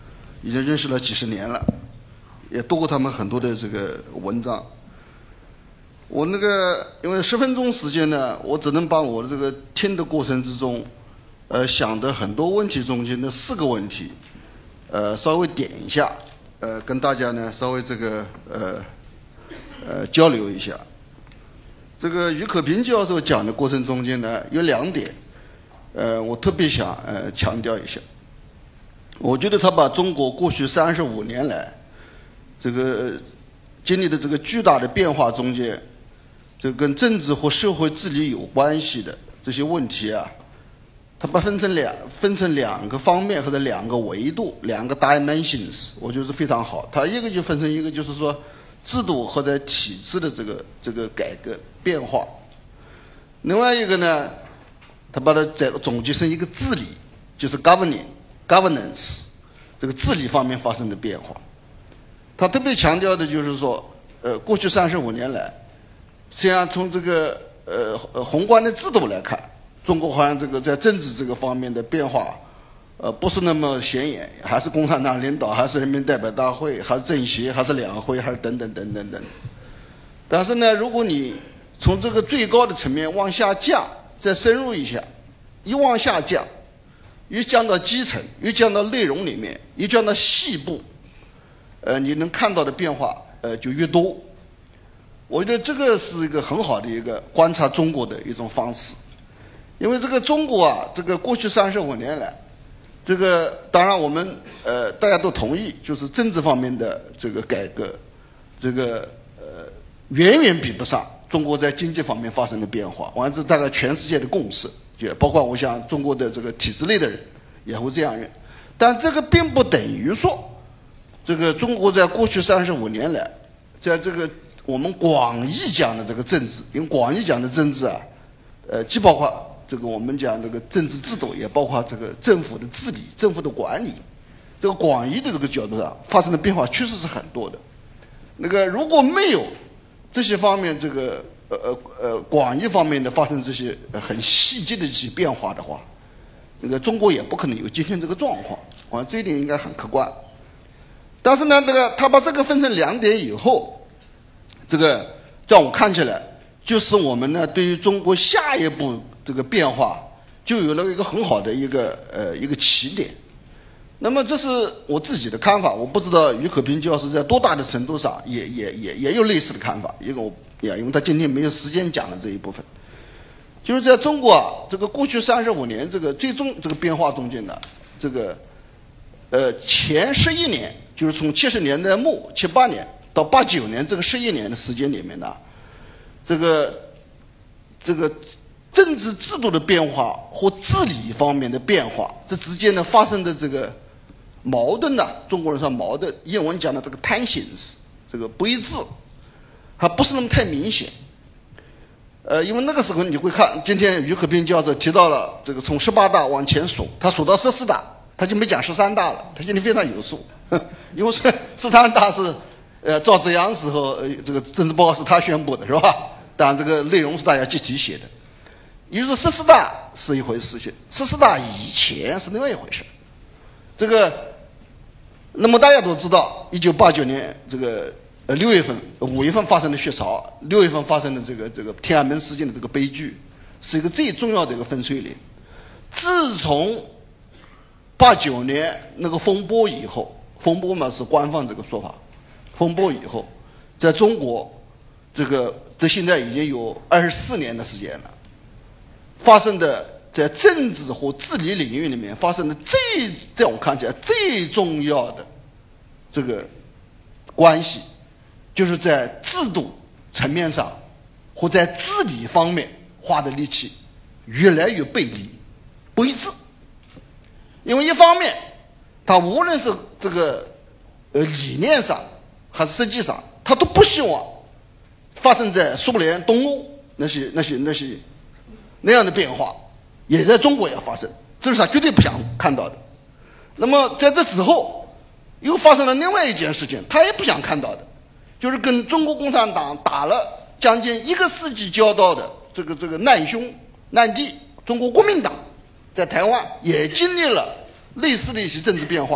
Speaker 6: 已经认识了几十年了，也读过他们很多的这个文章。我那个因为十分钟时间呢，我只能把我的这个听的过程之中，呃，想的很多问题中间的四个问题，呃，稍微点一下，呃，跟大家呢稍微这个呃呃交流一下。这个于可平教授讲的过程中间呢，有两点，呃，我特别想呃强调一下。我觉得他把中国过去三十五年来这个经历的这个巨大的变化中间，这跟政治和社会治理有关系的这些问题啊，它把分成两分成两个方面或者两个维度，两个 dimensions， 我觉得是非常好。它一个就分成一个就是说制度或者体制的这个这个改革变化，另外一个呢，它把它再总结成一个治理，就是 governing governance 这个治理方面发生的变化。他特别强调的就是说，呃，过去三十五年来，实际上从这个呃宏观的制度来看，中国好像这个在政治这个方面的变化，呃，不是那么显眼，还是共产党领导，还是人民代表大会，还是政协，还是两会，还是等等等等等。但是呢，如果你从这个最高的层面往下降，再深入一下，一往下降，越降到基层，越降到内容里面，越降到细部，呃，你能看到的变化，呃，就越多。我觉得这个是一个很好的一个观察中国的一种方式，因为这个中国啊，这个过去三十五年来，这个当然我们呃大家都同意，就是政治方面的这个改革，这个呃远远比不上中国在经济方面发生的变化，完是大概全世界的共识，也包括我想中国的这个体制内的人也会这样认，但这个并不等于说，这个中国在过去三十五年来，在这个我们广义讲的这个政治，因为广义讲的政治啊，呃，既包括这个我们讲这个政治制度，也包括这个政府的治理、政府的管理，这个广义的这个角度上发生的变化确实是很多的。那个如果没有这些方面这个呃呃呃广义方面的发生这些很细节的这些变化的话，那个中国也不可能有今天这个状况，啊，这一点应该很客观。但是呢，这个他把这个分成两点以后，这个在我看起来，就是我们呢对于中国下一步这个变化，就有了一个很好的一个呃一个起点。那么这是我自己的看法，我不知道于可平教授在多大的程度上也也也也有类似的看法。一个我也因为他今天没有时间讲的这一部分，就是在中国啊，这个过去三十五年这个最终这个变化中间呢，这个呃前十一年，就是从七十年代末七八年到八九年这个十一年的时间里面呢，这个这个政治制度的变化和治理方面的变化，这之间呢发生的这个矛盾呢，中国人说矛盾，英文讲的这个 tensions， 这个不一致，还不是那么太明显。呃，因为那个时候你会看，今天于可平教授提到了这个从十八大往前数，他数到十四大，他就没讲十三大了，他今天非常有数，因为是十三大是呃赵紫阳时候呃这个政治报告是他宣布的，是吧？当然这个内容是大家集体写的。也就是说十四大是一回事情，十四大以前是另外一回事。这个，那么大家都知道，一九八九年这个呃六月份、五月份发生的血潮，六月份发生的这个这个天安门事件的这个悲剧，是一个最重要的一个分水岭。自从八九年那个风波以后，风波嘛是官方这个说法，风波以后，在中国这个到现在已经有二十四年的时间了。发生的在政治和治理领域里面发生的最，在我看起来最重要的这个关系，就是在制度层面上和在治理方面花的力气越来越背离、不一致。因为一方面，他无论是这个呃理念上还是实际上，他都不希望发生在苏联、东欧那些那些那些。那样的变化也在中国也发生，这是他绝对不想看到的。那么在这之后，又发生了另外一件事情，他也不想看到的，就是跟中国共产党打了将近一个世纪交道的这个这个难兄难弟中国国民党，在台湾也经历了类似的一些政治变化，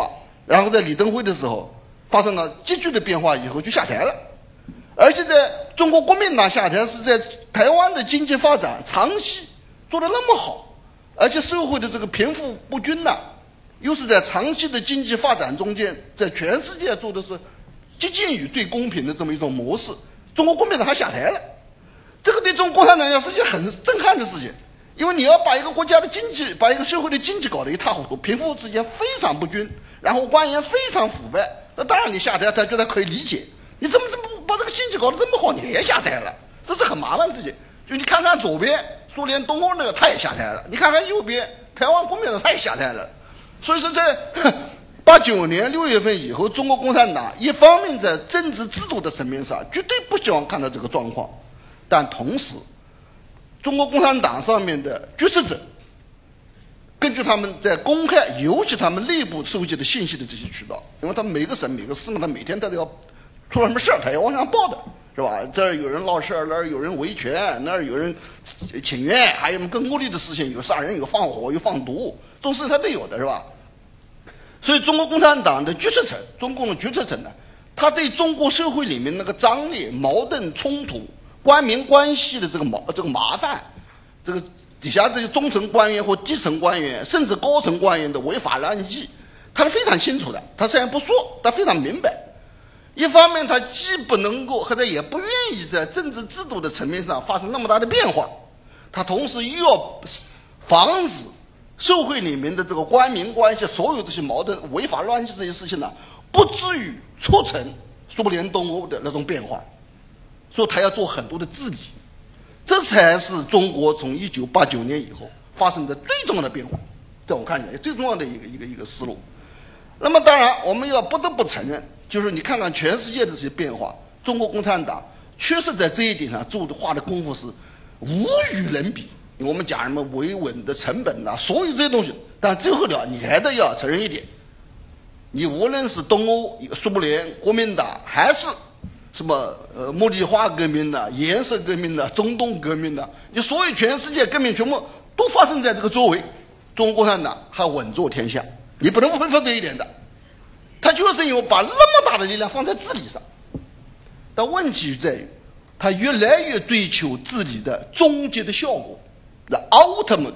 Speaker 6: 然后在李登辉的时候发生了急剧的变化以后就下台了。而且在中国国民党下台是在台湾的经济发展长期做得那么好，而且社会的这个贫富不均呐、啊，又是在长期的经济发展中间，在全世界做的是接近于最公平的这么一种模式，中国国民党还下台了，这个对中国共产党讲是一件很震撼的事情，因为你要把一个国家的经济，把一个社会的经济搞得一塌糊涂，贫富之间非常不均，然后官员非常腐败，那当然你下台，他觉得可以理解。你怎么怎么把这个经济搞得这么好，你也下台了，这是很麻烦的事情。就你看看左边苏联东欧那个，他也下台了；你看看右边台湾国民党，他也下台了。所以说，在八九年六月份以后，中国共产党一方面在政治制度的层面上绝对不希望看到这个状况，但同时，中国共产党上面的决策者，根据他们在公开，尤其他们内部收集的信息的这些渠道，因为他们每个省每个市嘛，他每天他都要出了什么事儿，他要往上报的，是吧？这儿有人闹事儿，那儿有人维权，那儿有人请愿，还有更恶劣的事情，有杀人，有放火，有放毒，这种事情他都有的，是吧？所以，中国共产党的决策层，中共的决策层呢，他对中国社会里面那个张力、矛盾、冲突、官民关系的这个麻这个麻烦，这个底下这些中层官员或基层官员，甚至高层官员的违法乱纪，他是非常清楚的。他虽然不说，他非常明白。一方面，他既不能够，或者也不愿意在政治制度的层面上发生那么大的变化，他同时又要防止社会里面的这个官民关系所有这些矛盾、违法乱纪这些事情呢，不至于促成苏联东欧的那种变化，所以他要做很多的治理，这才是中国从一九八九年以后发生的最重要的变化，在我看起来最重要的一个一个一个思路。那么当然，我们要不得不承认，就是你看看全世界的这些变化，中国共产党确实在这一点上做的花的功夫是无与伦比。我们讲什么维稳的成本呐、啊，所有这些东西，但最后了，你还得要承认一点，你无论是东欧、苏联、国民党，还是什么呃茉莉花革命的、颜色革命的、中东革命的，你所有全世界革命全部都发生在这个周围，中国共产党还稳坐天下，你不能不分说这一点的。他就是有把那么大的力量放在治理上，但问题在于，他越来越追求治理的终极的效果。The ultimate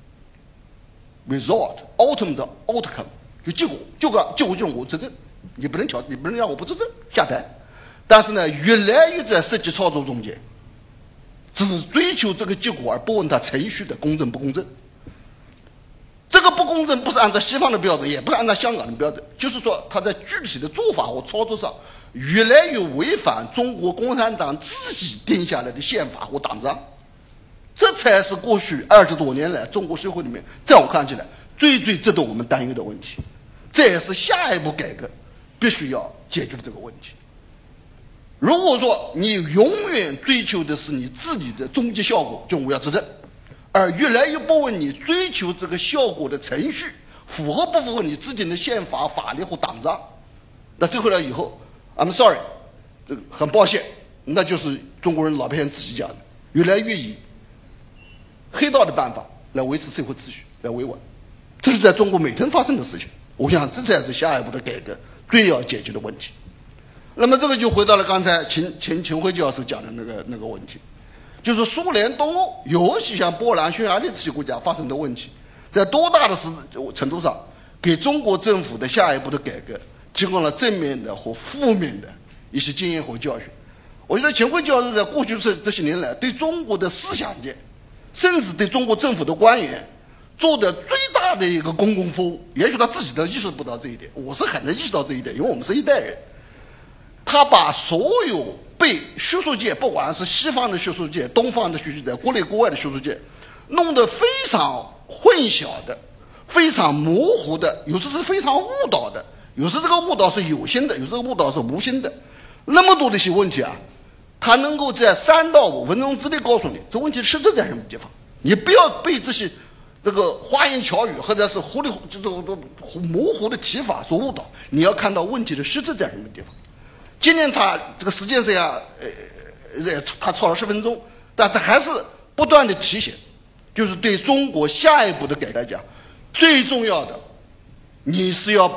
Speaker 6: result, ultimate outcome， 就结果，就个结果就是我执政，你不能调，你不能让我不执政下台。但是呢，越来越在实际操作中间，只追求这个结果而不问它程序的公正不公正。这个不公正不是按照西方的标准，也不是按照香港的标准，就是说它在具体的做法和操作上越来越违反中国共产党自己定下来的宪法和党章。这才是过去二十多年来中国社会里面，在我看起来最最值得我们担忧的问题，这也是下一步改革必须要解决的这个问题。如果说你永远追求的是你自己的终极效果，就我要执政，而越来越不问你追求这个效果的程序符合不符合你自己的宪法、法律或党章，那最后呢以后 ，I'm sorry， 这个很抱歉，那就是中国人老百姓自己讲的，越来越以黑道的办法来维持社会秩序，来维稳，这是在中国每天发生的事情。我想这才是下一步的改革最要解决的问题。那么这个就回到了刚才秦秦秦晖教授讲的那个那个问题，就是苏联东欧，尤其像波兰、匈牙利这些国家发生的问题，在多大的程度上给中国政府的下一步的改革提供了正面的和负面的一些经验和教训。我觉得秦晖教授在过去这这些年来对中国的思想界，甚至对中国政府的官员做的最大的一个公共服务，也许他自己都意识不到这一点，我是很能意识到这一点，因为我们是一代人。他把所有被学术界，不管是西方的学术界、东方的学术界、国内国外的学术界，弄得非常混淆的、非常模糊的，有时是非常误导的，有时这个误导是有心的，有时这个误导是无心的。那么多的一些问题啊，他能够在三到五分钟之内告诉你这问题实质在什么地方，你不要被这些这个花言巧语或者是糊里这种模糊的提法所误导，你要看到问题的实质在什么地方。今天他这个时间这样，呃，他超了十分钟，但他还是不断的提醒，就是对中国下一步的改革来讲，最重要的，你是要把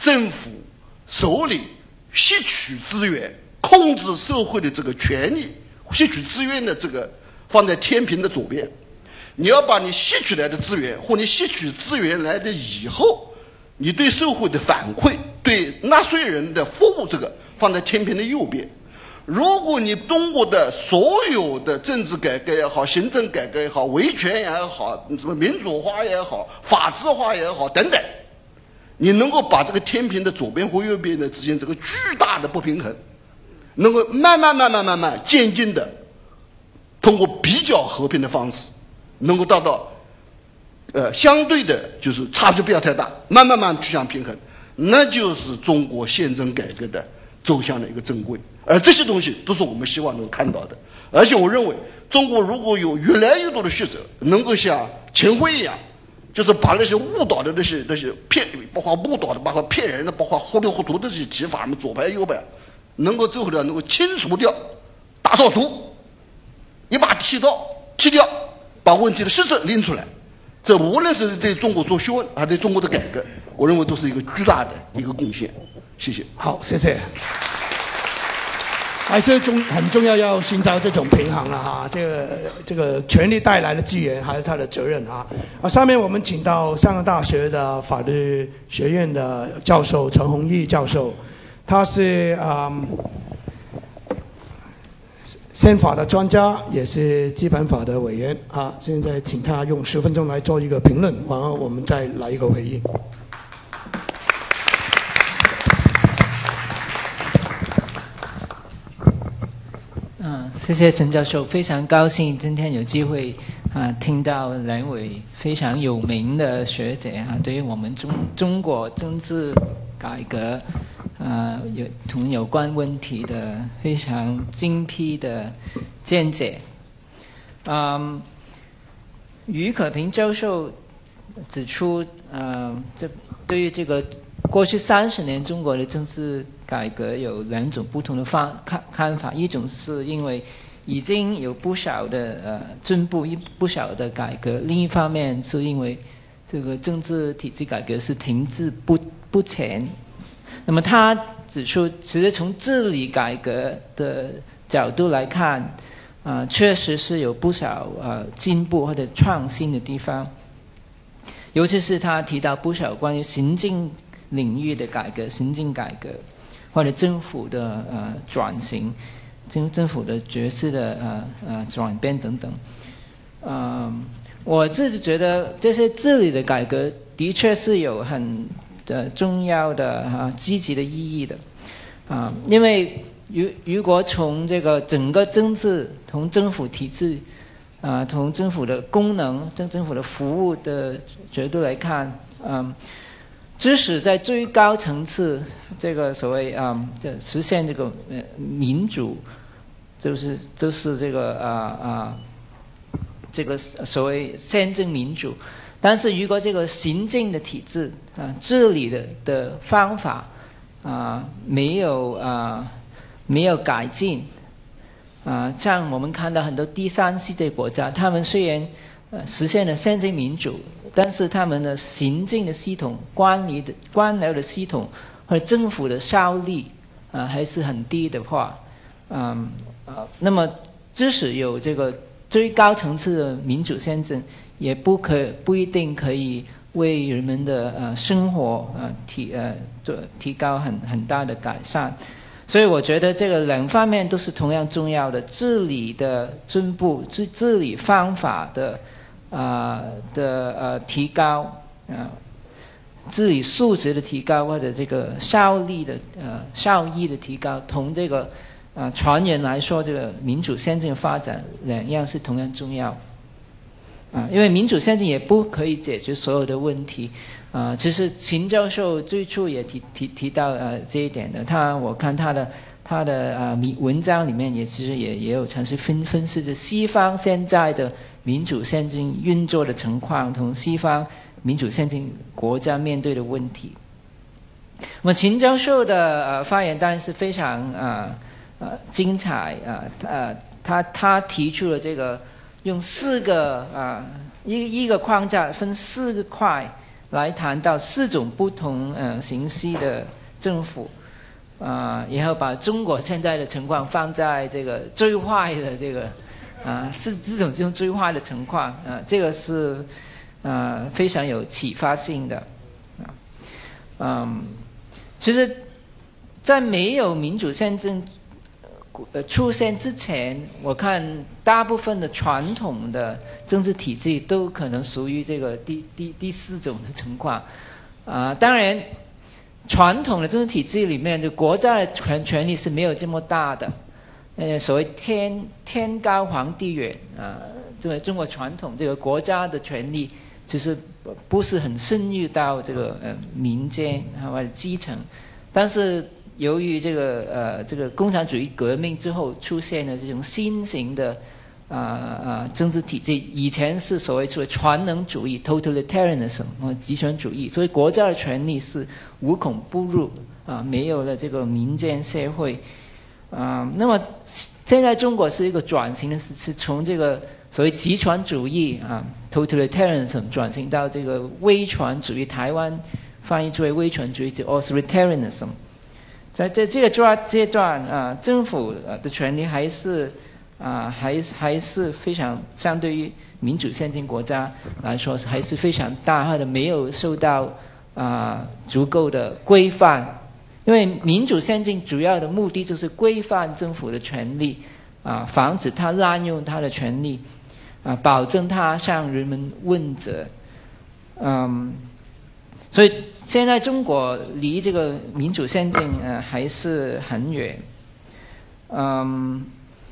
Speaker 6: 政府手里吸取资源、控制社会的这个权利、吸取资源的这个放在天平的左边。你要把你吸取来的资源或你吸取资源来的以后，你对社会的反馈、对纳税人的服务，这个放在天平的右边。如果你中国的所有的政治改革也好、行政改革也好、维权也好、什么民主化也好、法治化也好等等，你能够把这个天平的左边或右边的之间这个巨大的不平衡，能够慢慢慢慢慢慢渐进的通过比较和平的方式，能够达到呃相对的就是差距不要太大，慢慢慢趋向平衡，那就是中国宪政改革的走向的一个正轨。而这些东西都是我们希望能看到的。而且我认为，中国如果有越来越多的学者能够像秦晖一样，就是把那些误导的那些那些骗，包括误导的，包括骗人的，包括糊里糊涂的这些提法，什么左派右派，能够最后呢能够清除掉，大扫除，一把剃刀剃掉，把问题的实质拎出来。这无论是对中国做学问，还是对中国的改革，我认为都是一个巨大的一个贡献。谢谢。
Speaker 2: 好，谢谢。还是重很重要，要寻找这种平衡了哈。这个这个权力带来的资源，还是他的责任啊。啊，下面我们请到香港大学的法律学院的教授陈弘毅教授，他是啊、嗯、宪法的专家，也是基本法的委员啊。现在请他用十分钟来做一个评论，然后我们再来一个回应。
Speaker 7: 嗯，谢谢陈教授，非常高兴今天有机会啊听到两位非常有名的学者啊，对于我们中中国政治改革啊有同有关问题的非常精辟的见解。嗯，余可平教授指出，呃，这对于这个过去三十年中国的政治改革有两种不同的方看看法，一种是因为已经有不少的呃进步，一不少的改革；另一方面是因为这个政治体制改革是停滞不不前。那么他指出，其实从治理改革的角度来看，啊、呃，确实是有不少呃进步或者创新的地方，尤其是他提到不少关于行政领域的改革、行政改革，或者政府的呃转型、政政府的角色的呃呃转变等等。嗯、呃，我自己觉得这些治理的改革的确是有很的重要的啊积极的意义的啊、呃，因为如如果从这个整个政治、从政府体制啊、从、呃、政府的功能、政政府的服务的角度来看，嗯、呃。即使在最高层次，这个所谓啊，这、嗯、实现这个呃民主，就是就是这个啊啊，这个所谓宪政民主。但是如果这个行政的体制啊，治理的的方法啊没有啊没有改进啊，像我们看到很多第三世界国家，他们虽然呃实现了宪政民主，但是他们的行政的系统、管理的官僚的系统或者政府的效率啊、呃、还是很低的话，嗯呃，那么即使有这个最高层次的民主宪政，也不可不一定可以为人们的呃生活呃提呃做提高很很大的改善。所以我觉得这个两方面都是同样重要的，治理的进步、治治理方法的。啊、呃、的呃提高啊、呃，治理素质的提高或者这个效率的呃效益的提高，同这个啊、呃、长远来说，这个民主宪政发展两样是同样重要啊、呃，因为民主宪政也不可以解决所有的问题啊、呃。其实秦教授最初也提提提到呃这一点的，他我看他的他的啊、呃、文章里面也其实也也有尝试分分析的西方现在的民主宪政运作的情况同西方民主宪政国家面对的问题。那么秦教授的呃发言当然是非常啊 呃, 呃精彩啊 呃, 呃他他提出了这个用四个啊、呃、一一个框架分四个块来谈到四种不同呃形式的政府，啊、呃，然后把中国现在的情况放在这个最坏的这个啊、呃、是这种这种最坏的情况啊、呃，这个是呃非常有启发性的啊，嗯，其实，在没有民主宪政呃出现之前，我看大部分的传统的政治体制都可能属于这个第第第四种的情况，啊、呃，当然，传统的政治体制里面，就国家的权权力是没有这么大的，呃，所谓天天高皇帝远啊，这、呃、个中国传统这个国家的权力其实不是很深入到这个呃民间或者基层，但是。由于这个呃这个共产主义革命之后出现了这种新型的啊啊、呃呃、政治体制，以前是所谓说全能主义 totalitarianism 和集权主义，所以国家的权力是无孔不入啊、呃，没有了这个民间社会啊、呃。那么现在中国是一个转型的是是从这个所谓集权主义啊 totalitarianism 转型到这个威权主义，台湾翻译作为威权主义就 authoritarianism。在在这个阶段啊，政府的权力还是啊，还还是非常相对于民主先进国家来说，还是非常大，或者没有受到啊足够的规范。因为民主先进主要的目的就是规范政府的权力啊，防止他滥用他的权力啊，保证他向人们问责。嗯。所以现在中国离这个民主先进呃还是很远，嗯，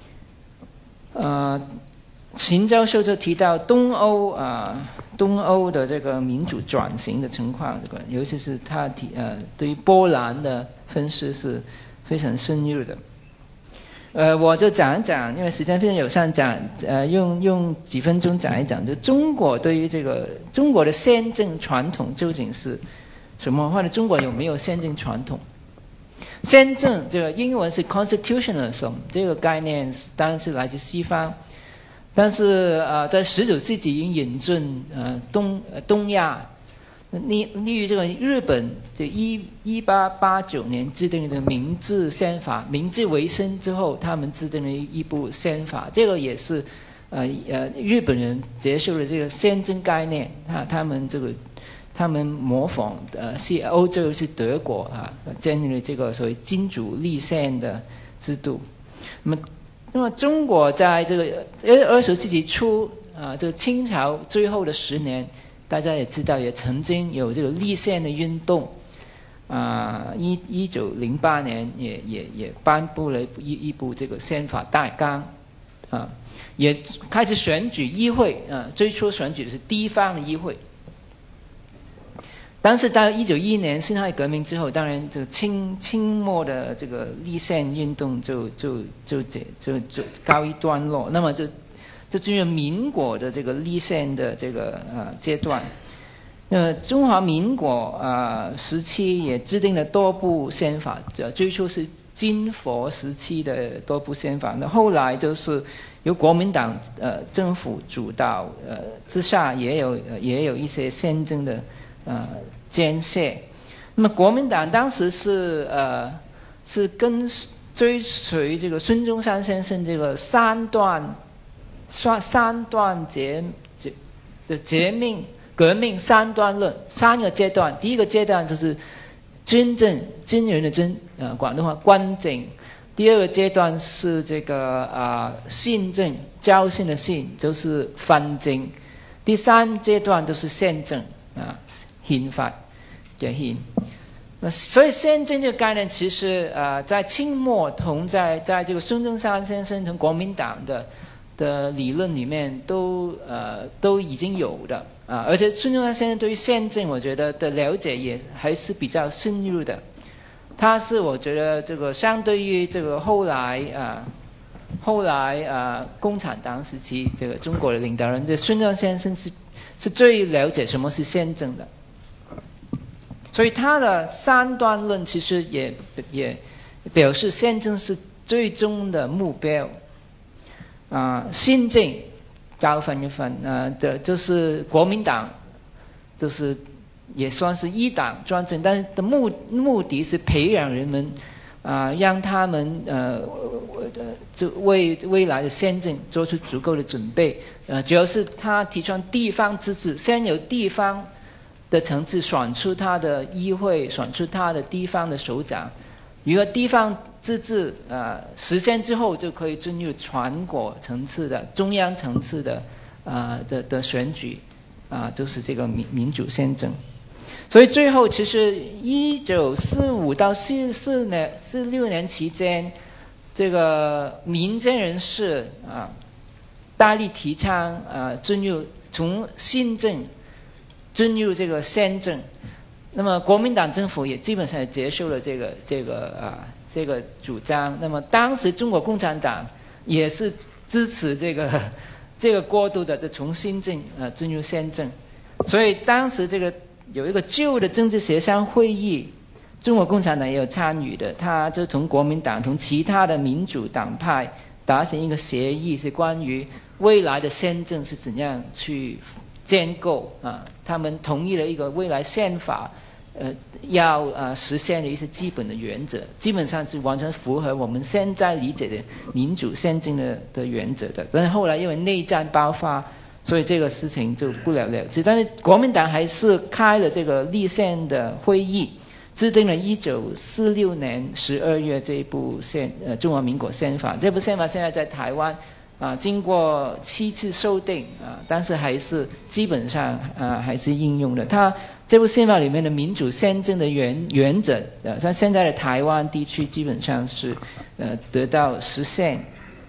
Speaker 7: 呃，秦教授就提到东欧啊、呃，东欧的这个民主转型的情况，这个尤其是他提呃对于波兰的分析是非常深入的。呃，我就讲一讲，因为时间非常有限，讲呃用用几分钟讲一讲，就中国对于这个中国的宪政传统究竟是什么，或者中国有没有宪政传统？宪政这个英文是 constitutionalism， 这个概念当然是来自西方，但是呃在十九世纪已经引进呃东呃东亚。例例如这个日本，这一一八八九年制定的这个明治宪法，明治维新之后，他们制定了一一部宪法，这个也是，呃呃，日本人接受了这个宪政概念，啊，他们这个，他们模仿呃是欧洲是德国啊，建立了这个所谓君主立宪的制度。那么，那么中国在这个二二十世纪初啊，这个清朝最后的十年。大家也知道，也曾经有这个立宪的运动，啊、呃，一一九零八年也也也颁布了一一部这个宪法大纲，啊，也开始选举议会，啊，最初选举的是地方的议会，但是到一九一一年辛亥革命之后，当然这个清清末的这个立宪运动就就就就就就告一段落，那么就。就进入民国的这个立宪的这个呃阶段，呃，中华民国呃时期也制定了多部宪法，呃，最初是金佛时期的多部宪法，那后来就是由国民党呃政府主导呃之下，也有、呃、也有一些宪政的呃建设。那么国民党当时是呃是跟追随这个孙中山先生这个三段。三三段革革的革命革命三段论三个阶段，第一个阶段就是军政军人的军，呃广东话官政；第二个阶段是这个啊、呃、宪政交信的信，就是藩政；第三阶段就是宪政啊宪法的宪。所以宪政这个概念，其实呃在清末同在在这个孙中山先生同国民党的。的理论里面都呃都已经有的啊，而且孙中山先生对于宪政，我觉得的了解也还是比较深入的。他是我觉得这个相对于这个后来啊后来啊共产党时期这个中国的领导人，这孙中山先生是是最了解什么是宪政的。所以他的三段论其实也也表示宪政是最终的目标。啊、呃，宪政高分一分，呃的就是国民党，就是也算是一党专政，但是的目目的是培养人们，啊、呃，让他们呃，就为未来的宪政做出足够的准备。呃，主要是他提倡地方自治，先由地方的层次选出他的议会，选出他的地方的首长。如果地方自治呃实现之后，就可以进入全国层次的、中央层次的啊、呃、的的选举，啊、呃，就是这个民民主宪政。所以最后，其实一九四五到四四年、四六年期间，这个民间人士啊、呃，大力提倡啊、呃、进入从新政进入这个宪政。那么国民党政府也基本上也接受了这个这个啊、呃、这个主张。那么当时中国共产党也是支持这个这个过渡的这从新政呃进入宪政。所以当时这个有一个旧的政治协商会议，中国共产党也有参与的，他就从国民党同其他的民主党派达成一个协议，是关于未来的宪政是怎样去建构啊，他们同意了一个未来宪法，呃，要呃实现的一些基本的原则，基本上是完全符合我们现在理解的民主宪政的的原则的。但是后来因为内战爆发，所以这个事情就不了了之。但是国民党还是开了这个立宪的会议，制定了一九四六年十二月这一部宪呃中华民国宪法。这部宪法现在在台湾啊，经过七次修订啊，但是还是基本上啊还是应用的。它这部宪法里面的民主宪政的原原则，呃，像现在的台湾地区基本上是呃得到实现。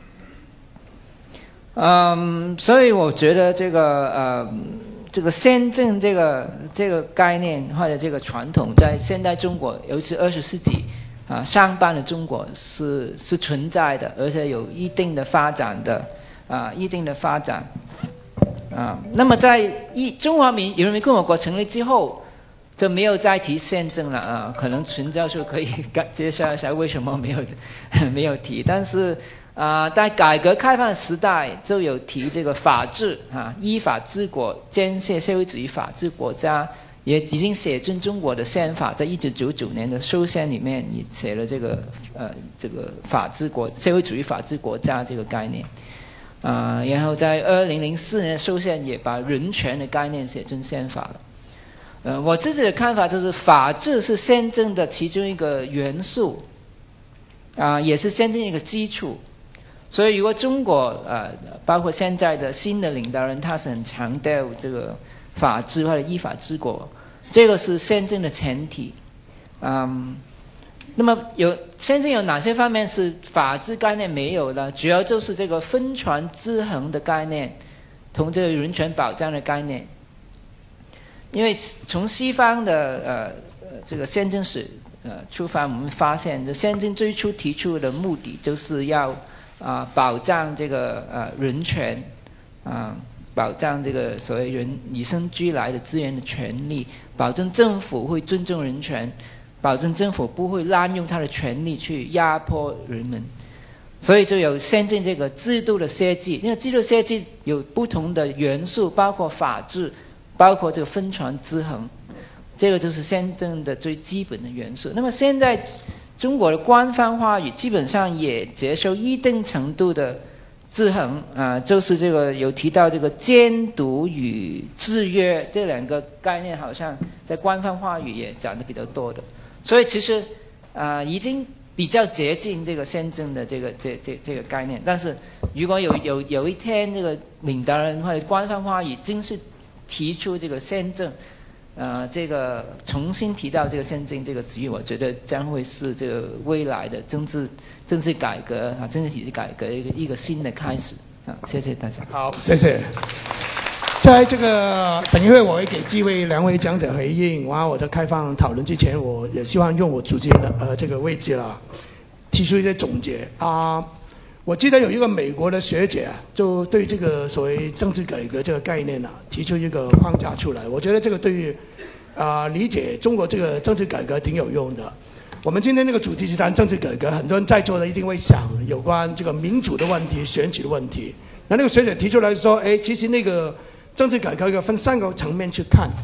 Speaker 7: 嗯，所以我觉得这个呃这个宪政这个这个概念或者这个传统，在现代中国，尤其是二十世纪啊上半的中国是是存在的，而且有一定的发展的啊一定的发展啊。那么在一中华民人民共和国成立之后，就没有再提宪政了啊。可能陈教授可以介绍一下为什么没有没有提，但是。啊、呃，在改革开放时代就有提这个法治啊，依法治国，建设社会主义法治国家，也已经写进中国的宪法，在一九九九年的修宪里面也写了这个呃这个法治国社会主义法治国家这个概念啊、呃，然后在二零零四年的修宪也把人权的概念写进宪法了。呃，我自己的看法就是，法治是宪政的其中一个元素啊、呃，也是宪政一个基础。所以，如果中国呃，包括现在的新的领导人，他是很强调这个法治或者依法治国，这个是宪政的前提。嗯，那么有宪政有哪些方面是法治概念没有的？主要就是这个分权制衡的概念，同这个人权保障的概念。因为从西方的呃这个宪政史呃出发，我们发现，这宪政最初提出的目的就是要。啊，保障这个呃人权，啊，保障这个所谓人与生俱来的资源的权利，保证政府会尊重人权，保证政府不会滥用他的权力去压迫人们，所以就有宪政这个制度的设计。因为制度设计有不同的元素，包括法治，包括这个分权制衡，这个就是宪政的最基本的元素。那么现在。中国的官方话语基本上也接受一定程度的制衡啊、呃，就是这个有提到这个监督与制约这两个概念，好像在官方话语也讲的比较多的，所以其实啊、呃、已经比较接近这个宪政的这个这这这个概念。但是如果有有有一天这个领导人或者官方话语真是提出这个宪政。呃，这个重新提到这个宪政这个词语，我觉得将会是这个未来的政治政治改革啊，政治体制改革一个一个新的开始啊！谢谢大家。
Speaker 2: 好，谢谢。在这个等一会我会给几位两位讲者回应，然后我在开放讨论之前，我也希望用我主持人的呃这个位置啦，提出一些总结啊。我记得有一个美国的学者啊，就对这个所谓政治改革这个概念啊，提出一个框架出来。我觉得这个对于啊、呃、理解中国这个政治改革挺有用的。我们今天这个主题是谈政治改革，很多人在座的一定会想有关这个民主的问题、选举的问题。那那个学者提出来说，哎，其实那个政治改革要分三个层面去看。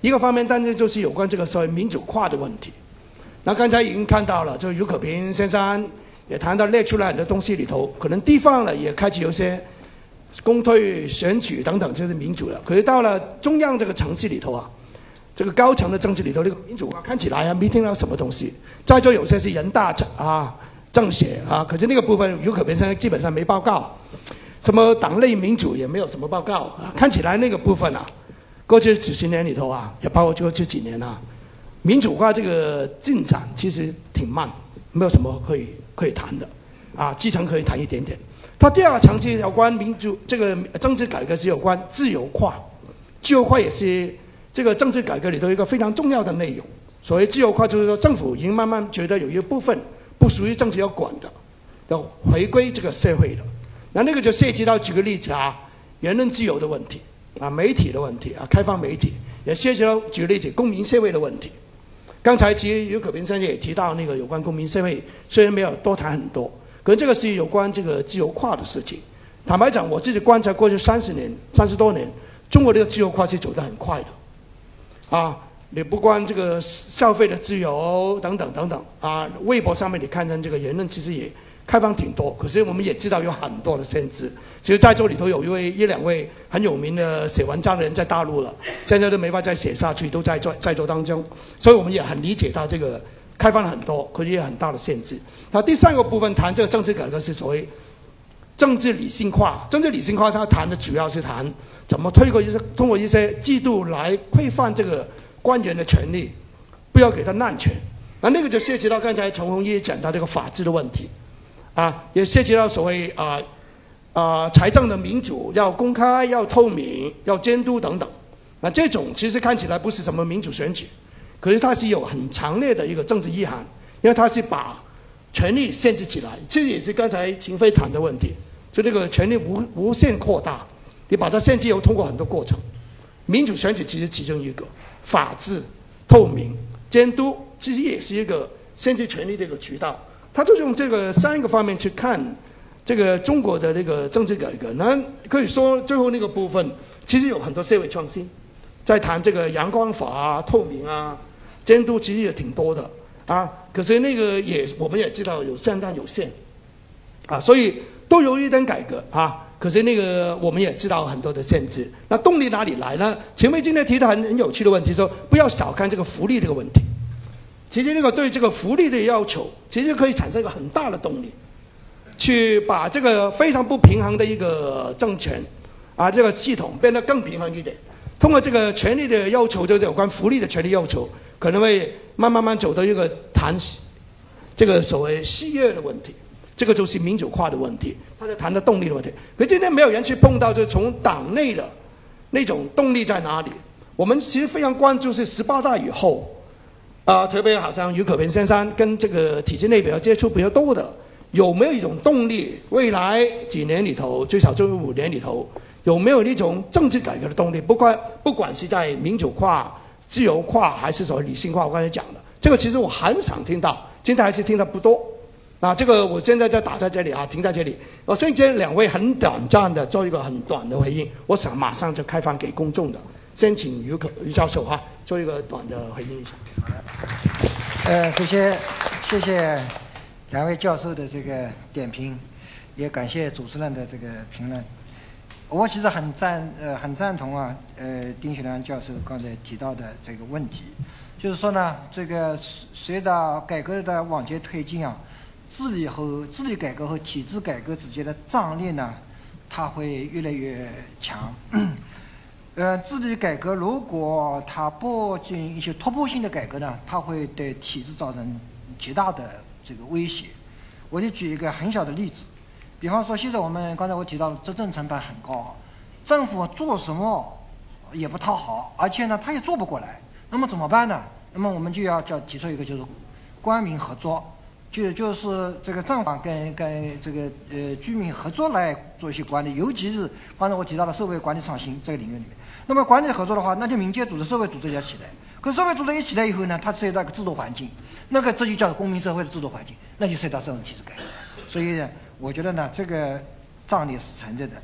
Speaker 2: 一个方面，当然就是有关这个所谓民主化的问题。那刚才已经看到了，就尤可平先生也谈到列出来的东西里头，可能地方了也开始有些公退选举等等，这是民主了。可是到了中央这个层次里头啊，这个高层的政治里头，这个民主化看起来啊没听到什么东西。在座有些是人大啊、政协啊，可是那个部分尤可平先生基本上没报告，什么党内民主也没有什么报告啊。看起来那个部分啊，过去几十年里头啊，也包括过去几年啊。民主化这个进展其实挺慢，没有什么可以可以谈的，啊，基层可以谈一点点。它第二个层次有关民主这个政治改革是有关自由化，自由化也是这个政治改革里头一个非常重要的内容。所谓自由化，就是说政府已经慢慢觉得有一部分不属于政府要管的，要回归这个社会的。那那个就涉及到举个例子啊，言论自由的问题啊，媒体的问题啊，开放媒体，也涉及到举个例子公民社会的问题。刚才其实尤可平先生也提到那个有关公民社会，虽然没有多谈很多，可是这个是有关这个自由化的事情。坦白讲，我自己观察过去三十年、三十多年，中国这个自由化是走得很快的，啊，你不光这个消费的自由等等等等啊，微博上面你看见这个言论其实也开放挺多，可是我们也知道有很多的限制。其实在座里头有一位一两位很有名的写文章的人在大陆了，现在都没法再写下去，都在做在做当中，所以我们也很理解到这个开放了很多，可是也有很大的限制。那第三个部分谈这个政治改革是所谓政治理性化，政治理性化它谈的主要是谈怎么推过一些通过一些制度来规范这个官员的权利，不要给他滥权。那那个就涉及到刚才陈弘毅讲到这个法治的问题，啊，也涉及到所谓啊。啊、呃，财政的民主要公开、要透明、要监督等等。那这种其实看起来不是什么民主选举，可是它是有很强烈的一个政治意涵，因为它是把权力限制起来。这也是刚才秦飞谈的问题，就这个权力无无限扩大，你把它限制，又通过很多过程。民主选举其实其中一个，法治、透明、监督，其实也是一个限制权力的一个渠道。它就用这个三个方面去看。这个中国的那个政治改革，那可以说最后那个部分，其实有很多社会创新，在谈这个阳光法啊、透明啊、监督，其实也挺多的啊。可是那个也我们也知道有限但有限，啊，所以都有一点改革啊。可是那个我们也知道很多的限制，那动力哪里来呢？前面今天提到很很有趣的问题，说不要小看这个福利这个问题。其实那个对这个福利的要求，其实可以产生一个很大的动力。去把这个非常不平衡的一个政权，啊，这个系统变得更平衡一点。通过这个权利的要求，就是有关福利的权利要求，可能会慢慢慢走到一个谈这个所谓契约的问题，这个就是民主化的问题，他在谈的动力的问题。可今天没有人去碰到，就是从党内的那种动力在哪里。我们其实非常关注是十八大以后，啊、呃，特别好像尤可平先生跟这个体制内比较接触比较多的。有没有一种动力？未来几年里头，最少这五年里头，有没有一种政治改革的动力？不管不管是在民主化、自由化，还是所谓理性化，我刚才讲的，这个其实我很少听到，今天还是听得不多。啊，这个我现在就打在这里啊，停在这里。我先接两位很短暂的做一个很短的回应，我想马上就开放给公众的。先请于可于教授哈、啊、做一个短的回应一下。
Speaker 3: 呃，谢谢谢谢。两位教授的这个点评，也感谢主持人的这个评论。我其实很赞呃很赞同啊呃丁学良教授刚才提到的这个问题，就是说呢，这个随着改革的往前推进啊，治理和治理改革和体制改革之间的张力呢，它会越来越强。呃，治理改革如果它不进行一些突破性的改革呢，它会对体制造成极大的这个威胁。我就举一个很小的例子，比方说现在我们刚才我提到的执政成本很高，政府做什么也不讨好，而且呢他也做不过来，那么怎么办呢？那么我们就要叫提出一个就是官民合作，就就是这个政府跟跟这个呃居民合作来做一些管理，尤其是刚才我提到的社会管理创新这个领域里面。那么管理合作的话，那就民间组织、社会组织要起来。可社会组织一起来以后呢，它涉及到一个制度环境，那个这就叫做公民社会的制度环境，那就涉及到政治体制改革。所以呢，我觉得呢，这个张力是存在的。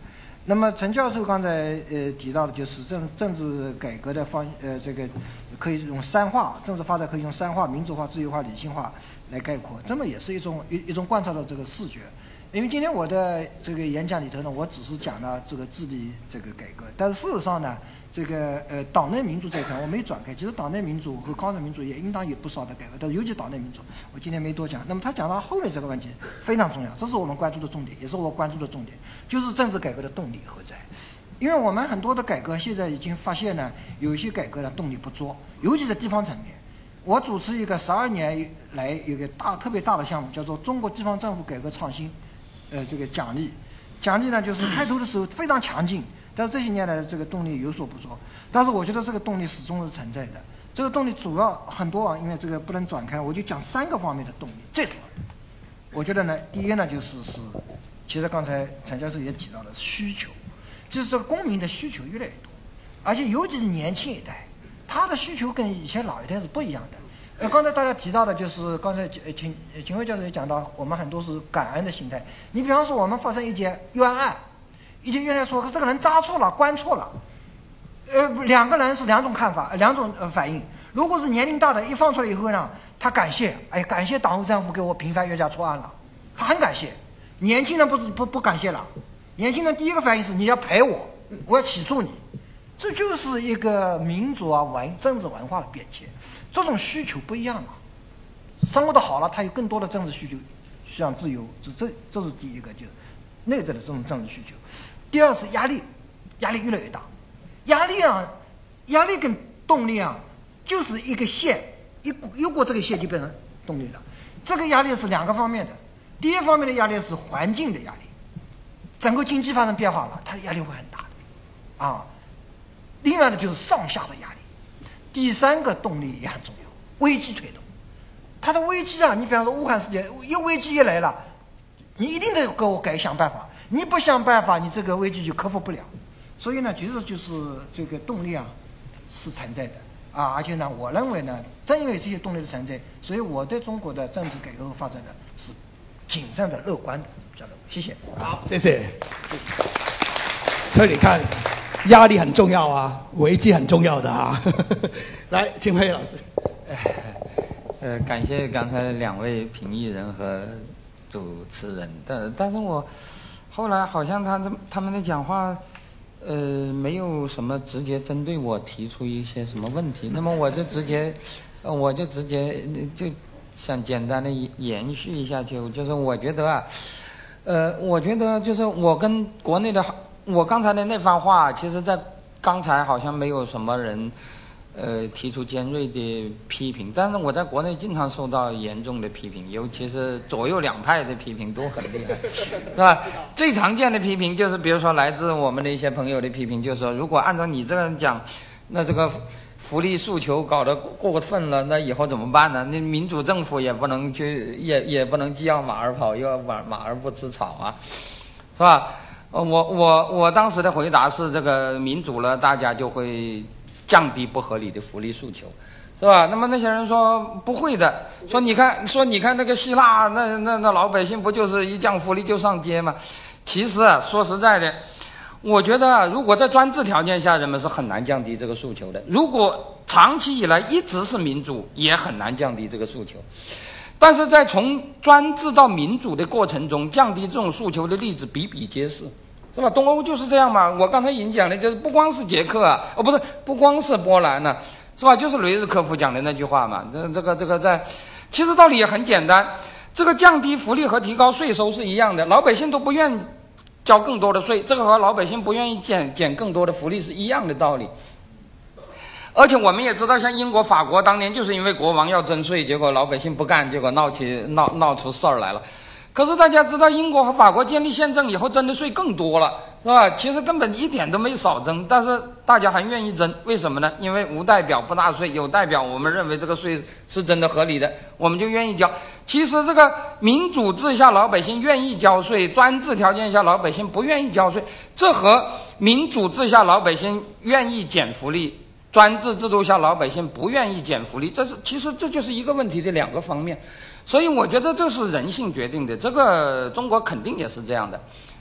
Speaker 3: 那么陈教授刚才呃提到的就是政政治改革的方呃这个可以用三化，政治发展可以用三化：民主化、自由化、理性化来概括。这么也是一种一一种观察到这个视觉。因为今天我的这个演讲里头呢，我只是讲了这个治理这个改革，但是事实上呢，这个呃党内民主这一块我没转开。其实党内民主和高层民主也应当有不少的改革，但是尤其党内民主，我今天没多讲。那么他讲到后面这个问题非常重要，这是我们关注的重点，也是我关注的重点，就是政治改革的动力何在？因为我们很多的改革现在已经发现呢，有一些改革的动力不足，尤其在地方层面。我主持一个十二年来有一个大特别大的项目，叫做中国地方政府改革创新。呃，这个奖励，奖励呢，就是开头的时候非常强劲，但是这些年来这个动力有所不足。但是我觉得这个动力始终是存在的。这个动力主要很多啊，因为这个不能转开，我就讲三个方面的动力。最主要的，我觉得呢，第一个呢就是是，其实刚才陈教授也提到了需求，就是这个公民的需求越来越多，而且尤其是年轻一代，他的需求跟以前老一代是不一样的。呃，刚才大家提到的就是刚才秦秦晖教授也讲到，我们很多是感恩的心态。你比方说，我们发生一件冤案，一件冤案说这个人扎错了、关错了，呃，两个人是两种看法、两种呃反应。如果是年龄大的，一放出来以后呢，他感谢，哎，感谢党务政府给我平反冤假错案了，他很感谢。年轻人不是不不感谢了，年轻人第一个反应是你要赔我，我要起诉你。这就是一个民主啊文政治文化的变迁。这种需求不一样了，生活的好了，他有更多的政治需求，需要自由，这这这是第一个，就是内在的这种政治需求。第二是压力，压力越来越大，压力啊，压力跟动力啊，就是一个线，一一过这个线就变成动力了。这个压力是两个方面的，第一方面的压力是环境的压力，整个经济发生变化了，它的压力会很大的，啊，另外呢就是上下的压力。第三个动力也很重要，危机推动。它的危机啊，你比方说武汉事件，一危机一来了，你一定得给我改想办法，你不想办法，你这个危机就克服不了。所以呢，其实就是这个动力啊是存在的啊，而且呢，我认为呢，正因为这些动力的存在，所以我对中国的政治改革和发展呢是谨慎的、乐观的，比较乐观。谢谢。
Speaker 2: 好，谢谢。所以你看。压力很重要啊，危机很重要的啊。来，秦晖老师。
Speaker 4: 呃，感谢刚才两位评议人和主持人，但但是我后来好像他他们的讲话，呃，没有什么直接针对我提出一些什么问题，那么我就直接，呃，我就直接就想简单的延续一下，就就是我觉得啊，呃，我觉得就是我跟国内的。我刚才的那番话，其实在刚才好像没有什么人，呃，提出尖锐的批评。但是我在国内经常受到严重的批评，尤其是左右两派的批评都很厉害，是吧？最常见的批评就是，比如说来自我们的一些朋友的批评，就是说，如果按照你这样讲，那这个福利诉求搞得过分了，那以后怎么办呢？那民主政府也不能去，也也不能既要马儿跑，又要马马儿不吃草啊，是吧？呃，我我我当时的回答是，这个民主了，大家就会降低不合理的福利诉求，是吧？那么那些人说不会的，说你看，说你看那个希腊，那那那老百姓不就是一降福利就上街吗？其实啊，说实在的，我觉得如果在专制条件下，人们是很难降低这个诉求的。如果长期以来一直是民主，也很难降低这个诉求。但是在从专制到民主的过程中，降低这种诉求的例子比比皆是，是吧？东欧就是这样嘛。我刚才已经讲了，就是不光是捷克啊，哦，不是，不光是波兰呢、啊，是吧？就是雷日科夫讲的那句话嘛。这这个这个在，其实道理也很简单。这个降低福利和提高税收是一样的，老百姓都不愿交更多的税，这个和老百姓不愿意减减更多的福利是一样的道理。而且我们也知道，像英国、法国当年就是因为国王要征税，结果老百姓不干，结果闹起闹闹出事儿来了。可是大家知道，英国和法国建立宪政以后征的税更多了，是吧？其实根本一点都没少征，但是大家还愿意征，为什么呢？因为无代表不纳税，有代表我们认为这个税是真的合理的，我们就愿意交。其实这个民主制下老百姓愿意交税，专制条件下老百姓不愿意交税，这和民主制下老百姓愿意减福利，专制制度下老百姓不愿意减福利，这是其实这就是一个问题的两个方面。所以我觉得这是人性决定的，这个中国肯定也是这样的，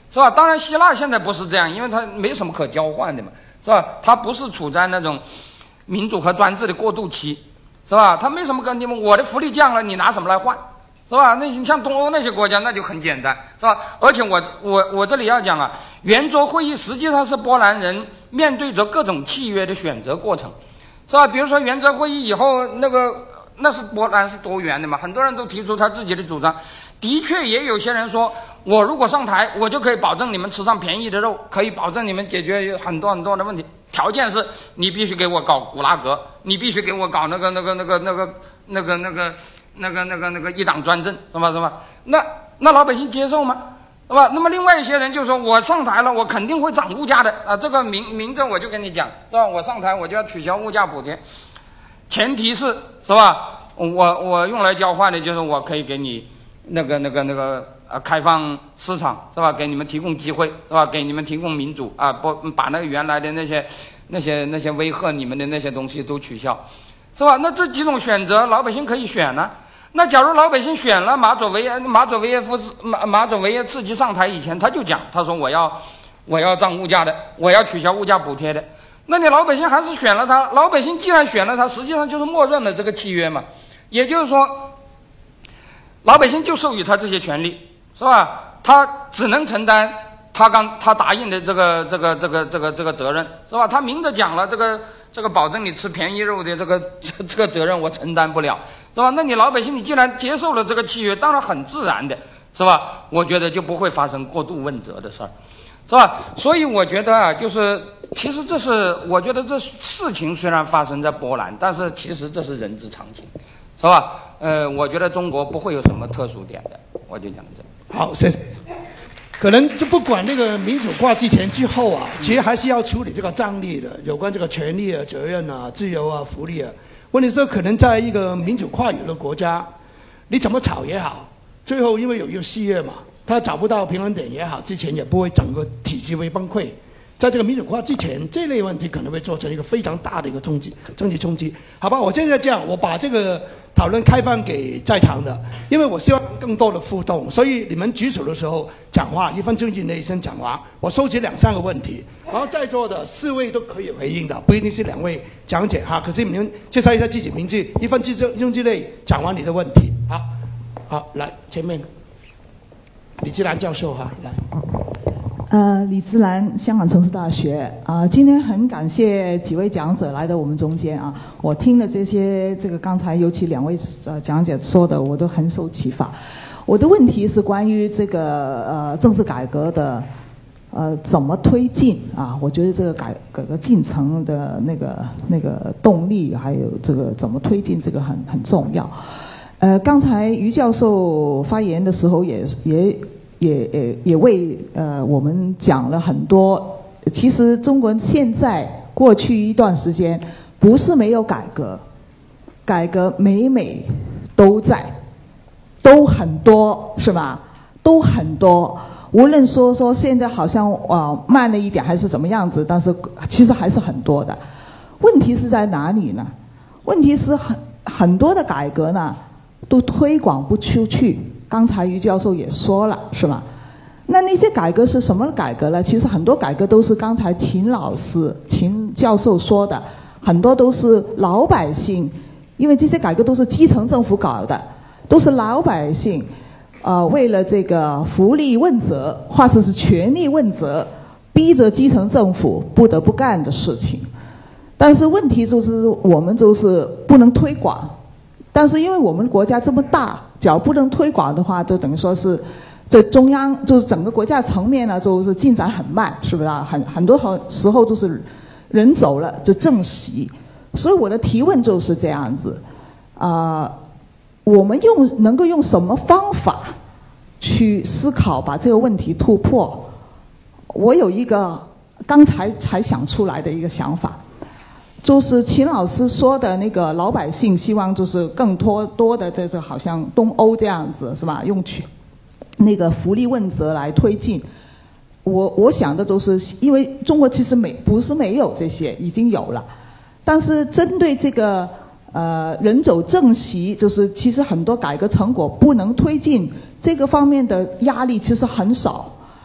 Speaker 4: 是吧？当然，希腊现在不是这样，因为它没什么可交换的嘛，是吧？它不是处在那种民主和专制的过渡期，是吧？它没什么跟你们我的福利降了，你拿什么来换，是吧？那些像东欧那些国家，那就很简单，是吧？而且我我我这里要讲啊，圆桌会议实际上是波兰人面对着各种契约的选择过程，是吧？比如说圆桌会议以后，那个那是波兰是多元的嘛，很多人都提出他自己的主张。的确，也有些人说，我如果上台，我就可以保证你们吃上便宜的肉，可以保证你们解决很多很多的问题。条件是你必须给我搞古拉格，你必须给我搞那个那个那个那个那个那个那个那个那个一党专政，是吧？是吧？那那老百姓接受吗？是吧？那么另外一些人就说，我上台了，我肯定会涨物价的啊！这个明明着我就跟你讲，是吧？我上台我就要取消物价补贴，前提是是吧？我我用来交换的就是我可以给你。那个、那个、那个，呃，开放市场是吧？给你们提供机会是吧？给你们提供民主啊，不把那个原来的那些、那些、那些威吓你们的那些东西都取消，是吧？那这几种选择，老百姓可以选呢、啊。那假如老百姓选了马佐维耶、马佐维耶夫马马佐维耶刺激上台以前，他就讲，他说我要我要涨物价的，我要取消物价补贴的。那你老百姓还是选了他，老百姓既然选了他，实际上就是默认了这个契约嘛，也就是说。老百姓就授予他这些权利，是吧？他只能承担他刚他答应的这个这个这个这个这个责任，是吧？他明着讲了，这个这个保证你吃便宜肉的这个这这个责任我承担不了，是吧？那你老百姓你既然接受了这个契约，当然很自然的，是吧？我觉得就不会发生过度问责的事儿，是吧？所以我觉得啊，就是其实这是我觉得这事情虽然发生在波兰，但是其实这是人之常情。是吧？呃，我觉得中国不会有什么特殊点的，我就讲这。
Speaker 2: 好，谢谢。可能就不管那个民主化之前之后啊，其实还是要处理这个张力的，有关这个权利啊、责任啊、自由啊、福利啊。问题是，可能在一个民主化有的国家，你怎么吵也好，最后因为有一个戏约嘛，他找不到平衡点也好，之前也不会整个体系会崩溃。在这个民主化之前，这类问题可能会造成一个非常大的一个冲击、政治冲击。好吧，我现在这样，我把这个讨论开放给在场的，因为我希望更多的互动，所以你们举手的时候讲话，一分钟以内先讲完。我收集两三个问题，然后在座的四位都可以回应的，不一定是两位讲解哈。可是你们介绍一下自己名字，一分钟之内讲完你的问题。好，好，来前面，李芝兰教授哈，来。
Speaker 8: 呃，李芝兰，香港城市大学啊、呃，今天很感谢几位讲者来到我们中间啊，我听了这些，这个刚才尤其两位呃讲解说的，我都很受启发。我的问题是关于这个呃政治改革的呃怎么推进啊？我觉得这个改改革进程的那个那个动力，还有这个怎么推进，这个很很重要。呃，刚才于教授发言的时候也也。也也也为呃我们讲了很多。其实中国现在过去一段时间不是没有改革，改革每每都在，都很多是吧？都很多。无论说说现在好像啊、呃、慢了一点还是怎么样子，但是其实还是很多的。问题是在哪里呢？问题是很很多的改革呢都推广不出去。刚才于教授也说了，是吧？那那些改革是什么改革呢？其实很多改革都是刚才秦老师、秦教授说的，很多都是老百姓，因为这些改革都是基层政府搞的，都是老百姓，呃，为了这个福利问责，或者是权力问责，逼着基层政府不得不干的事情。但是问题就是我们就是不能推广。但是因为我们国家这么大，只要不能推广的话，就等于说是，在中央就是整个国家层面呢，就是进展很慢，是不是啊？很很多时候就是人走了就政袭。所以我的提问就是这样子，啊、呃，我们用能够用什么方法去思考把这个问题突破？我有一个刚才才想出来的一个想法。就是秦老师说的那个老百姓希望就是更多多的这这好像东欧这样子是吧？用去那个福利问责来推进。我我想的都是因为中国其实没不是没有这些，已经有了，但是针对这个呃人走政袭，就是其实很多改革成果不能推进这个方面的压力其实很少。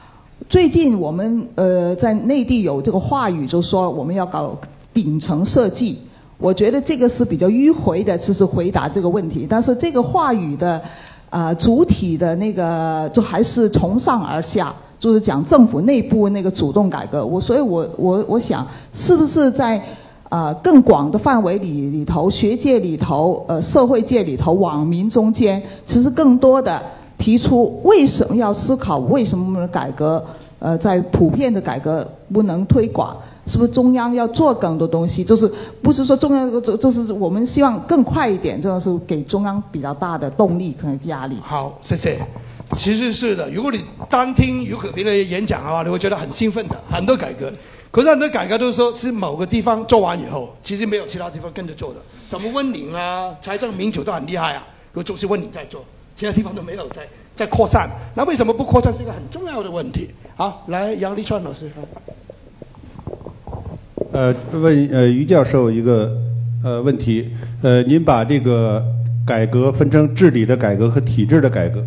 Speaker 8: 最近我们呃在内地有这个话语，就说我们要搞顶层设计。我觉得这个是比较迂回的，其实回答这个问题。但是这个话语的啊、呃、主体的那个，就还是从上而下，就是讲政府内部那个主动改革。我所以我我我想，是不是在啊、呃、更广的范围里里头，学界里头，呃社会界里头，网民中间，其实更多的提出为什么要思考，为什么改革？呃，在普遍的改革不能推广。是不是中央要做更多东西？就是不是说中央，就是我们希望更快一点，这个是给中央比较大的动力和压力。
Speaker 2: 好，谢谢。其实是的，如果你单听尤可平的演讲的话，你会觉得很兴奋的，很多改革。可是很多改革都是说是某个地方做完以后，其实没有其他地方跟着做的。什么温宁啊、财政民主都很厉害啊，如果就是温宁在做，其他地方都没有在在扩散。那为什么不扩散是一个很重要的问题。好，来杨立川老师。
Speaker 9: 呃，问呃于教授一个呃问题，呃，您把这个改革分成治理的改革和体制的改革，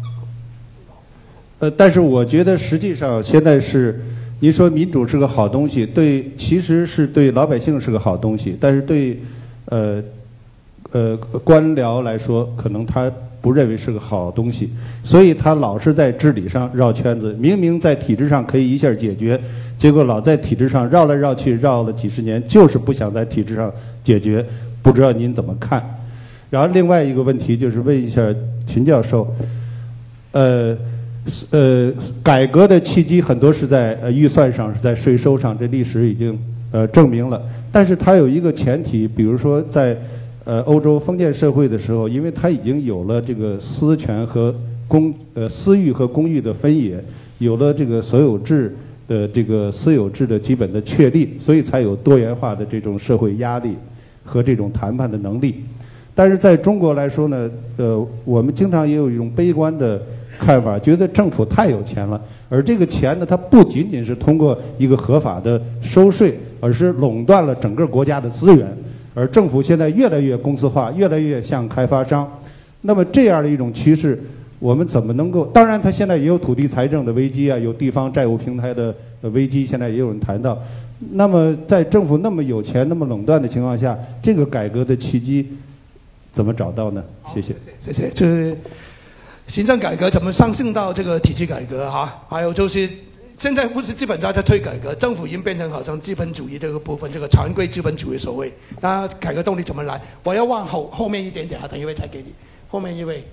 Speaker 9: 呃，但是我觉得实际上现在是，您说民主是个好东西，对，其实是对老百姓是个好东西，但是对呃呃官僚来说，可能他不认为是个好东西，所以他老是在治理上绕圈子，明明在体制上可以一下解决。结果老在体制上绕来绕去，绕了几十年，就是不想在体制上解决，不知道您怎么看？然后另外一个问题就是问一下秦教授，呃呃，改革的契机很多是在呃预算上，是在税收上，这历史已经呃证明了。但是它有一个前提，比如说在呃欧洲封建社会的时候，因为它已经有了这个私权和公呃私欲和公欲的分野，有了这个所有制。的这个私有制的基本的确立，所以才有多元化的这种社会压力和这种谈判的能力。但是在中国来说呢，呃，我们经常也有一种悲观的看法，觉得政府太有钱了，而这个钱呢，它不仅仅是通过一个合法的收税，而是垄断了整个国家的资源。而政府现在越来越公司化，越来越像开发商。那么这样的一种趋势。我们怎么能够？当然，它现在也有土地财政的危机啊，有地方债务平台的危机，现在也有人谈到。那么，在政府那么有钱、那么垄断的情况下，这个改革的契机怎么找到呢？谢谢。
Speaker 2: 谢谢。就是行政改革怎么上升到这个体制改革哈？还有就是现在不是基本上在推改革，政府已经变成好像资本主义这个部分，这个常规资本主义所谓。那改革动力怎么来？我要往后后面一点点啊，等一位再给你。后面一位。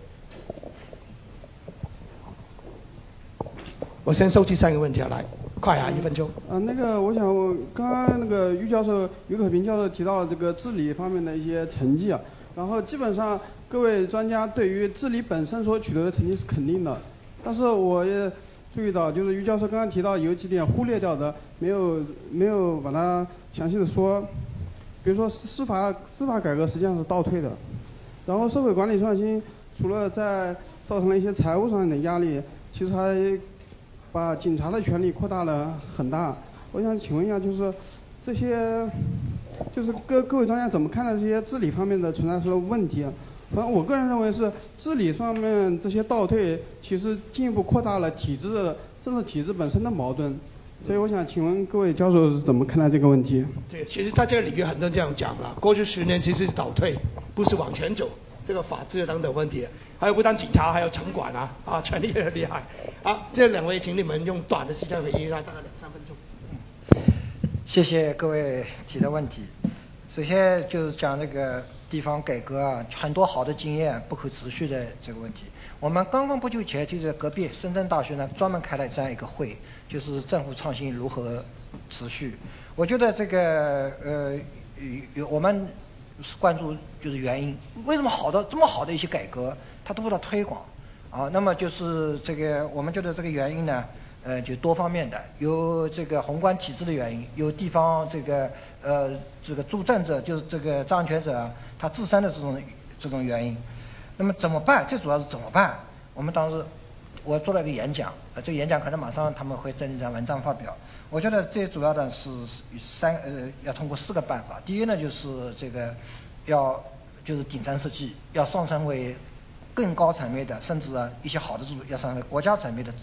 Speaker 2: 我先收集三个问题啊，来，快啊，一分钟。
Speaker 10: 呃，那个，我想，我刚刚那个于教授、于可平教授提到了这个治理方面的一些成绩啊，然后基本上各位专家对于治理本身所取得的成绩是肯定的，但是我也注意到，就是于教授刚刚提到有几点忽略掉的，没有没有把它详细的说，比如说司法司法改革实际上是倒退的，然后社会管理创新除了在造成了一些财务上的压力，其实还把警察的权力扩大了很大。我想请问一下，就是这些，就是各各位专家怎么看待这些治理方面的存在出的问题啊？反正我个人认为是治理上面这些倒退，其实进一步扩大了体制的政治体制本身的矛盾。所以我想请问各位教授是怎么看待这个问题？
Speaker 2: 对，其实在这个领域很多人这样讲了，过去十年其实是倒退，不是往前走。这个法治等等问题，还有不但警察，还有城管啊，啊，权力也厉害。好，这两位，请你们用短的时间回应一下，大概两三分钟。
Speaker 3: 谢谢各位提的问题。首先就是讲这个地方改革啊，很多好的经验不可持续的这个问题。我们刚刚不久前就在隔壁深圳大学呢，专门开了这样一个会，就是政府创新如何持续。我觉得这个呃，有我们。关注就是原因，为什么好的这么好的一些改革，它都不到推广，啊，那么就是这个我们觉得这个原因呢，呃，就多方面的，有这个宏观体制的原因，有地方这个呃这个主政者就是这个掌权者他自身的这种这种原因，那么怎么办？最主要是怎么办？我们当时我做了一个演讲，呃，这个演讲可能马上他们会整理成文章发表。我觉得最主要的是三呃，要通过四个办法。第一呢，就是这个要就是顶层设计，要上升为更高层面的，甚至啊一些好的制度要上升为国家层面的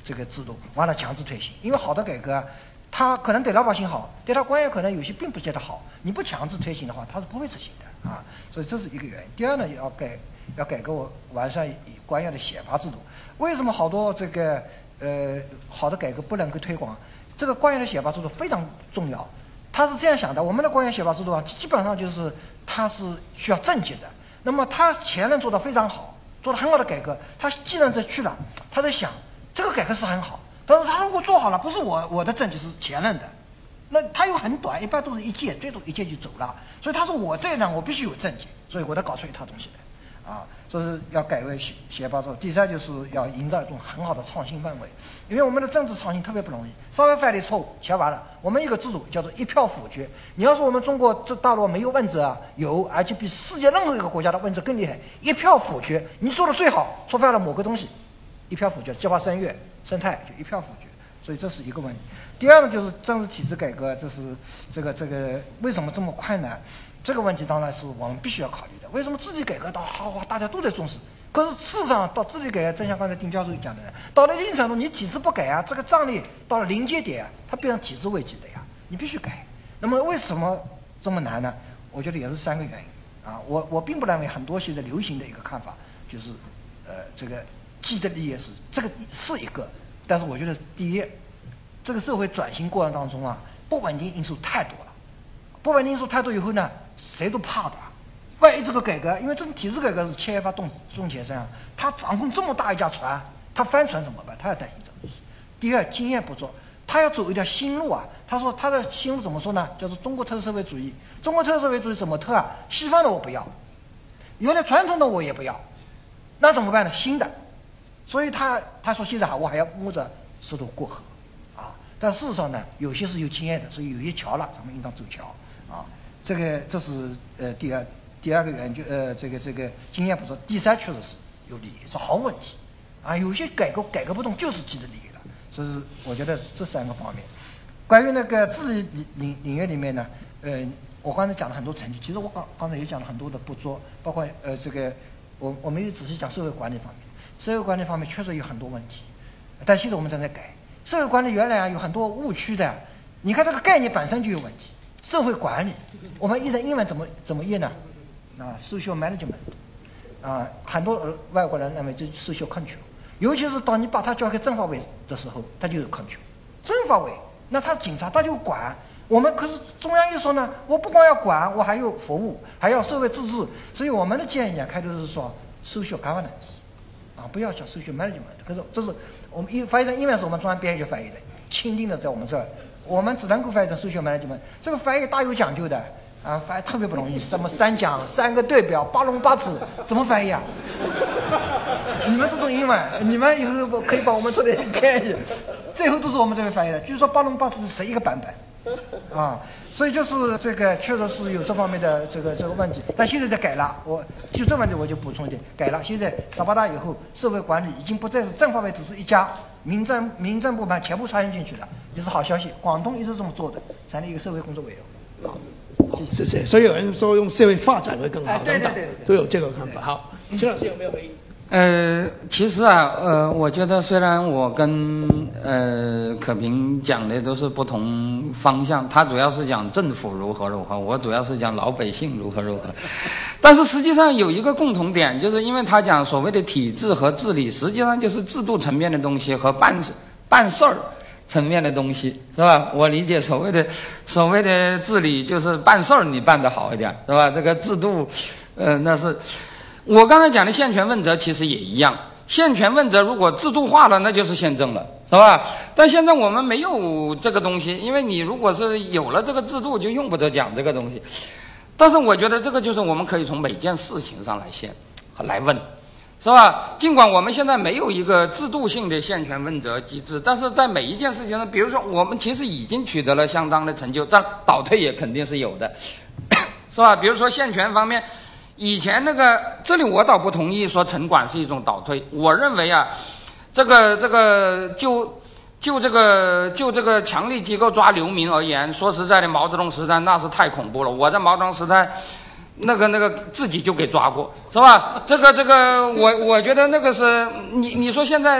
Speaker 3: 这个制度，完了强制推行。因为好的改革啊，它可能对老百姓好，对他官员可能有些并不见得好。你不强制推行的话，它是不会执行的啊。所以这是一个原因。第二呢，要改要改革完善官员的选拔制度。为什么好多这个呃好的改革不能够推广？这个官员的选拔制度非常重要。他是这样想的：我们的官员选拔制度啊，基本上就是他是需要政绩的。那么他前任做得非常好。做了很好的改革，他既然这去了，他在想这个改革是很好，但是他如果做好了，不是我我的政绩是前任的，那他又很短，一般都是一届，最多一届就走了，所以他说我这样我必须有政绩，所以我得搞出一套东西来，啊，所以是要改为协协办制度。第三就是要营造一种很好的创新氛围，因为我们的政治创新特别不容易，稍微犯点错误，写完了，我们一个制度叫做一票否决。你要说我们中国这大陆没有问责啊，有，而且比世界任何一个国家的问责更厉害，一票否决，你做的最好，触犯了某个东西，一票否决，计划生育、生态就一票否决，所以这是一个问题。第二呢，就是政治体制改革，这是这个这个为什么这么困难？这个问题当然是我们必须要考虑的。为什么治理改革到好好大家都在重视？可是事实上，到治理改革，正像刚才丁教授讲的，到了一定程度，你体制不改啊，这个张力到了临界点啊，它变成体制危机的呀，你必须改。那么为什么这么难呢？我觉得也是三个原因啊。我我并不认为很多现在流行的一个看法就是，呃，这个既得利益是这个是一个，但是我觉得第一，这个社会转型过程当中啊，不稳定因素太多了，不稳定因素太多以后呢，谁都怕的。万一这个改革，因为这种体制改革是牵一发动动全身啊，他掌控这么大一架船，他翻船怎么办？他要担心这个。第二，经验不足，他要走一条新路啊。他说他的新路怎么说呢？叫做中国特色社会主义。中国特色社会主义怎么特啊？西方的我不要，原来传统的我也不要，那怎么办呢？新的。所以他他说现在我还要摸着石头过河啊。但事实上呢，有些是有经验的，所以有些桥了，咱们应当走桥啊。这个这是呃第二。第二个原因就呃这个这个经验不足，第三确实是有利益，是好问题，啊，有些改革改革不动就是既得利益了，所以我觉得这三个方面。关于那个治理领领领域里面呢，呃，我刚才讲了很多成绩，其实我刚刚才也讲了很多的不足，包括呃这个我我没有仔细讲社会管理方面，社会管理方面确实有很多问题，但现在我们正在改。社会管理原来啊有很多误区的，你看这个概念本身就有问题。社会管理，我们译成英文怎么怎么译呢？啊 ，social management， 啊，很多外国人认为这 social control， 尤其是当你把它交给政法委的时候，它就有 control。政法委，那他警察他就管，我们可是中央一说呢，我不光要管，我还有服务，还要社会自治，所以我们的建议啊，开头是说 social governance， 啊，不要讲 social management， 可是这是我们一翻译成英文是我们中央编译就翻译的，钦定的在我们这儿，我们只能够翻译成 social management， 这个翻译大有讲究的。啊，翻译特别不容易，什么三讲、三个对表、八龙八尺，怎么翻译啊？你们都懂英文，你们以后可以帮我们做点建议。最后都是我们这边翻译的。据说八龙八尺是谁一个版本？啊，所以就是这个确实是有这方面的这个这个问题，但现在在改了。我就这问题我就补充一点，改了。现在十八大以后，社会管理已经不再是政法委只是一家，民政民政部门全部参与进去了，也是好消息。广东一直这么做的，成立一个社会工作委员会。好。
Speaker 2: 谢谢。所以有人说用社会发展会更好，
Speaker 3: 哎、对对对对
Speaker 2: 都有这个看法。好，秦老师有没有回应？
Speaker 4: 呃，其实啊，呃，我觉得虽然我跟呃可平讲的都是不同方向，他主要是讲政府如何如何，我主要是讲老百姓如何如何，但是实际上有一个共同点，就是因为他讲所谓的体制和治理，实际上就是制度层面的东西和办事办事儿层面的东西，是吧？我理解所谓的所谓的治理就是办事儿你办得好一点，是吧？这个制度，呃，那是我刚才讲的宪权问责其实也一样。宪权问责如果制度化了，那就是宪政了，是吧？但现在我们没有这个东西，因为你如果是有了这个制度，就用不着讲这个东西。但是我觉得这个就是我们可以从每件事情上来现来问。是吧？尽管我们现在没有一个制度性的宪权问责机制，但是在每一件事情上，比如说我们其实已经取得了相当的成就，但倒退也肯定是有的，是吧？比如说宪权方面，以前那个这里我倒不同意说城管是一种倒退，我认为啊，这个这个就就这个就这个强力机构抓流民而言，说实在的，毛泽东时代那是太恐怖了。我在毛泽东时代。那个那个自己就给抓过，是吧？这个这个，我我觉得那个是你你说现在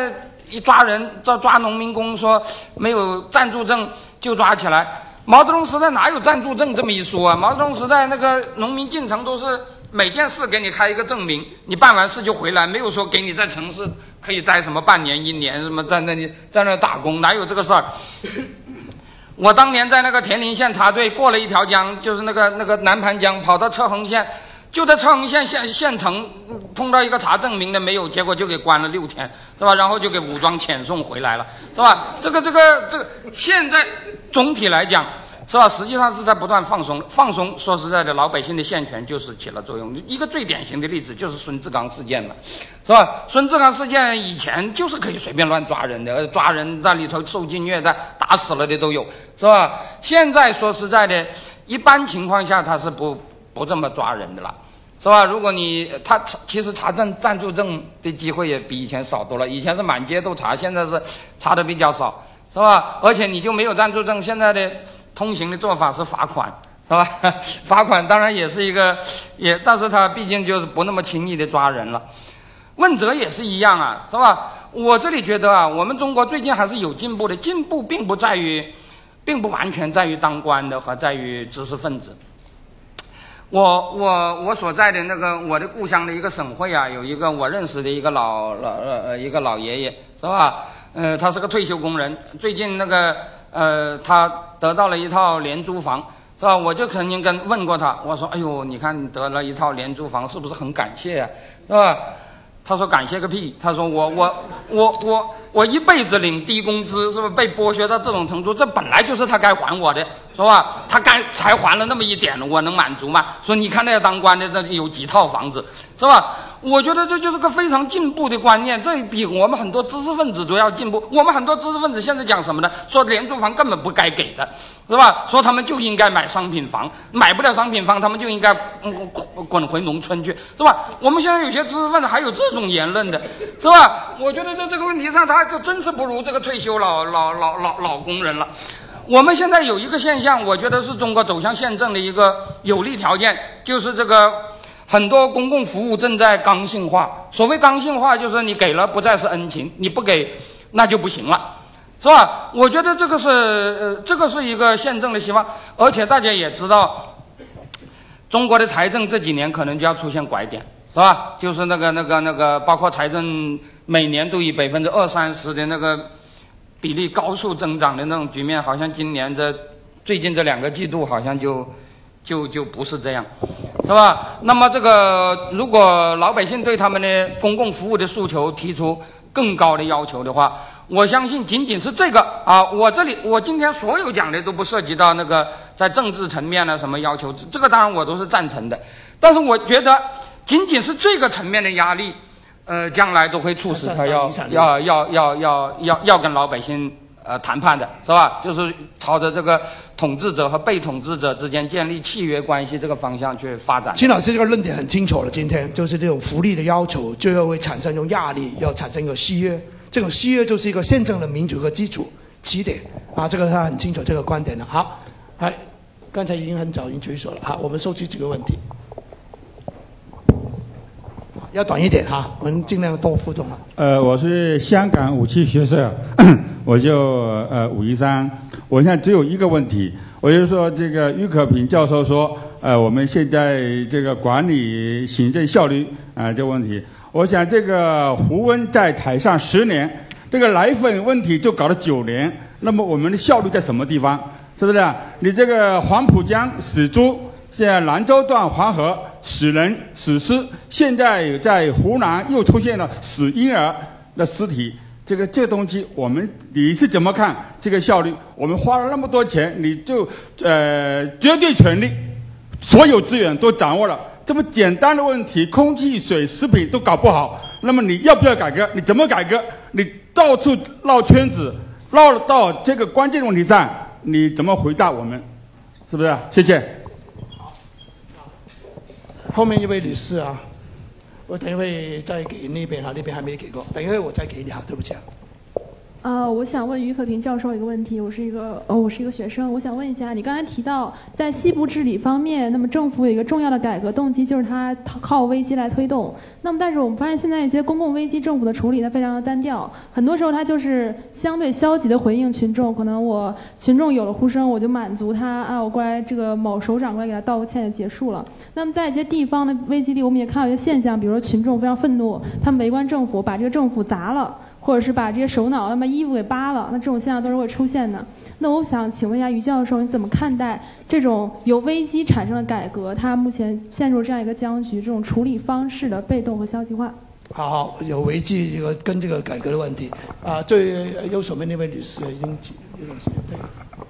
Speaker 4: 一抓人，抓抓农民工，说没有暂住证就抓起来。毛泽东时代哪有暂住证这么一说啊？毛泽东时代那个农民进城都是每件事给你开一个证明，你办完事就回来，没有说给你在城市可以待什么半年一年什么在那里在那打工，哪有这个事儿？我当年在那个田林县插队，过了一条江，就是那个那个南盘江，跑到车横县，就在车横县县县城碰到一个查证明的没有，结果就给关了六天，是吧？然后就给武装遣送回来了，是吧？这个这个这个，现在总体来讲，是吧？实际上是在不断放松，放松。说实在的，老百姓的宪权就是起了作用。一个最典型的例子就是孙志刚事件嘛，是吧？孙志刚事件以前就是可以随便乱抓人的，抓人在里头受尽虐待、打死了的都有，是吧？现在说实在的，一般情况下他是不不这么抓人的了。是吧？如果你他其实查证暂住证的机会也比以前少多了，以前是满街都查，现在是查的比较少，是吧？而且你就没有暂住证，现在的通行的做法是罚款，是吧？罚款当然也是一个，也但是他毕竟就是不那么轻易的抓人了。问责也是一样啊，是吧？我这里觉得啊，我们中国最近还是有进步的，进步并不在于，并不完全在于当官的和在于知识分子。我我我所在的那个我的故乡的一个省会啊，有一个我认识的一个老老呃一个老爷爷，是吧？呃，他是个退休工人，最近那个呃他得到了一套廉租房，是吧？我就曾经跟问过他，我说，哎呦，你看你得了一套廉租房，是不是很感谢啊？是吧？他说感谢个屁！他说我我我我我一辈子领低工资，是不是被剥削到这种程度？这本来就是他该还我的，是吧？他该才还了那么一点，我能满足吗？说你看那个当官的，那有几套房子，是吧？我觉得这就是个非常进步的观念，这比我们很多知识分子都要进步。我们很多知识分子现在讲什么呢？说廉租房根本不该给的，是吧？说他们就应该买商品房，买不了商品房，他们就应该嗯滚回农村去，是吧？我们现在有些知识分子还有这种言论的，是吧？我觉得在这个问题上，他就真是不如这个退休老老老老老工人了。我们现在有一个现象，我觉得是中国走向宪政的一个有利条件，就是这个很多公共服务正在刚性化。所谓刚性化，就是你给了不再是恩情，你不给那就不行了，是吧？我觉得这个是呃，这个是一个宪政的希望，而且大家也知道，中国的财政这几年可能就要出现拐点，是吧？就是那个那个那个，包括财政每年都以百分之二三十的那个比例高速增长的那种局面，好像今年这最近这两个季度好像就就就不是这样，是吧？那么这个如果老百姓对他们的公共服务的诉求提出更高的要求的话，我相信仅仅是这个啊，我这里我今天所有讲的都不涉及到那个在政治层面的什么要求，这个当然我都是赞成的，但是我觉得仅仅是这个层面的压力，呃，将来都会促使他要要要要要要要跟老百姓呃谈判的，是吧？就是朝着这个统治者和被统治者之间建立契约关系这个方向去发展。
Speaker 2: 金老师这个论点很清楚了，今天就是这种福利的要求，最后会产生一种压力，要产生一个契约。这种契约就是一个宪政的民主和基础起点啊，这个他很清楚这个观点的。好，哎，刚才已经很早已经举手了，好，我们收集几个问题，要短一点哈，我们尽量多互动啊。
Speaker 11: 呃，我是香港武器学社，我就呃武一山，我现在只有一个问题，我就说这个郁可平教授说，呃，我们现在这个管理行政效率啊、呃、这个问题。我想这个胡温在台上十年，这个奶粉问题就搞了九年，那么我们的效率在什么地方？是不是啊？你这个黄浦江死猪，现在兰州段黄河死人死尸，现在在湖南又出现了死婴儿的尸体，这个这个东西我们你是怎么看这个效率？我们花了那么多钱，你就呃绝对权力，所有资源都掌握了。这么简单的问题，空气、水、食品都搞不好，那么你要不要改革？你怎么改革？你到处绕圈子，绕到这个关键问题上，你怎么回答我们？是不是？谢谢。
Speaker 2: 后面一位女士啊，我等一会再给那边哈，那边还没给过，等一会我再给你哈，对不起啊。
Speaker 12: 呃，我想问于可平教授一个问题，我是一个呃，我是一个学生，我想问一下，你刚才提到在西部治理方面，那么政府有一个重要的改革动机，就是它靠危机来推动。那么，但是我们发现现在一些公共危机，政府的处理它非常的单调，很多时候它就是相对消极的回应群众，可能我群众有了呼声，我就满足他啊，我过来这个某首长过来给他道个歉就结束了。那么在一些地方的危机里，我们也看到一些现象，比如说群众非常愤怒，他们围观政府，把这个政府砸了。或者是把这些首脑他们衣服给扒了，那这种现象都是会出现的。那我想请问一下于教授，你怎么看待这种由危机产生的改革？它目前陷入这样一个僵局，这种处理方式的被动和消极化？
Speaker 2: 好，好，有危机这个跟这个改革的问题啊，最右手边那位女士已经有点时间对。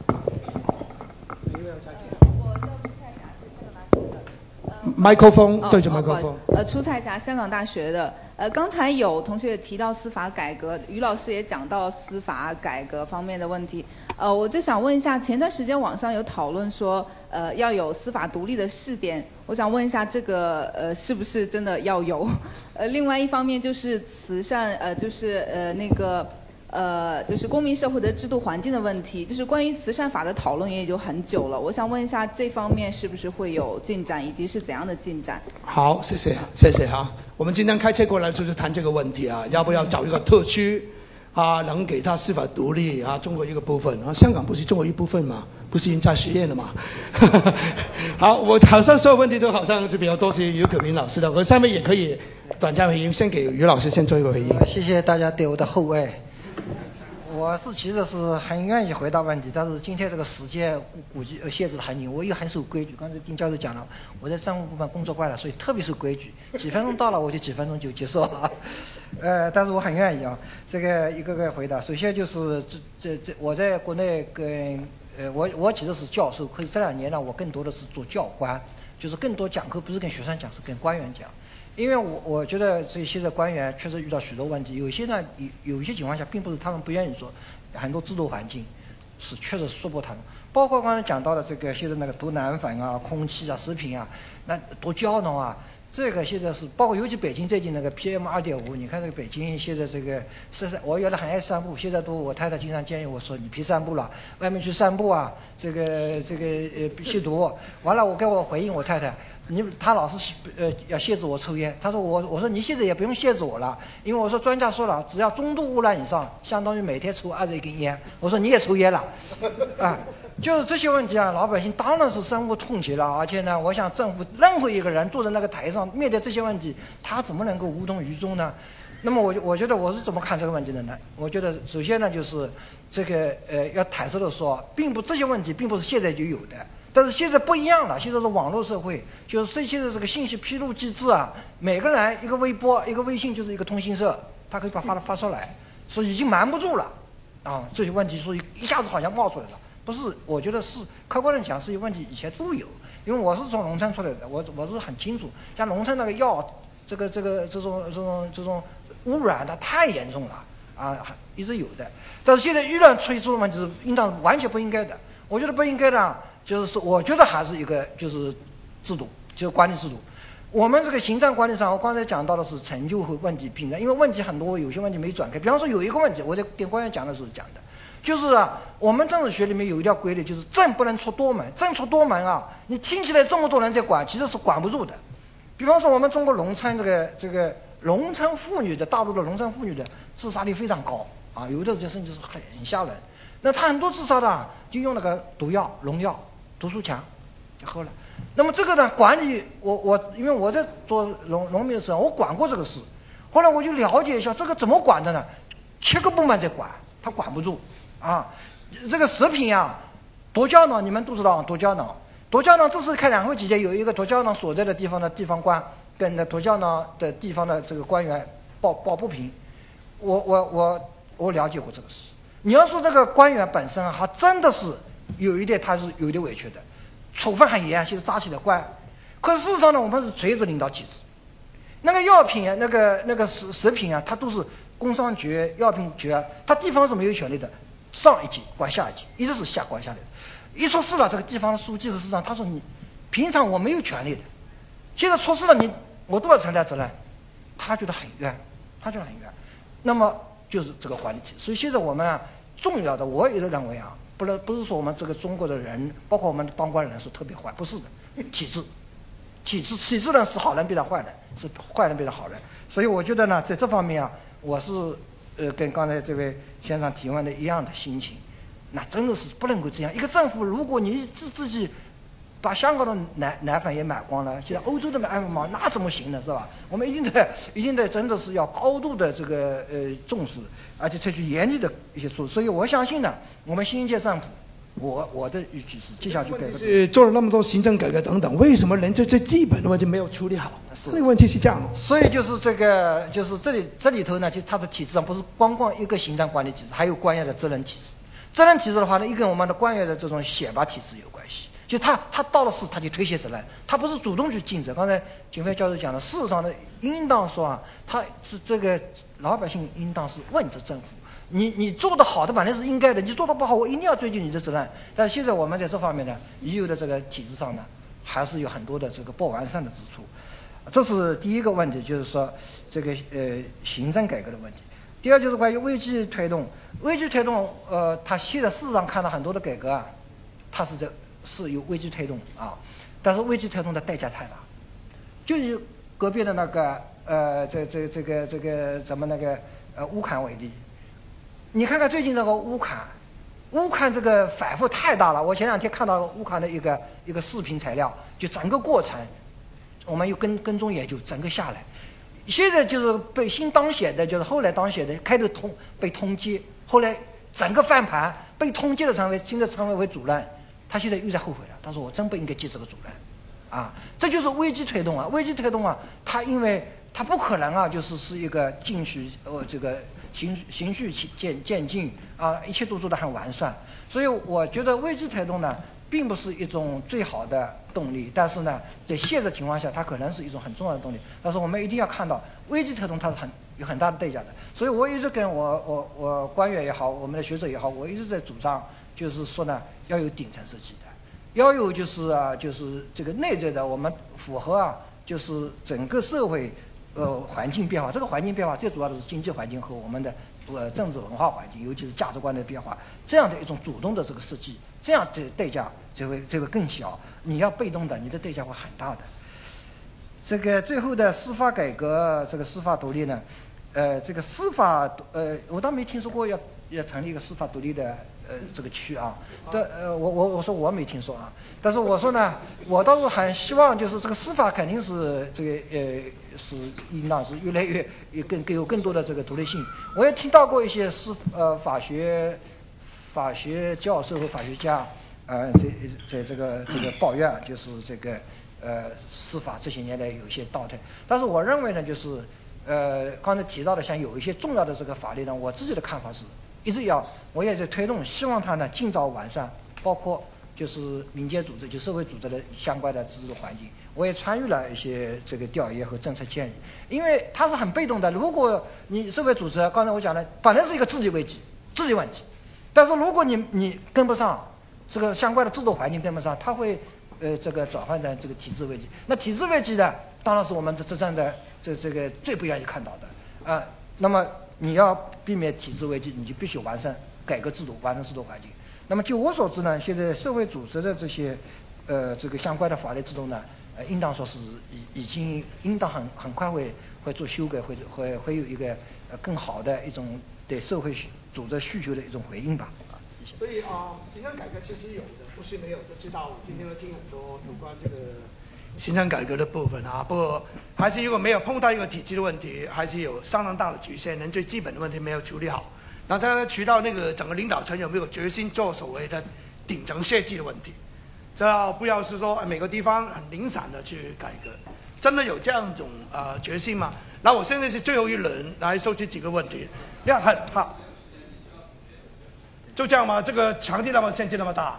Speaker 2: 麦克风对着麦克风。
Speaker 13: 呃，出彩霞，香港大学的。呃，刚才有同学也提到司法改革，于老师也讲到司法改革方面的问题。呃，我就想问一下，前段时间网上有讨论说，呃，要有司法独立的试点，我想问一下，这个呃是不是真的要有？呃，另外一方面就是慈善，呃，就是呃那个。呃，就是公民社会的制度环境的问题，就是关于慈善法的讨论也已经很久了。我想问一下，这方面是不是会有进展，以及是怎样的进展？
Speaker 2: 好，谢谢，谢谢哈。我们今天开车过来就是谈这个问题啊，要不要找一个特区啊，能给他司法独立啊？中国一个部分啊，香港不是中国一部分嘛，不是已经在实验了嘛？好，我好像所有问题都好像是比较多是于可明老师的，我下面也可以短暂回应，先给于老师先做一个回应。
Speaker 3: 谢谢大家对我的厚爱。我是其实是很愿意回答问题，但是今天这个时间估计限制得很紧，我也很守规矩。刚才丁教授讲了，我在政务部门工作惯了，所以特别守规矩，几分钟到了我就几分钟就结束了。呃，但是我很愿意啊，这个一个个回答。首先就是这这这，我在国内跟呃我我其实是教授，可是这两年呢，我更多的是做教官，就是更多讲课不是跟学生讲，是跟官员讲。因为我我觉得这些的官员确实遇到许多问题，有些呢有有一些情况下并不是他们不愿意做，很多制度环境是确实说不通，包括刚才讲到的这个现在那个毒奶粉啊、空气啊、食品啊，那毒胶囊啊，这个现在是包括尤其北京最近那个 P M 二点五，你看这个北京现在这个是我原来很爱散步，现在都我太太经常建议我说你别散步了，外面去散步啊，这个这个呃吸毒，完了我跟我回应我太太。你他老是呃要限制我抽烟，他说我我说你现在也不用限制我了，因为我说专家说了，只要中度污染以上，相当于每天抽二十一根烟。我说你也抽烟了，啊，就是这些问题啊，老百姓当然是深恶痛绝了。而且呢，我想政府任何一个人坐在那个台上面对这些问题，他怎么能够无动于衷呢？那么我我觉得我是怎么看这个问题的呢？我觉得首先呢，就是这个呃要坦率的说，并不这些问题并不是现在就有的。但是现在不一样了，现在是网络社会，就是现在这个信息披露机制啊，每个人一个微博、一个微信就是一个通讯社，他可以把它发出来，所以已经瞒不住了，啊，这些问题所以一下子好像冒出来了，不是？我觉得是客观的讲，这些问题以前都有，因为我是从农村出来的，我我是很清楚，像农村那个药，这个这个这种这种这种污染它太严重了啊，一直有的，但是现在依然推出的问题是应当完全不应该的，我觉得不应该的。就是说，我觉得还是一个就是制度，就是管理制度。我们这个行政管理上，我刚才讲到的是成就和问题并在，因为问题很多，有些问题没转开。比方说有一个问题，我在跟官员讲的时候讲的，就是啊，我们政治学里面有一条规律，就是政不能出多门，政出多门啊，你听起来这么多人在管，其实是管不住的。比方说我们中国农村这个这个农村妇女的，大陆的农村妇女的自杀率非常高啊，有的就甚至是很吓人。那他很多自杀的啊就用那个毒药、农药。毒素强，就喝了。那么这个呢，管理我我因为我在做农农民的时候，我管过这个事。后来我就了解一下这个怎么管的呢？七个部门在管，他管不住啊。这个食品啊，毒胶囊你们都知道，毒胶囊，毒胶囊这次开两会期间，有一个毒胶囊所在的地方的地方官跟那毒胶囊的地方的这个官员报报不平。我我我我了解过这个事。你要说这个官员本身啊，他真的是。有一点他是有点委屈的，处分很严，就是抓起来关。可是事实上呢，我们是垂直领导体制，那个药品啊，那个那个食食品啊，它都是工商局、药品局啊，它地方是没有权利的，上一级管下一级，一直是下管下来的。一出事了，这个地方的书记和市长他说你平常我没有权利的，现在出事了你我都要承担责任，他觉得很冤，他觉得很冤。那么就是这个管理体制。所以现在我们啊，重要的我也认为啊，不能不是说我们这个中国的人，包括我们当官人是特别坏，不是的，体制，体制体制呢是好人变成坏人，是坏人变成好人。所以我觉得呢，在这方面啊，我是呃跟刚才这位先生提问的一样的心情。那真的是不能够这样。一个政府，如果你自自己把香港的奶奶粉也买光了，现在欧洲的奶粉嘛，那怎么行呢？是吧？我们一定得，一定得，真的是要高度的这个呃重视，而且采取严厉的一些措施。所以我相信呢，我们新一届政府，我我的预计是接下去改革。
Speaker 2: 是做了那么多行政改革等等，为什么连这最基本的问题没有处理好？这个问题是这样的。
Speaker 3: 所以就是这个，就是这里这里头呢，就它的体制上不是光光一个行政管理体制，还有官员的责任体制。责任体制的话呢，也跟我们的官员的这种选拔体制有关系。就他他到了事他就推卸责任，他不是主动去尽责。刚才景飞教授讲的，事实上呢，应当说啊，他是这个老百姓应当是问责政府。你你做得好的本来是应该的，你做得不好，我一定要追究你的责任。但是现在我们在这方面呢，已有的这个体制上呢，还是有很多的这个不完善的之处。这是第一个问题，就是说这个呃行政改革的问题。第二就是关于危机推动，危机推动，呃，他现在事实上看到很多的改革啊，它是这是有危机推动啊，但是危机推动的代价太大。就以隔壁的那个呃，这这这个这个咱们那个呃乌坎为例，你看看最近那个乌坎，乌坎这个反复太大了。我前两天看到乌坎的一个一个视频材料，就整个过程，我们又跟跟踪研究，整个下来。现在就是被新当选的，就是后来当选的，开头通被通缉，后来整个翻盘，被通缉的成为现在成为为主任，他现在又在后悔了。他说我真不应该接这个主任，啊，这就是危机推动啊，危机推动啊，他因为他不可能啊，就是是一个进序呃这个循循序渐渐进啊，一切都做得很完善，所以我觉得危机推动呢，并不是一种最好的动力，但是呢，在现在情况下，它可能是一种很重要的动力。但是我们一定要看到，危机推动它是很有很大的代价的。所以我一直跟我我我官员也好，我们的学者也好，我一直在主张，就是说呢，要有顶层设计的，要有就是啊，就是这个内在的，我们符合啊，就是整个社会呃环境变化。这个环境变化最主要的是经济环境和我们的呃政治文化环境，尤其是价值观的变化，这样的一种主动的这个设计，这样这代价就会就会更小。你要被动的，你的代价会很大的。这个最后的司法改革，这个司法独立呢，呃，这个司法呃，我倒没听说过要要成立一个司法独立的呃这个区啊。但呃，我我我说我没听说啊。但是我说呢，我倒是很希望，就是这个司法肯定是这个呃是应当是越来越也更更有更多的这个独立性。我也听到过一些司呃法学法学教授和法学家。呃，这这这个这个抱怨就是这个呃司法这些年来有一些倒退，但是我认为呢，就是呃刚才提到的像有一些重要的这个法律呢，我自己的看法是，一直要我也在推动，希望它呢尽早完善，包括就是民间组织就社会组织的相关的制度环境，我也参与了一些这个调研和政策建议，因为它是很被动的，如果你社会组织刚才我讲的本来是一个治理危机、治理问题，但是如果你你跟不上。这个相关的制度环境跟不上，它会呃这个转换成这个体制危机。那体制危机呢，当然是我们这这站的这这个最不愿意看到的啊。那么你要避免体制危机，你就必须完善改革制度，完善制度环境。那么就我所知呢，现在社会组织的这些呃这个相关的法律制度呢，呃应当说是已已经应当很很快会会做修改，会会会有一个呃更好的一种对社会组织需求的一种回应吧。
Speaker 2: 所以啊，行政改革其实有的，不是没有。都知道，我今天都听很多有关这个行政改革的部分啊。不过还是如果没有碰到一个体制的问题，还是有相当大的局限，连最基本的问题没有处理好。然后他呢，提到那个整个领导层有没有决心做所谓的顶层设计的问题，这要不要是说每个地方很零散的去改革，真的有这样一种呃决心吗？那我现在是最后一轮来收集几个问题，要很好。就这样吗？这个场地那么限制那么大，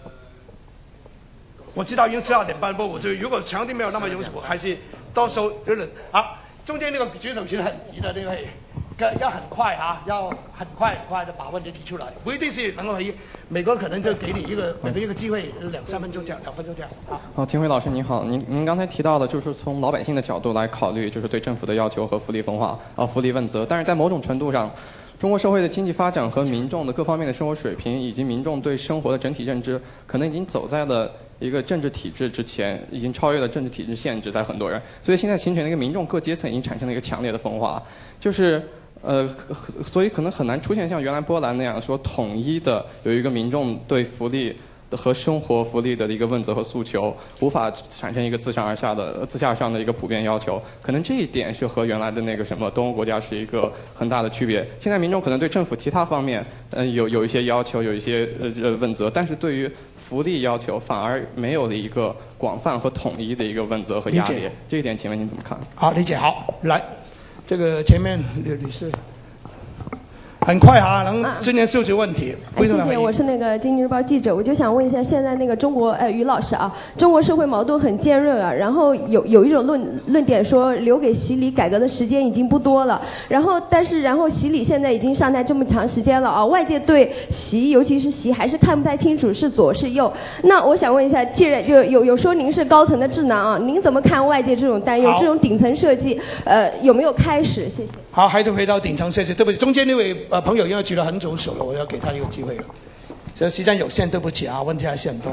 Speaker 2: 我知道已经十二点半，不，我就如果场地没有那么拥挤，我还是多收一轮。好，中间那个举手其实很急的，那位要很快啊，要很快很快的把问题提出来，不一定是能够一，美国可能就给你一个每个一个机会，两三分钟这样，两分钟这样。好，
Speaker 14: 好，廷辉老师您好，您您刚才提到的就是从老百姓的角度来考虑，就是对政府的要求和福利分化啊，福利问责，但是在某种程度上。 中国社会的经济发展和民众的各方面的生活水平，以及民众对生活的整体认知，可能已经走在了一个政治体制之前，已经超越了政治体制限制，在很多人，所以现在形成了一个民众各阶层已经产生了一个强烈的分化，就是呃，所以可能很难出现像原来波兰那样说统一的有一个民众对福利和生活福利的一个问责和诉求，无法产生一个自上而下的、自下而上的一个普遍要求。可能这一点是和原来的那个什么东欧国家是一个很大的区别。现在民众可能对政府其他方面，嗯、呃，有有一些要求，有一些呃问责，但是对于福利要求反而没有了一个广泛和统一的一个问责和压力。这一点，请问您怎么看？
Speaker 2: 好，理解。好，来，这个前面吕女士。很快哈、啊，能今年数学问题。
Speaker 15: 哎，谢谢，我是那个《经济日报》记者，我就想问一下，现在那个中国，呃，于老师啊，中国社会矛盾很尖锐啊，然后有有一种论论点说，留给习李改革的时间已经不多了，然后但是然后习李现在已经上台这么长时间了啊，外界对习，尤其是习还是看不太清楚是左是右。那我想问一下，既然就有有说您是高层的智囊啊，您怎么看外界这种担忧？这种顶层设计，呃，有没有开始？谢谢。
Speaker 2: 好，还是回到顶层设计。对不起，中间那位呃朋友因为举了很久手了，我要给他一个机会了。所以时间有限，对不起啊，问题还是很多。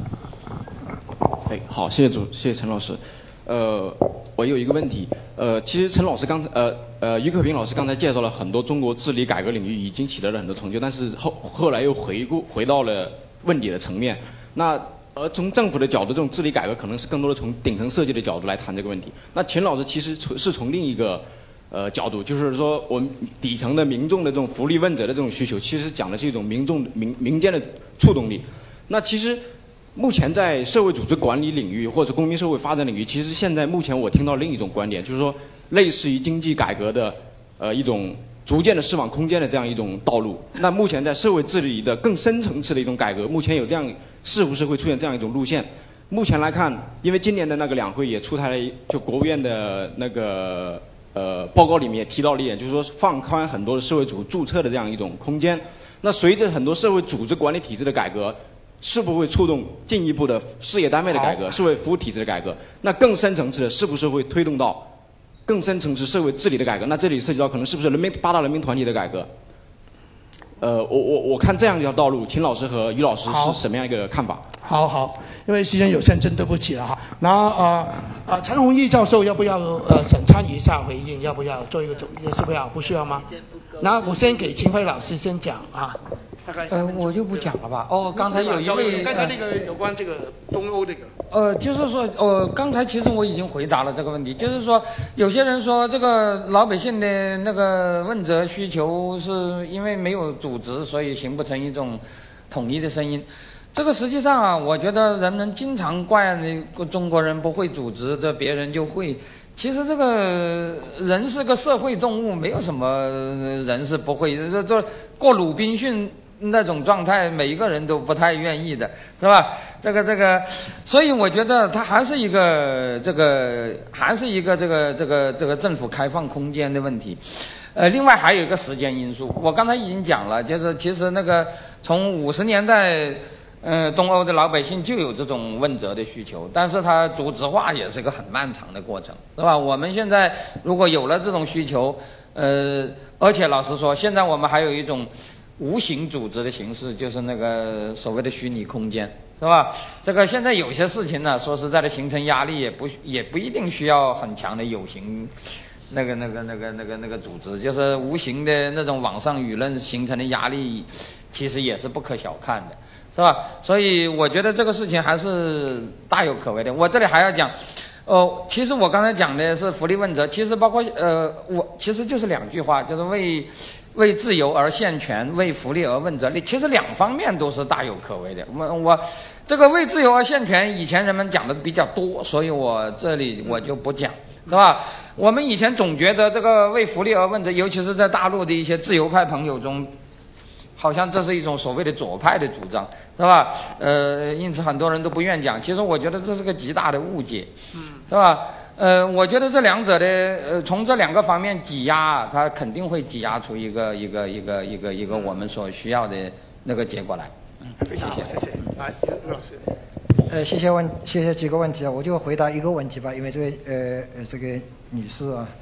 Speaker 16: 哎，好，谢谢主，谢谢陈老师。呃，我有一个问题，呃，其实陈老师刚才，呃呃，于可平老师刚才介绍了很多中国治理改革领域已经取得了很多成就，但是后后来又回顾回到了问题的层面。那而从政府的角度，这种治理改革可能是更多的从顶层设计的角度来谈这个问题。那秦老师其实是从另一个呃角度，就是说我们底层的民众的这种福利问责的这种需求，其实讲的是一种民众民民间的触动力。那其实目前在社会组织管理领域或者公民社会发展领域，其实现在目前我听到另一种观点，就是说类似于经济改革的呃一种逐渐的释放空间的这样一种道路。那目前在社会治理的更深层次的一种改革，目前有这样是不是会出现这样一种路线？目前来看，因为今年的那个两会也出台了，就国务院的那个呃报告里面也提到了一点，就是说放宽很多的社会组织注册的这样一种空间。那随着很多社会组织管理体制的改革，是不是会触动进一步的事业单位的改革，社会服务体制的改革？那更深层次的，是不是会推动到更深层次社会治理的改革？那这里涉及到可能是不是人民八大人民团体的改革？呃，我我我看这样一条道路，秦老师和于老师是什么样一个看法？
Speaker 2: 好好，因为时间有限，真对不起了哈。然后呃呃，陈弘毅教授要不要呃想参与一下回应？要不要做一个总结？是不要？不需要吗？然后我先给秦晖老师先讲啊。
Speaker 4: 呃，我就不讲了吧。哦，刚才有一位，
Speaker 2: 刚才那个有关这个东欧这个。
Speaker 4: 呃，就是说，呃，刚才其实我已经回答了这个问题，就是说，有些人说这个老百姓的那个问责需求是因为没有组织，所以形不成一种统一的声音。这个实际上啊，我觉得人们经常怪那个中国人不会组织，这别人就会。其实这个人是个社会动物，没有什么人是不会，这这过鲁滨逊那种状态，每一个人都不太愿意的，是吧？这个这个，所以我觉得它还是一个这个，还是一个这个这个这个政府开放空间的问题。呃，另外还有一个时间因素，我刚才已经讲了，就是其实那个从五十年代。呃，东欧的老百姓就有这种问责的需求，但是它组织化也是个很漫长的过程，是吧？我们现在如果有了这种需求，呃，而且老实说，现在我们还有一种无形组织的形式，就是那个所谓的虚拟空间，是吧？这个现在有些事情呢，说实在的，形成压力也不也不一定需要很强的有形。那个、那个、那个、那个、那个组织，就是无形的那种网上舆论形成的压力，其实也是不可小看的，是吧？所以我觉得这个事情还是大有可为的。我这里还要讲，哦，其实我刚才讲的是福利问责，其实包括呃，我其实就是两句话，就是为为自由而献权，为福利而问责。其实两方面都是大有可为的。我我这个为自由而献权，以前人们讲的比较多，所以我这里我就不讲。是吧？我们以前总觉得这个为福利而问责，尤其是在大陆的一些自由派朋友中，好像这是一种所谓的左派的主张，是吧？呃，因此很多人都不愿讲。其实我觉得这是个极大的误解，是吧？呃，我觉得这两者的呃，从这两个方面挤压，它肯定会挤压出一个一个一个一个一个我们所需要的那个结果来。嗯，
Speaker 2: 非常好，谢谢。来，陆老师。
Speaker 3: 呃，谢谢问，谢谢几个问题啊，我就回答一个问题吧，因为这位呃呃这个女士啊，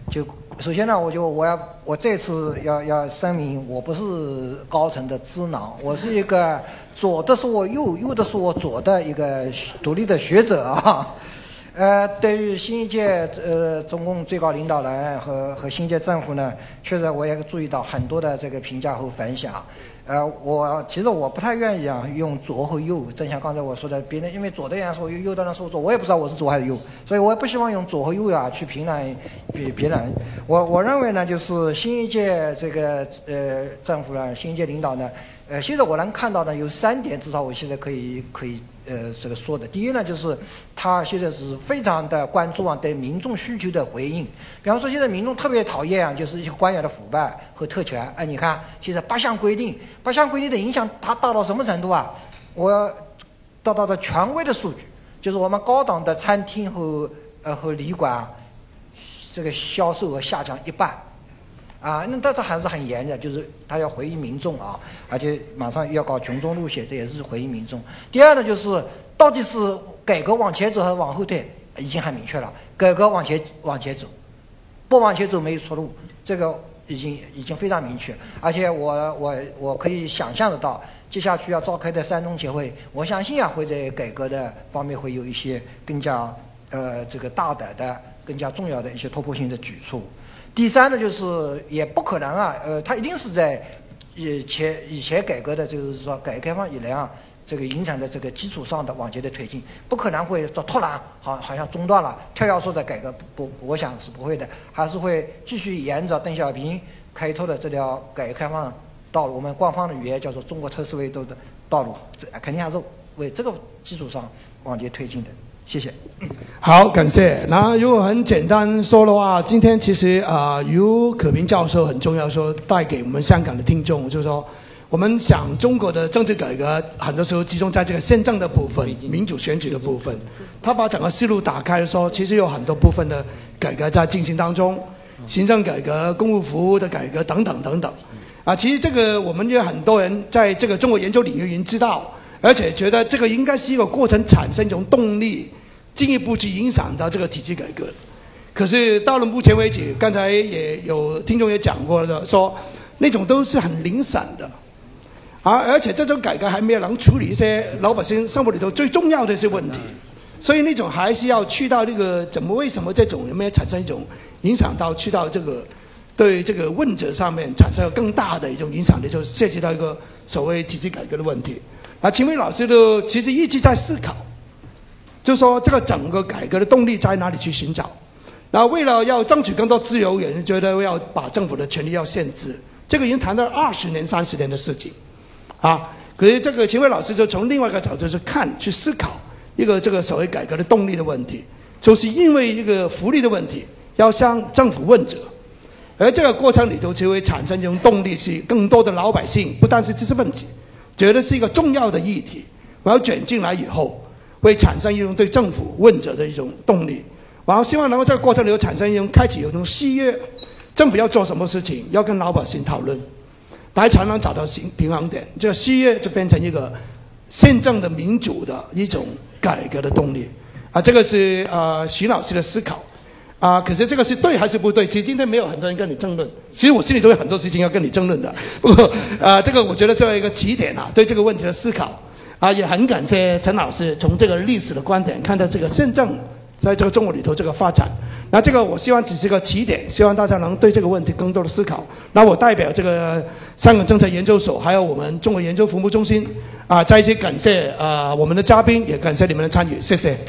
Speaker 3: 就首先呢，我就我要我这次要要声明，我不是高层的智囊，我是一个左的是我右，右的是我左的一个独立的学者啊。呃，对于新一届呃中共最高领导人和和新一届政府呢，确实我也注意到很多的这个评价和反响。呃，我其实我不太愿意啊用左和右，正像刚才我说的，别人因为左的人说右，右的人说左，我也不知道我是左还是右，所以我也不希望用左和右啊去评论别别人。我我认为呢，就是新一届这个呃政府呢，新一届领导呢，呃，现在我能看到呢有三点，至少我现在可以可以。呃，这个说的，第一呢，就是他现在是非常的关注啊，对民众需求的回应。比方说，现在民众特别讨厌啊，就是一些官员的腐败和特权。哎，你看现在八项规定，八项规定的影响，它大到什么程度啊？我得到的权威的数据，就是我们高档的餐厅和呃和旅馆啊，这个销售额下降一半。啊，那但是还是很严的，就是他要回应民众啊，而且马上要搞群众路线，这也是回应民众。第二呢，就是到底是改革往前走还是往后退，已经很明确了，改革往前往前走，不往前走没有出路，这个已经已经非常明确。而且我我我可以想象得到，接下去要召开的三中协会，我相信啊会在改革的方面会有一些更加呃这个大胆的、更加重要的一些突破性的举措。第三呢，就是也不可能啊，呃，他一定是在以前以前改革的，就是说改革开放以来啊，这个影响的这个基础上的往前的推进，不可能会到突然好好像中断了，跳跃式的改革不，我想是不会的，还是会继续沿着邓小平开拓的这条改革开放道路，我们官方的语言叫做中国特色味道的道路，这肯定还是为这个基础上往前推进的。谢谢。
Speaker 2: 好，感谢。那如果很简单说的话，今天其实啊、呃，尤可平教授很重要，说带给我们香港的听众，就是说，我们想中国的政治改革，很多时候集中在这个宪政的部分、民主选举的部分。他把整个思路打开的时候，其实有很多部分的改革在进行当中，行政改革、公务服务的改革等等等等。啊，其实这个我们有很多人在这个中国研究领域已经知道。而且觉得这个应该是一个过程，产生一种动力，进一步去影响到这个体制改革。可是到了目前为止，刚才也有听众也讲过了，说那种都是很零散的，啊，而且这种改革还没有能处理一些老百姓生活里头最重要的一些问题，所以那种还是要去到这个怎么为什么这种有没有产生一种影响到去到这个对这个问责上面产生更大的一种影响力，就涉及到一个所谓体制改革的问题。啊，秦伟老师呢，其实一直在思考，就是说这个整个改革的动力在哪里去寻找。然后为了要争取更多自由，有人觉得要把政府的权力要限制，这个已经谈到二十年、三十年的事情，啊，可是这个秦伟老师就从另外一个角度去看、去思考一个这个所谓改革的动力的问题，就是因为一个福利的问题，要向政府问责，而这个过程里头就会产生一种动力，是更多的老百姓，不单是知识分子。觉得是一个重要的议题，我要卷进来以后，会产生一种对政府问责的一种动力。然后希望能够在这个过程里头产生一种开启有一种契约，政府要做什么事情，要跟老百姓讨论，来才能找到平平衡点。这个契约就变成一个宪政的民主的一种改革的动力。啊，这个是呃徐老师的思考。啊，可是这个是对还是不对？其实今天没有很多人跟你争论，其实我心里都有很多事情要跟你争论的。不过，啊，这个我觉得是一个起点啊，对这个问题的思考。啊，也很感谢陈老师从这个历史的观点看到这个宪政在这个中国里头这个发展。那这个我希望只是个起点，希望大家能对这个问题更多的思考。那我代表这个香港政策研究所，还有我们中国研究服务中心，啊，再一次感谢啊我们的嘉宾，也感谢你们的参与，谢谢。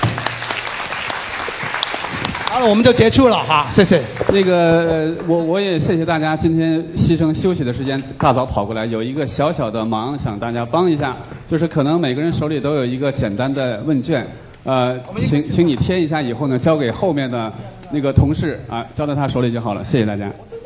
Speaker 2: 好了，我们就结束了哈，谢谢。
Speaker 17: 那个，我我也谢谢大家今天牺牲休息的时间，大早跑过来。有一个小小的忙，想大家帮一下，就是可能每个人手里都有一个简单的问卷，呃，请请你填一下，以后呢交给后面的那个同事啊，交到他手里就好了。谢谢大家。